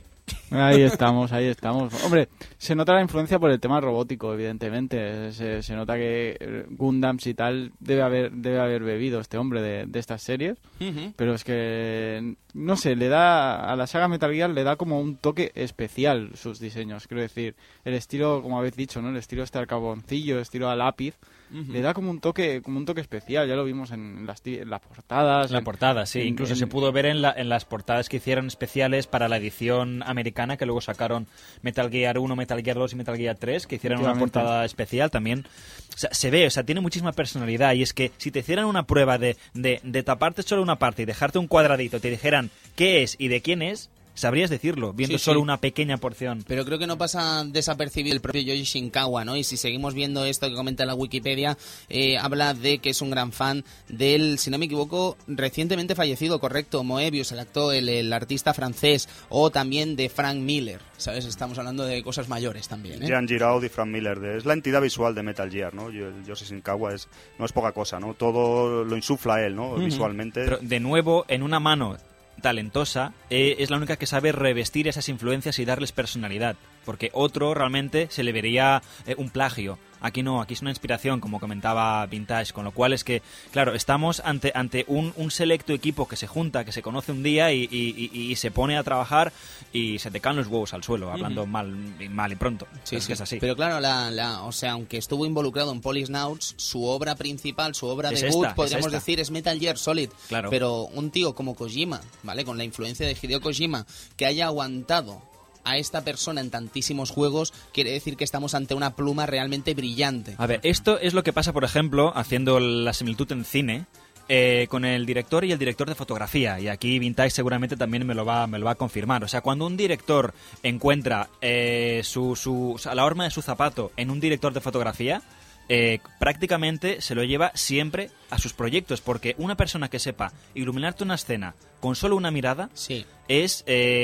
Ahí estamos, ahí estamos. Hombre, se nota la influencia por el tema robótico, evidentemente. Se, se nota que Gundams y tal debe haber debe haber bebido este hombre de, de estas series. Uh-huh. Pero es que, no sé, le da a la saga Metal Gear le da como un toque especial sus diseños. Quiero decir, el estilo, como habéis dicho, ¿no? El estilo este al carboncillo, el estilo a lápiz. Uh-huh. Le da como un toque como un toque especial, ya lo vimos en las, en las portadas. La en, portada, sí, en, incluso en, se pudo ver en, la, en las portadas que hicieron especiales para la edición americana, que luego sacaron Metal Gear uno, Metal Gear dos y Metal Gear tres, que hicieron una portada especial también. O sea, se ve, o sea, tiene muchísima personalidad, y es que si te hicieran una prueba de, de, de taparte solo una parte y dejarte un cuadradito, te dijeran qué es y de quién es, sabrías decirlo, viendo sí, solo sí. una pequeña porción. Pero creo que no pasa desapercibido el propio Yoji Shinkawa, ¿no? Y si seguimos viendo esto que comenta la Wikipedia, eh, habla de que es un gran fan del, si no me equivoco, recientemente fallecido, correcto, Moebius, el actor, el, el artista francés, o también de Frank Miller, ¿sabes? Estamos hablando de cosas mayores también, ¿eh? Jean Giraud y Frank Miller, de, es la entidad visual de Metal Gear, ¿no? El Yoshi Shinkawa es, no es poca cosa, ¿no? Todo lo insufla él, ¿no? Uh-huh. Visualmente. Pero, de nuevo, en una mano talentosa, eh, es la única que sabe revestir esas influencias y darles personalidad, porque otro realmente se le vería eh, un plagio. Aquí no, aquí es una inspiración, como comentaba Vintage, con lo cual es que, claro, estamos ante ante un, un selecto equipo que se junta, que se conoce un día y, y, y, y se pone a trabajar y se te caen los huevos al suelo, hablando uh-huh. mal, mal y pronto. Sí, es sí. que es así. Pero claro, la, la, o sea, aunque estuvo involucrado en Policenauts, su obra principal, su obra es debut, esta, podríamos es decir, es Metal Gear Solid. Claro. Pero un tío como Kojima, ¿vale? Con la influencia de Hideo Kojima, que haya aguantado a esta persona en tantísimos juegos, quiere decir que estamos ante una pluma realmente brillante. A ver, esto es lo que pasa, por ejemplo, haciendo la similitud en cine, eh, con el director y el director de fotografía, y aquí Vintage seguramente también me lo va, me lo va a confirmar. O sea, cuando un director encuentra eh, su, su, o sea, la horma de su zapato en un director de fotografía, Eh, prácticamente se lo lleva siempre a sus proyectos, porque una persona que sepa iluminarte una escena con solo una mirada sí. es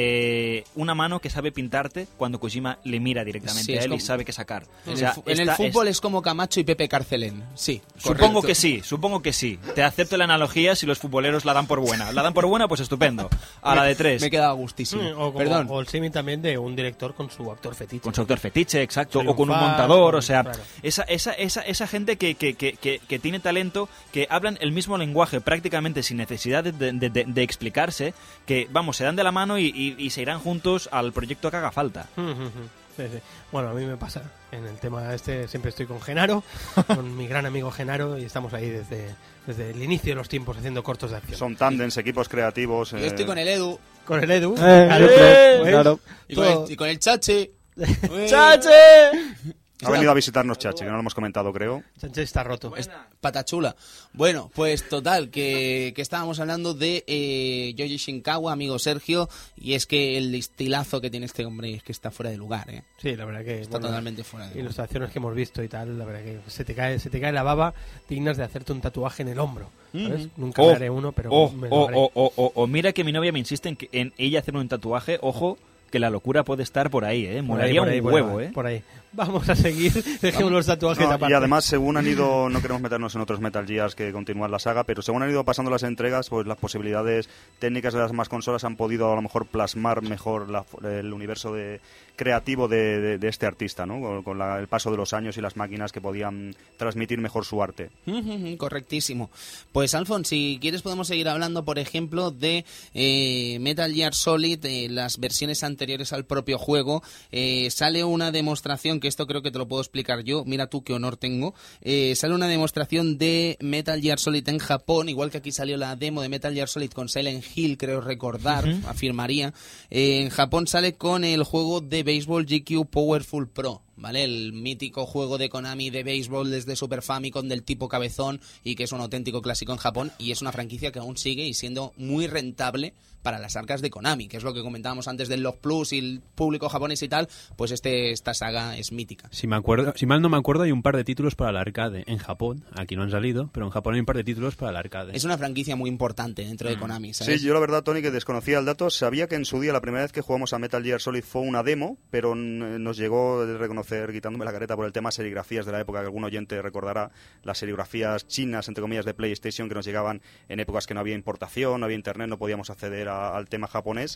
eh, una mano que sabe pintarte cuando Kojima le mira directamente sí, a él como... y sabe qué sacar. En, o sea, el, en el fútbol es... es como Camacho y Pepe Carcelén, sí. Supongo correcto. que sí, supongo que sí. Te acepto la analogía si los futboleros la dan por buena. La dan por buena, pues estupendo. A la de tres. Me he quedado gustísimo. Mm, o, como, Perdón. o el símil también de un director con su actor fetiche. Con su actor fetiche, exacto. Triunfar, o con un montador, o sea, claro. esa, esa, esa, esa gente que, que, que, que, que tiene talento, que hablan el mismo lenguaje prácticamente sin necesidad de, de, de, de explicarse, que, vamos, se dan de la mano y, y, y se irán juntos al proyecto que haga falta. Sí, sí. Bueno, a mí me pasa en el tema este, siempre estoy con Genaro, con mi gran amigo Genaro, y estamos ahí desde, desde el inicio de los tiempos haciendo cortos de acción. Son tándems, equipos creativos. Yo eh... estoy con el Edu. Con el Edu. Eh, claro, eh, claro. Y, con el, y con el Chache. ¡Chache! Ha venido a visitarnos Chache, que no lo hemos comentado, creo. Chache está roto. Es patachula. Bueno, pues total, que, que estábamos hablando de eh, Yoji Shinkawa, amigo Sergio, y es que el estilazo que tiene este hombre es que está fuera de lugar, ¿eh? Sí, la verdad que... Está bueno, totalmente fuera de lugar. Ilustraciones que hemos visto y tal, la verdad que se te cae, se te cae la baba, dignas de hacerte un tatuaje en el hombro, ¿sabes? Mm. Nunca oh, me haré uno, pero oh, me lo oh, haré. Oh, oh, oh, oh, mira que mi novia me insiste en, que, en ella hacer un tatuaje, ojo... que la locura puede estar por ahí, ¿eh? Molaría un huevo, ahí, ¿eh? Por ahí. Vamos a seguir, dejemos los tatuajes no, aparte. Y además, según han ido, no queremos meternos en otros Metal Gears que continúan la saga, pero según han ido pasando las entregas, pues las posibilidades técnicas de las más consolas han podido a lo mejor plasmar mejor la, el universo de, creativo de, de, de este artista, ¿no? Con, con la, el paso de los años y las máquinas que podían transmitir mejor su arte. Correctísimo. Pues, Alfon, si quieres podemos seguir hablando, por ejemplo, de eh, Metal Gear Solid, eh, las versiones anteriores al propio juego. Eh, sale una demostración, que esto creo que te lo puedo explicar yo, mira tú qué honor tengo. Eh, sale una demostración de Metal Gear Solid en Japón, igual que aquí salió la demo de Metal Gear Solid con Silent Hill, creo recordar, uh-huh. afirmaría. Eh, en Japón sale con el juego de béisbol G Q Powerful Pro, ¿vale? El mítico juego de Konami de béisbol desde Super Famicom del tipo cabezón, y que es un auténtico clásico en Japón, y es una franquicia que aún sigue y siendo muy rentable para las arcas de Konami, que es lo que comentábamos antes del Love Plus y el público japonés y tal, pues este esta saga es mítica. Si me acuerdo, si mal no me acuerdo, hay un par de títulos para el arcade en Japón. Aquí no han salido, pero en Japón hay un par de títulos para el arcade. Es una franquicia muy importante dentro de Konami, ¿sabes? Sí, yo la verdad, Tony, que desconocía el dato, sabía que en su día la primera vez que jugamos a Metal Gear Solid fue una demo, pero nos llegó de reconocer, quitándome la careta por el tema serigrafías de la época, que algún oyente recordará las serigrafías chinas, entre comillas, de PlayStation, que nos llegaban en épocas que no había importación, no había internet, no podíamos acceder a, al tema japonés,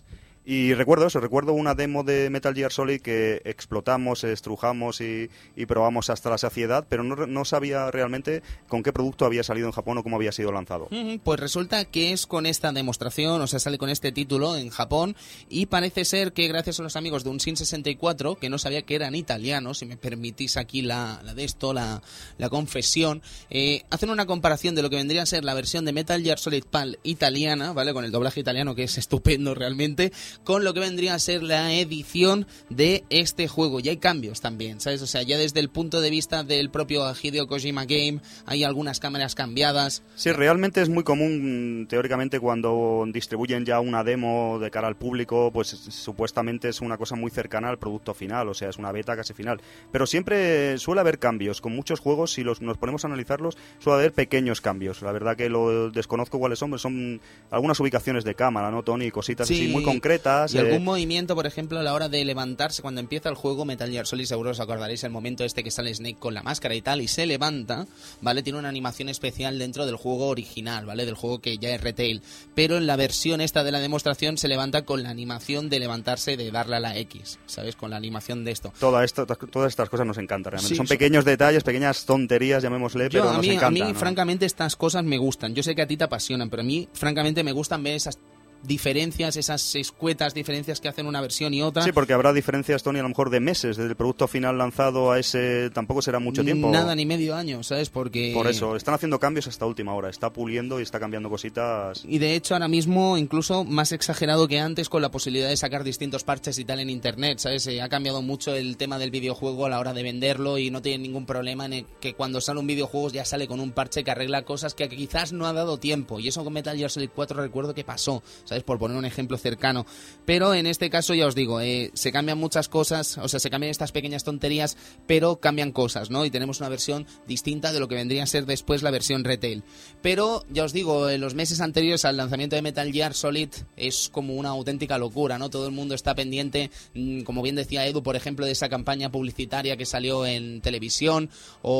Y recuerdo eso, recuerdo una demo de Metal Gear Solid que explotamos, estrujamos y, y probamos hasta la saciedad, pero no, no sabía realmente con qué producto había salido en Japón o cómo había sido lanzado. Mm, pues resulta que es con esta demostración, o sea, sale con este título en Japón, y parece ser que gracias a los amigos de Unsin sesenta y cuatro, que no sabía que eran italianos, si me permitís aquí la, la de esto, la, la confesión, eh, hacen una comparación de lo que vendría a ser la versión de Metal Gear Solid PAL italiana, ¿vale? Con el doblaje italiano, que es estupendo realmente, con lo que vendría a ser la edición de este juego. Y hay cambios también, ¿sabes? O sea, ya desde el punto de vista del propio Hideo Kojima Game, hay algunas cámaras cambiadas. Sí, realmente es muy común, teóricamente, cuando distribuyen ya una demo de cara al público, pues supuestamente es una cosa muy cercana al producto final, o sea, es una beta casi final. Pero siempre suele haber cambios. Con muchos juegos, si los, nos ponemos a analizarlos, suele haber pequeños cambios. La verdad que lo desconozco cuáles son, pero son algunas ubicaciones de cámara, ¿no, Tony? Cositas sí, así muy concretas. Y eh... algún movimiento, por ejemplo, a la hora de levantarse, cuando empieza el juego Metal Gear Solid, seguro os acordaréis el momento este que sale Snake con la máscara y tal, y se levanta, ¿vale? Tiene una animación especial dentro del juego original, ¿vale? Del juego que ya es retail. Pero en la versión esta de la demostración se levanta con la animación de levantarse, de darle a la X, ¿sabes? Con la animación de esto. Toda esto, todas estas cosas nos encantan, realmente. Sí, son sí. pequeños detalles, pequeñas tonterías, llamémosle, Yo, pero a nos mí, encantan. A mí, ¿no? francamente, estas cosas me gustan. Yo sé que a ti te apasionan, pero a mí, francamente, me gustan ver esas diferencias, esas escuetas diferencias que hacen una versión y otra. Sí, porque habrá diferencias, Tony, a lo mejor de meses, desde el producto final lanzado a ese, tampoco será mucho tiempo. Nada, ni medio año, ¿sabes? Porque... Por eso, están haciendo cambios hasta última hora, está puliendo y está cambiando cositas. Y de hecho, ahora mismo, incluso más exagerado que antes, con la posibilidad de sacar distintos parches y tal en internet, ¿sabes? Eh, ha cambiado mucho el tema del videojuego a la hora de venderlo y no tienen ningún problema en el que cuando sale un videojuego ya sale con un parche que arregla cosas que quizás no ha dado tiempo. Y eso con Metal Gear Solid cuatro recuerdo que pasó, ¿sabes? Por poner un ejemplo cercano, pero en este caso ya os digo, eh, se cambian muchas cosas, o sea, se cambian estas pequeñas tonterías, pero cambian cosas, ¿no? Y tenemos una versión distinta de lo que vendría a ser después la versión retail. Pero ya os digo, en los meses anteriores al lanzamiento de Metal Gear Solid es como una auténtica locura, ¿no? Todo el mundo está pendiente, mmm, como bien decía Edu, por ejemplo, de esa campaña publicitaria que salió en televisión,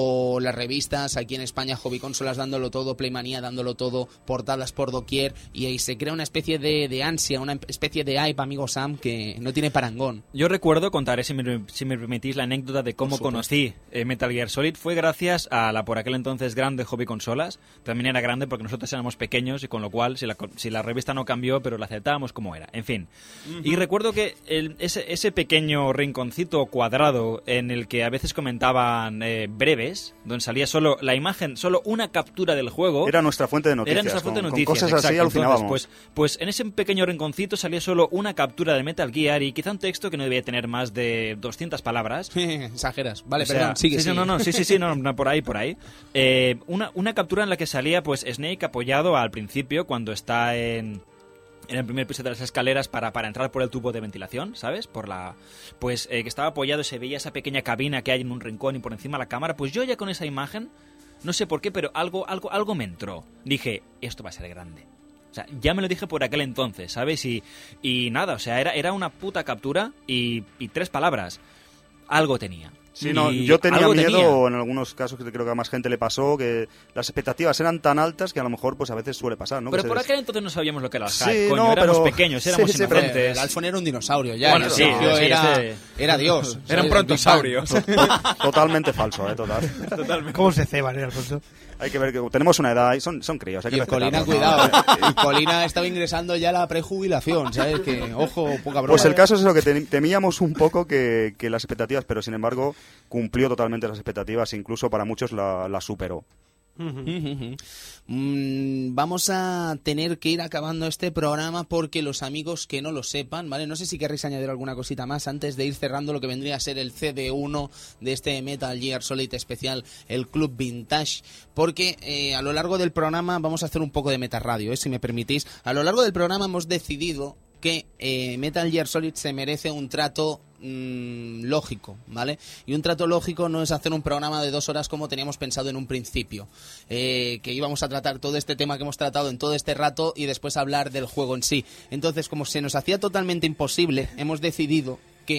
o las revistas aquí en España, Hobby Consolas dándolo todo, Playmanía dándolo todo, portadas por doquier, y ahí se crea una especie de, de ansia, una especie de hype, amigo Sam, que no tiene parangón. Yo recuerdo, contaré si me, si me permitís la anécdota de cómo conocí eh, Metal Gear Solid. Fue gracias a la por aquel entonces grande Hobby Consolas. También era grande porque nosotros éramos pequeños y con lo cual si la, si la revista no cambió, pero la aceptábamos como era. En fin. Uh-huh. Y recuerdo que el, ese, ese pequeño rinconcito cuadrado en el que a veces comentaban eh, breves, donde salía solo la imagen, solo una captura del juego. Era nuestra fuente de noticias. Era nuestra fuente con, de noticias. Con cosas exacto. así alucinábamos. Entonces, pues, pues en ese pequeño rinconcito salía solo una captura de Metal Gear y quizá un texto que no debía tener más de doscientas palabras. Exageras. Vale, o sea, perdón, sigue, sí, sigue. No, no, sí, sí, sí, no, no, por ahí, por ahí. Eh, una, una captura en la que salía pues Snake apoyado al principio cuando está en... en el primer piso de las escaleras para, para entrar por el tubo de ventilación, ¿sabes? Por la pues eh, que estaba apoyado y se veía esa pequeña cabina que hay en un rincón y por encima la cámara. Pues yo ya con esa imagen, no sé por qué, pero algo, algo, algo me entró. Dije, esto va a ser grande. O sea, ya me lo dije por aquel entonces, ¿sabes? Y, y nada, o sea, era, era una puta captura y, y tres palabras. Algo tenía. Sí, no, yo tenía miedo, tenía. en algunos casos que creo que a más gente le pasó, que las expectativas eran tan altas que a lo mejor pues a veces suele pasar, ¿no? Pero que por des... aquel entonces no sabíamos lo que era el sí, hype, coño, no, éramos pero... pequeños, éramos sí, inocentes. Sí, el Alfon era un dinosaurio ya, bueno, el sí, Sergio sí, era, ese... era Dios. Era un brontosaurio. Totalmente falso, ¿eh? Total. Totalmente. ¿Cómo se ceban, eh, Alfonso? Hay que ver que tenemos una edad y son, son críos. Hay que y el Colina, cuidado. El Colina estaba ingresando ya a la prejubilación, ¿sabes? Que, ojo, poca broma. Pues el caso es eso, que temíamos un poco que, que las expectativas, pero sin embargo cumplió totalmente las expectativas, incluso para muchos la, la superó. Uh-huh. Mm, vamos a tener que ir acabando este programa porque los amigos que no lo sepan, ¿vale? No sé si querréis añadir alguna cosita más antes de ir cerrando lo que vendría a ser el C D uno de este Metal Gear Solid especial, el Club Vintage, porque eh, a lo largo del programa vamos a hacer un poco de metarradio, ¿eh? Si me permitís. A lo largo del programa hemos decidido que eh, Metal Gear Solid se merece un trato mmm, lógico, ¿vale? Y un trato lógico no es hacer un programa de dos horas como teníamos pensado en un principio, eh, que íbamos a tratar todo este tema que hemos tratado en todo este rato y después hablar del juego en sí. Entonces, como se nos hacía totalmente imposible, hemos decidido que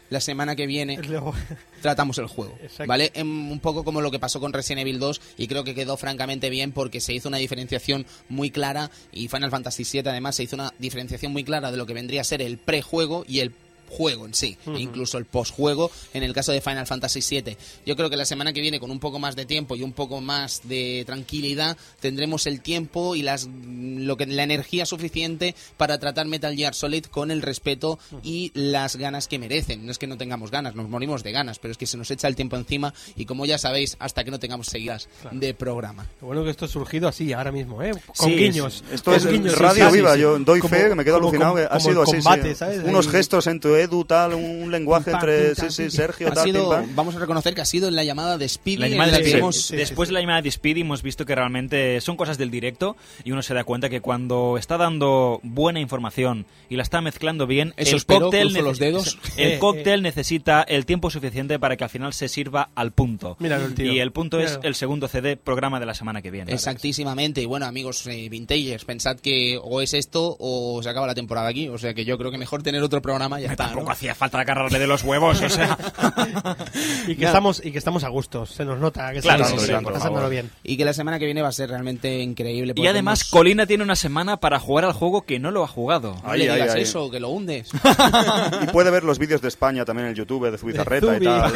la semana que viene Luego... tratamos el juego, Exacto. ¿vale? Un poco como lo que pasó con Resident Evil dos, y creo que quedó francamente bien porque se hizo una diferenciación muy clara, y Final Fantasy siete además se hizo una diferenciación muy clara de lo que vendría a ser el prejuego y el juego en sí, uh-huh. e incluso el posjuego en el caso de Final Fantasy siete. Yo creo que la semana que viene, con un poco más de tiempo y un poco más de tranquilidad, tendremos el tiempo y las lo que la energía suficiente para tratar Metal Gear Solid con el respeto uh-huh. y las ganas que merecen. No es que no tengamos ganas, nos morimos de ganas, pero es que se nos echa el tiempo encima, y como ya sabéis, hasta que no tengamos seguidas claro. de programa. Lo bueno que esto ha surgido así ahora mismo, ¿eh? Con sí, guiños. Esto es guiños, radio sí, viva, sí. yo doy como, fe, que me quedo como, alucinado, como, que ha sido así, combate, sí. ¿sabes? Unos Ahí... gestos en tu edu, tal, un lenguaje pim, entre pim, sí, sí, Sergio, ha tal, sido, pim, pam. Vamos a reconocer que ha sido en la llamada de Speedy. La llamada en la de, que sí, hemos... sí, después sí, sí. de la llamada de Speedy hemos visto que realmente son cosas del directo, y uno se da cuenta que cuando está dando buena información y la está mezclando bien, Eso el espero, cóctel, cruzo los dedos. el Eh, cóctel eh. necesita el tiempo suficiente para que al final se sirva al punto. Míralo, el tío. Y el punto Míralo. es el segundo C D programa de la semana que viene. Exactísimamente. Y bueno, amigos eh, vintagers, pensad que o es esto o se acaba la temporada aquí. O sea que yo creo que mejor tener otro programa y ya Me está, tampoco ¿no? hacía falta agarrarle de los huevos, o sea. y que estamos y que estamos a gusto, se nos nota que claro, estamos sí, sí, pasándolo bien. Y que la semana que viene va a ser realmente increíble. Y además hemos... Colina tiene una semana para jugar al juego que no lo ha jugado. No Ay, le ay, digas ay. eso, que lo hundes. Y puede ver los vídeos de España también en el YouTube, de Zubizarreta y tal.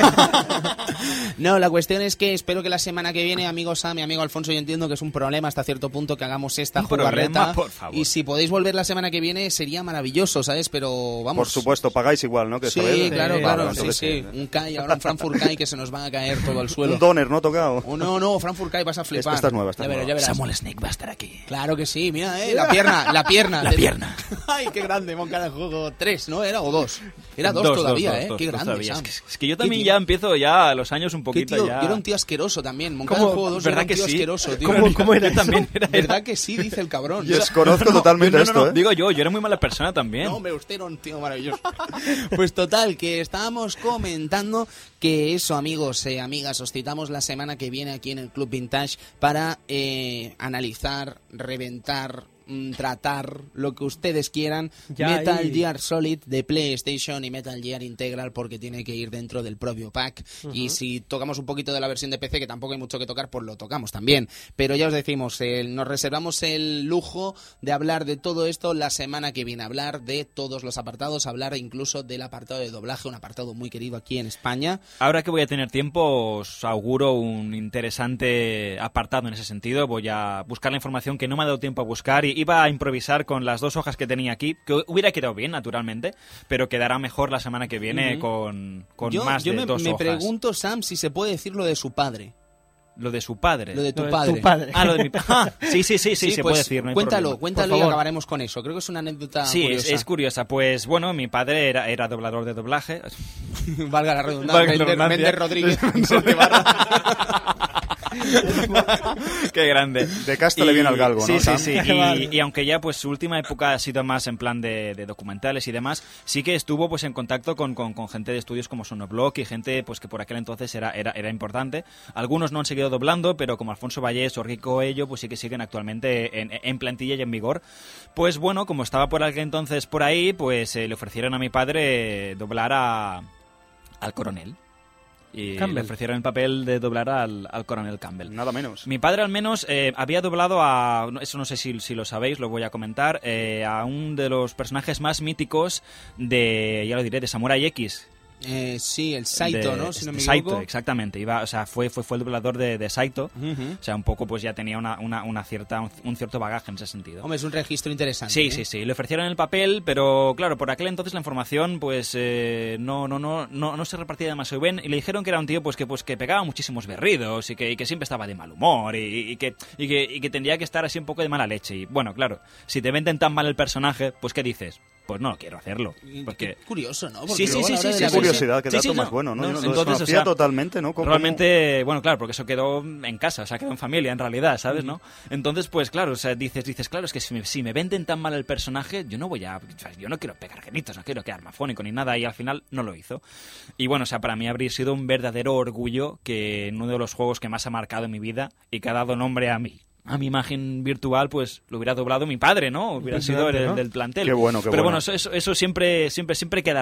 No, la cuestión es que espero que la semana que viene, amigo Sam y amigo Alfonso, yo entiendo que es un problema hasta cierto punto que hagamos esta Un jugarreta. problema, por favor. Y si podéis volver la semana que viene sería maravilloso, ¿sabes? Pero vamos. Por supuesto, pagáis igual, ¿no? Que Sí, sabéis. claro, Sí, claro, vale, sí, entonces, sí. eh, Un K y ahora un Frankfurt Kai que se nos van a caer todo al suelo. Un doner, ¿no? Tocado. Oh, no, no, Frankfurt Kai vas a flipar. Esta es nueva, esta ya es verás, nueva. ya verás. Samuel Snake va a estar aquí. Claro que sí, mira, eh, la pierna, la pierna. La Te- pierna. Ay, qué grande, Moncada de juego. Tres, ¿no? ¿Era o dos? Era dos, Dos, todavía, dos, eh. dos, qué dos grande, todavía. Sam. Es que, es que yo Qué también tío- ya empiezo ya a los años un Qué poquito tío, ya. yo era un tío asqueroso también. Moncada ¿Cómo? de juego dos, yo ¿Verdad era un que tío sí? asqueroso, tío. ¿Cómo, cómo era Yo también eso? era, ¿Verdad que sí? Dice el cabrón. Yo- Desconozco No, no, totalmente no, no, esto, no, ¿eh? digo yo, yo era muy mala persona también. No, hombre, usted era un tío maravilloso. Pues total, que estábamos comentando que eso, amigos, eh, amigas, os citamos la semana que viene aquí en el Club Vintage para eh, analizar, reventar, mm, tratar lo que ustedes quieran. Ya Metal ahí. Gear Solid de PlayStation y Metal Gear Integral, porque tiene que ir dentro del propio pack. Y si tocamos un poquito de la versión de P C, que tampoco hay mucho que tocar, pues lo tocamos también. Pero ya os decimos, eh, nos reservamos el lujo de hablar de todo esto la semana que viene, hablar de todos los apartados, hablar incluso del apartado de doblaje, un apartado muy querido aquí en España. Ahora que voy a tener tiempo, os auguro un interesante apartado en ese sentido. Voy a buscar la información que no me ha dado tiempo a buscar, y iba a improvisar con las dos hojas que tenía aquí, que hubiera quedado bien, naturalmente, pero quedará mejor la semana que viene Ujú. con, con yo más yo de me, dos me hojas. pregunto, Sam, si se puede decir lo de su padre. Lo de su padre. Lo de tu Lo de padre. tu padre. Ah, lo de mi padre. Sí, sí, sí, sí, se pues, puede decir. No hay cuéntalo, problema. cuéntalo Por y favor. acabaremos con eso. Creo que es una anécdota Sí, es, curiosa. es curiosa. Pues bueno, mi padre era, era doblador de doblaje. Valga la redundancia. Valga la Méndez- redundancia. Méndez Rodríguez. Qué grande. De casta le viene al galgo, ¿no, Sí, sí, Sam? sí. Y, y aunque ya pues su última época ha sido más en plan de, de documentales y demás, sí que estuvo pues en contacto con, con, con gente de estudios como Sonoblock y gente pues que por aquel entonces era, era, era importante. Algunos no han seguido doblando, pero como Alfonso Vallés o Rico Ello, pues sí que siguen actualmente en, en plantilla y en vigor. Pues bueno, como estaba por aquel entonces por ahí, pues eh, le ofrecieron a mi padre doblar a, al coronel. Y Campbell. le ofrecieron el papel de doblar al, al coronel Campbell. Nada menos. Mi padre al menos eh, había doblado a, eso no sé si, si lo sabéis, lo voy a comentar, eh, a un de los personajes más míticos de, ya lo diré, de Samurai X. Eh, sí, el Saito, De- ¿no? Si no me Saito, equivoco. exactamente. Iba, o sea, fue, fue, fue el doblador de, de Saito. Ujú. O sea, un poco pues ya tenía una, una, una cierta, un, un cierto bagaje en ese sentido. Hombre, es un registro interesante. Sí, ¿eh? sí, sí. Le ofrecieron el papel, pero claro, por aquel entonces la información pues eh, no, no, no, no, no se repartía demasiado bien, y le dijeron que era un tío pues que pues que pegaba muchísimos berridos y que, y que siempre estaba de mal humor y, y que, y, que, y que tendría que estar así un poco de mala leche. Y bueno, claro, si te venden tan mal el personaje, pues ¿qué dices? Pues no quiero hacerlo. Porque Qué curioso, ¿no? Porque Sí, sí, luego a sí, la hora sí, de sí, la Qué sí, versión- curiosidad, qué Sí, dato sí, más no. bueno, ¿no? No, Yo lo entonces, desconocía o sea, totalmente, ¿no? ¿Cómo- realmente, bueno, claro, porque eso quedó en casa, o sea, quedó en familia en realidad, ¿sabes, no? Entonces, pues claro, o sea, dices, dices, claro, es que si me, si me venden tan mal el personaje, yo no voy a, o sea, yo no quiero pegar gritos, no quiero quedar mafónico ni nada, y al final no lo hizo. Y bueno, o sea, para mí habría sido un verdadero orgullo que en uno de los juegos que más ha marcado en mi vida y que ha dado nombre a mí, a mi imagen virtual, pues lo hubiera doblado mi padre, ¿no? Hubiera sido el, ¿no? del plantel. Qué bueno, qué Pero bueno. bueno, eso, eso, eso siempre, siempre, siempre quedará ahí.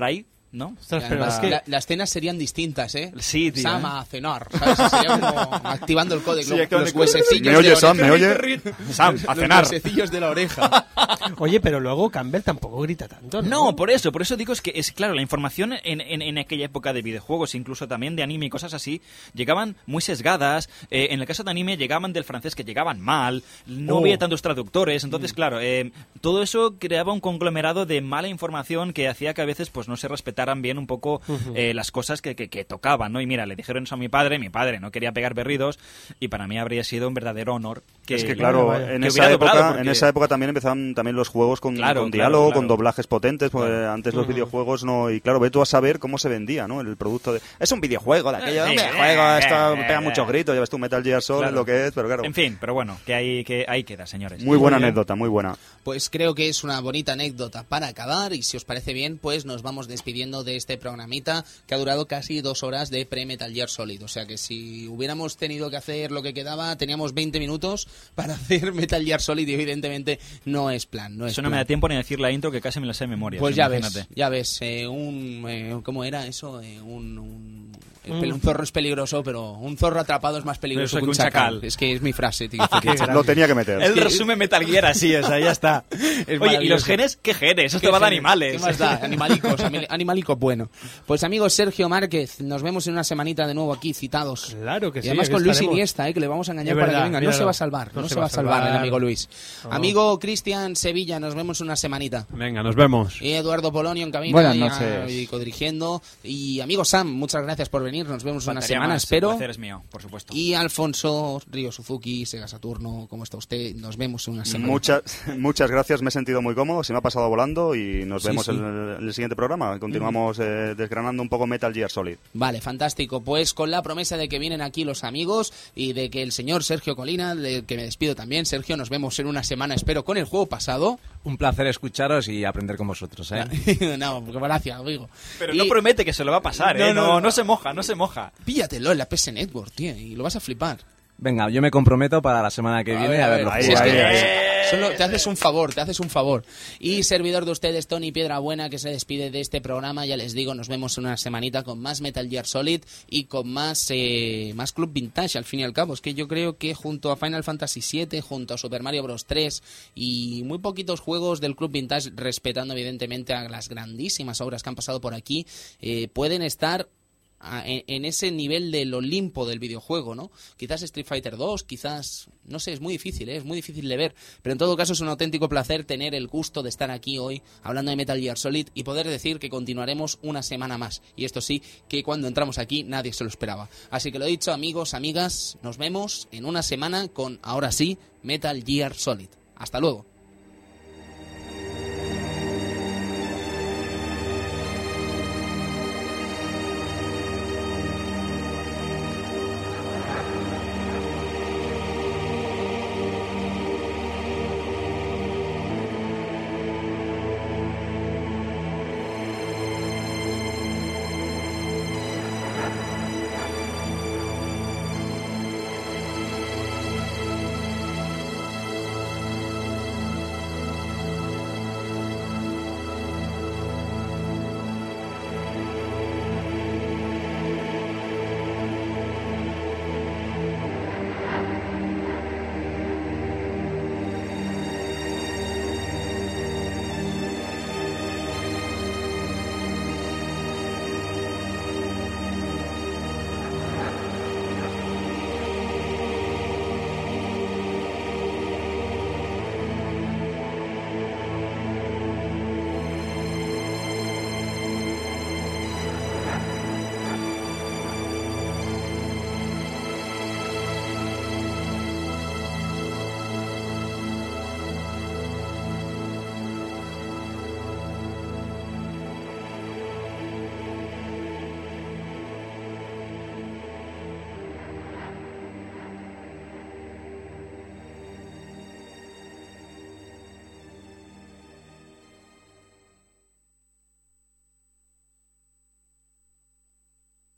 ¿no? Ostras, pero es que la, las cenas serían distintas, ¿eh? Sí, tío. Sam ¿eh? a cenar, ¿sabes? Sería como activando el código. Sí, los huesecillos ¿Me oye, Sam? ¿Me oye? Sam, a cenar. Los huesecillos de la oreja. Oye, pero luego Campbell tampoco grita tanto, ¿no? No, por eso, por eso digo es que es claro, la información en, en, en aquella época de videojuegos, incluso también de anime y cosas así, llegaban muy sesgadas. Eh, en el caso de anime llegaban del francés que llegaban mal, no Oh. había tantos traductores, entonces Mm. claro, eh, todo eso creaba un conglomerado de mala información que hacía que a veces pues no se respetaran bien un poco Ujú. eh, las cosas que, que, que tocaban, ¿no? Y mira, le dijeron eso a mi padre, mi padre no quería pegar berridos y para mí habría sido un verdadero honor que es que claro, vaya, vaya, en, que esa hubiera época, doblado porque- en esa época también empezaban también los juegos con, Claro, con claro, diálogo, claro. con doblajes potentes, porque Claro. antes los Ujú. videojuegos no... Y claro, ve tú a saber cómo se vendía, ¿no? El producto de... Es un videojuego de aquello, Sí, un eh, videojuego, esto eh, pega eh, muchos gritos, ya ves tú, Metal Gear Solid, Claro. lo que es, pero claro... En fin, pero bueno, que ahí, que ahí queda, señores. Muy buena anécdota, muy buena. Pues creo que es una bonita anécdota para acabar y si os parece bien, pues nos vamos despidiendo de este programita que ha durado casi dos horas de pre-Metal Gear Solid. O sea que si hubiéramos tenido que hacer lo que quedaba, teníamos veinte minutos para hacer Metal Gear Solid y evidentemente no es plan. No es Eso no plan. me da tiempo ni a decir la intro que casi me la sé de memoria. Pues o sea, ya imagínate. ves, ya ves, eh, un... Eh, ¿cómo era eso? Eh, un... un... el Mm. pel- Un zorro es peligroso, pero un zorro atrapado es más peligroso Pero que un soy un chacal. chacal. Es que es mi frase, tío. Lo tenía que meter. El resumen Metal Gear así, o sea, ya está. Es Oye, ¿y maravilloso. los genes? ¿Qué genes? Esto ¿Qué va de genes? animales. ¿Qué más da? Animalicos, ami- animalicos bueno. Pues amigos, Sergio Márquez, nos vemos en una semanita de nuevo aquí, citados. Claro que Y sí. además aquí con Luis estaremos. Iniesta, eh, que le vamos a engañar Es para verdad, que venga. No míralo. se va a salvar, no, se va a salvar el amigo Luis. No. Amigo Cristian Sevilla, nos vemos en una semanita. Venga, nos vemos. Y Eduardo Polonio en cabina Buenas y, noches. y codirigiendo. Y amigo Sam, muchas gracias por venir. Nos vemos en una Faltaría semana, más, espero. El placer es mío, por supuesto. Y Alfonso Río Suzuki, Sega Saturno, ¿cómo está usted? Nos vemos en una semana. Muchas, muchas gracias, me he sentido muy cómodo, se me ha pasado volando y nos Sí, vemos sí. En, el, en el siguiente programa. Continuamos eh, desgranando un poco Metal Gear Solid. Vale, fantástico. Pues con la promesa de que vienen aquí los amigos y de que el señor Sergio Colina, de que me despido también, Sergio, nos vemos en una semana, espero, con el juego pasado. Un placer escucharos y aprender con vosotros, ¿eh? No, porque gracias, amigo. Pero Y- no promete que se lo va a pasar, No, ¿eh? no, No, no. no se moja, no se moja. Píllatelo en la P S Network, tío, y lo vas a flipar. Venga, yo me comprometo para la semana que viene a, verlo. ahí, Si es ahí, que- ahí. Solo te haces un favor, te haces un favor. Y servidor de ustedes, Tony Piedrabuena, que se despide de este programa. Ya les digo, nos vemos en una semanita con más Metal Gear Solid y con más, eh, más Club Vintage, al fin y al cabo. Es que yo creo que junto a Final Fantasy siete, junto a Super Mario Bros. tres y muy poquitos juegos del Club Vintage, respetando evidentemente a las grandísimas obras que han pasado por aquí, eh, pueden estar a- en, en ese nivel del Olimpo del videojuego, ¿no? Quizás Street Fighter dos, quizás, no sé, es muy difícil, ¿eh? Es muy difícil de ver, pero en todo caso es un auténtico placer tener el gusto de estar aquí hoy hablando de Metal Gear Solid y poder decir que continuaremos una semana más. Y esto sí, que cuando entramos aquí nadie se lo esperaba. Así que lo dicho, amigos, amigas, nos vemos en una semana con, ahora sí, Metal Gear Solid. Hasta luego.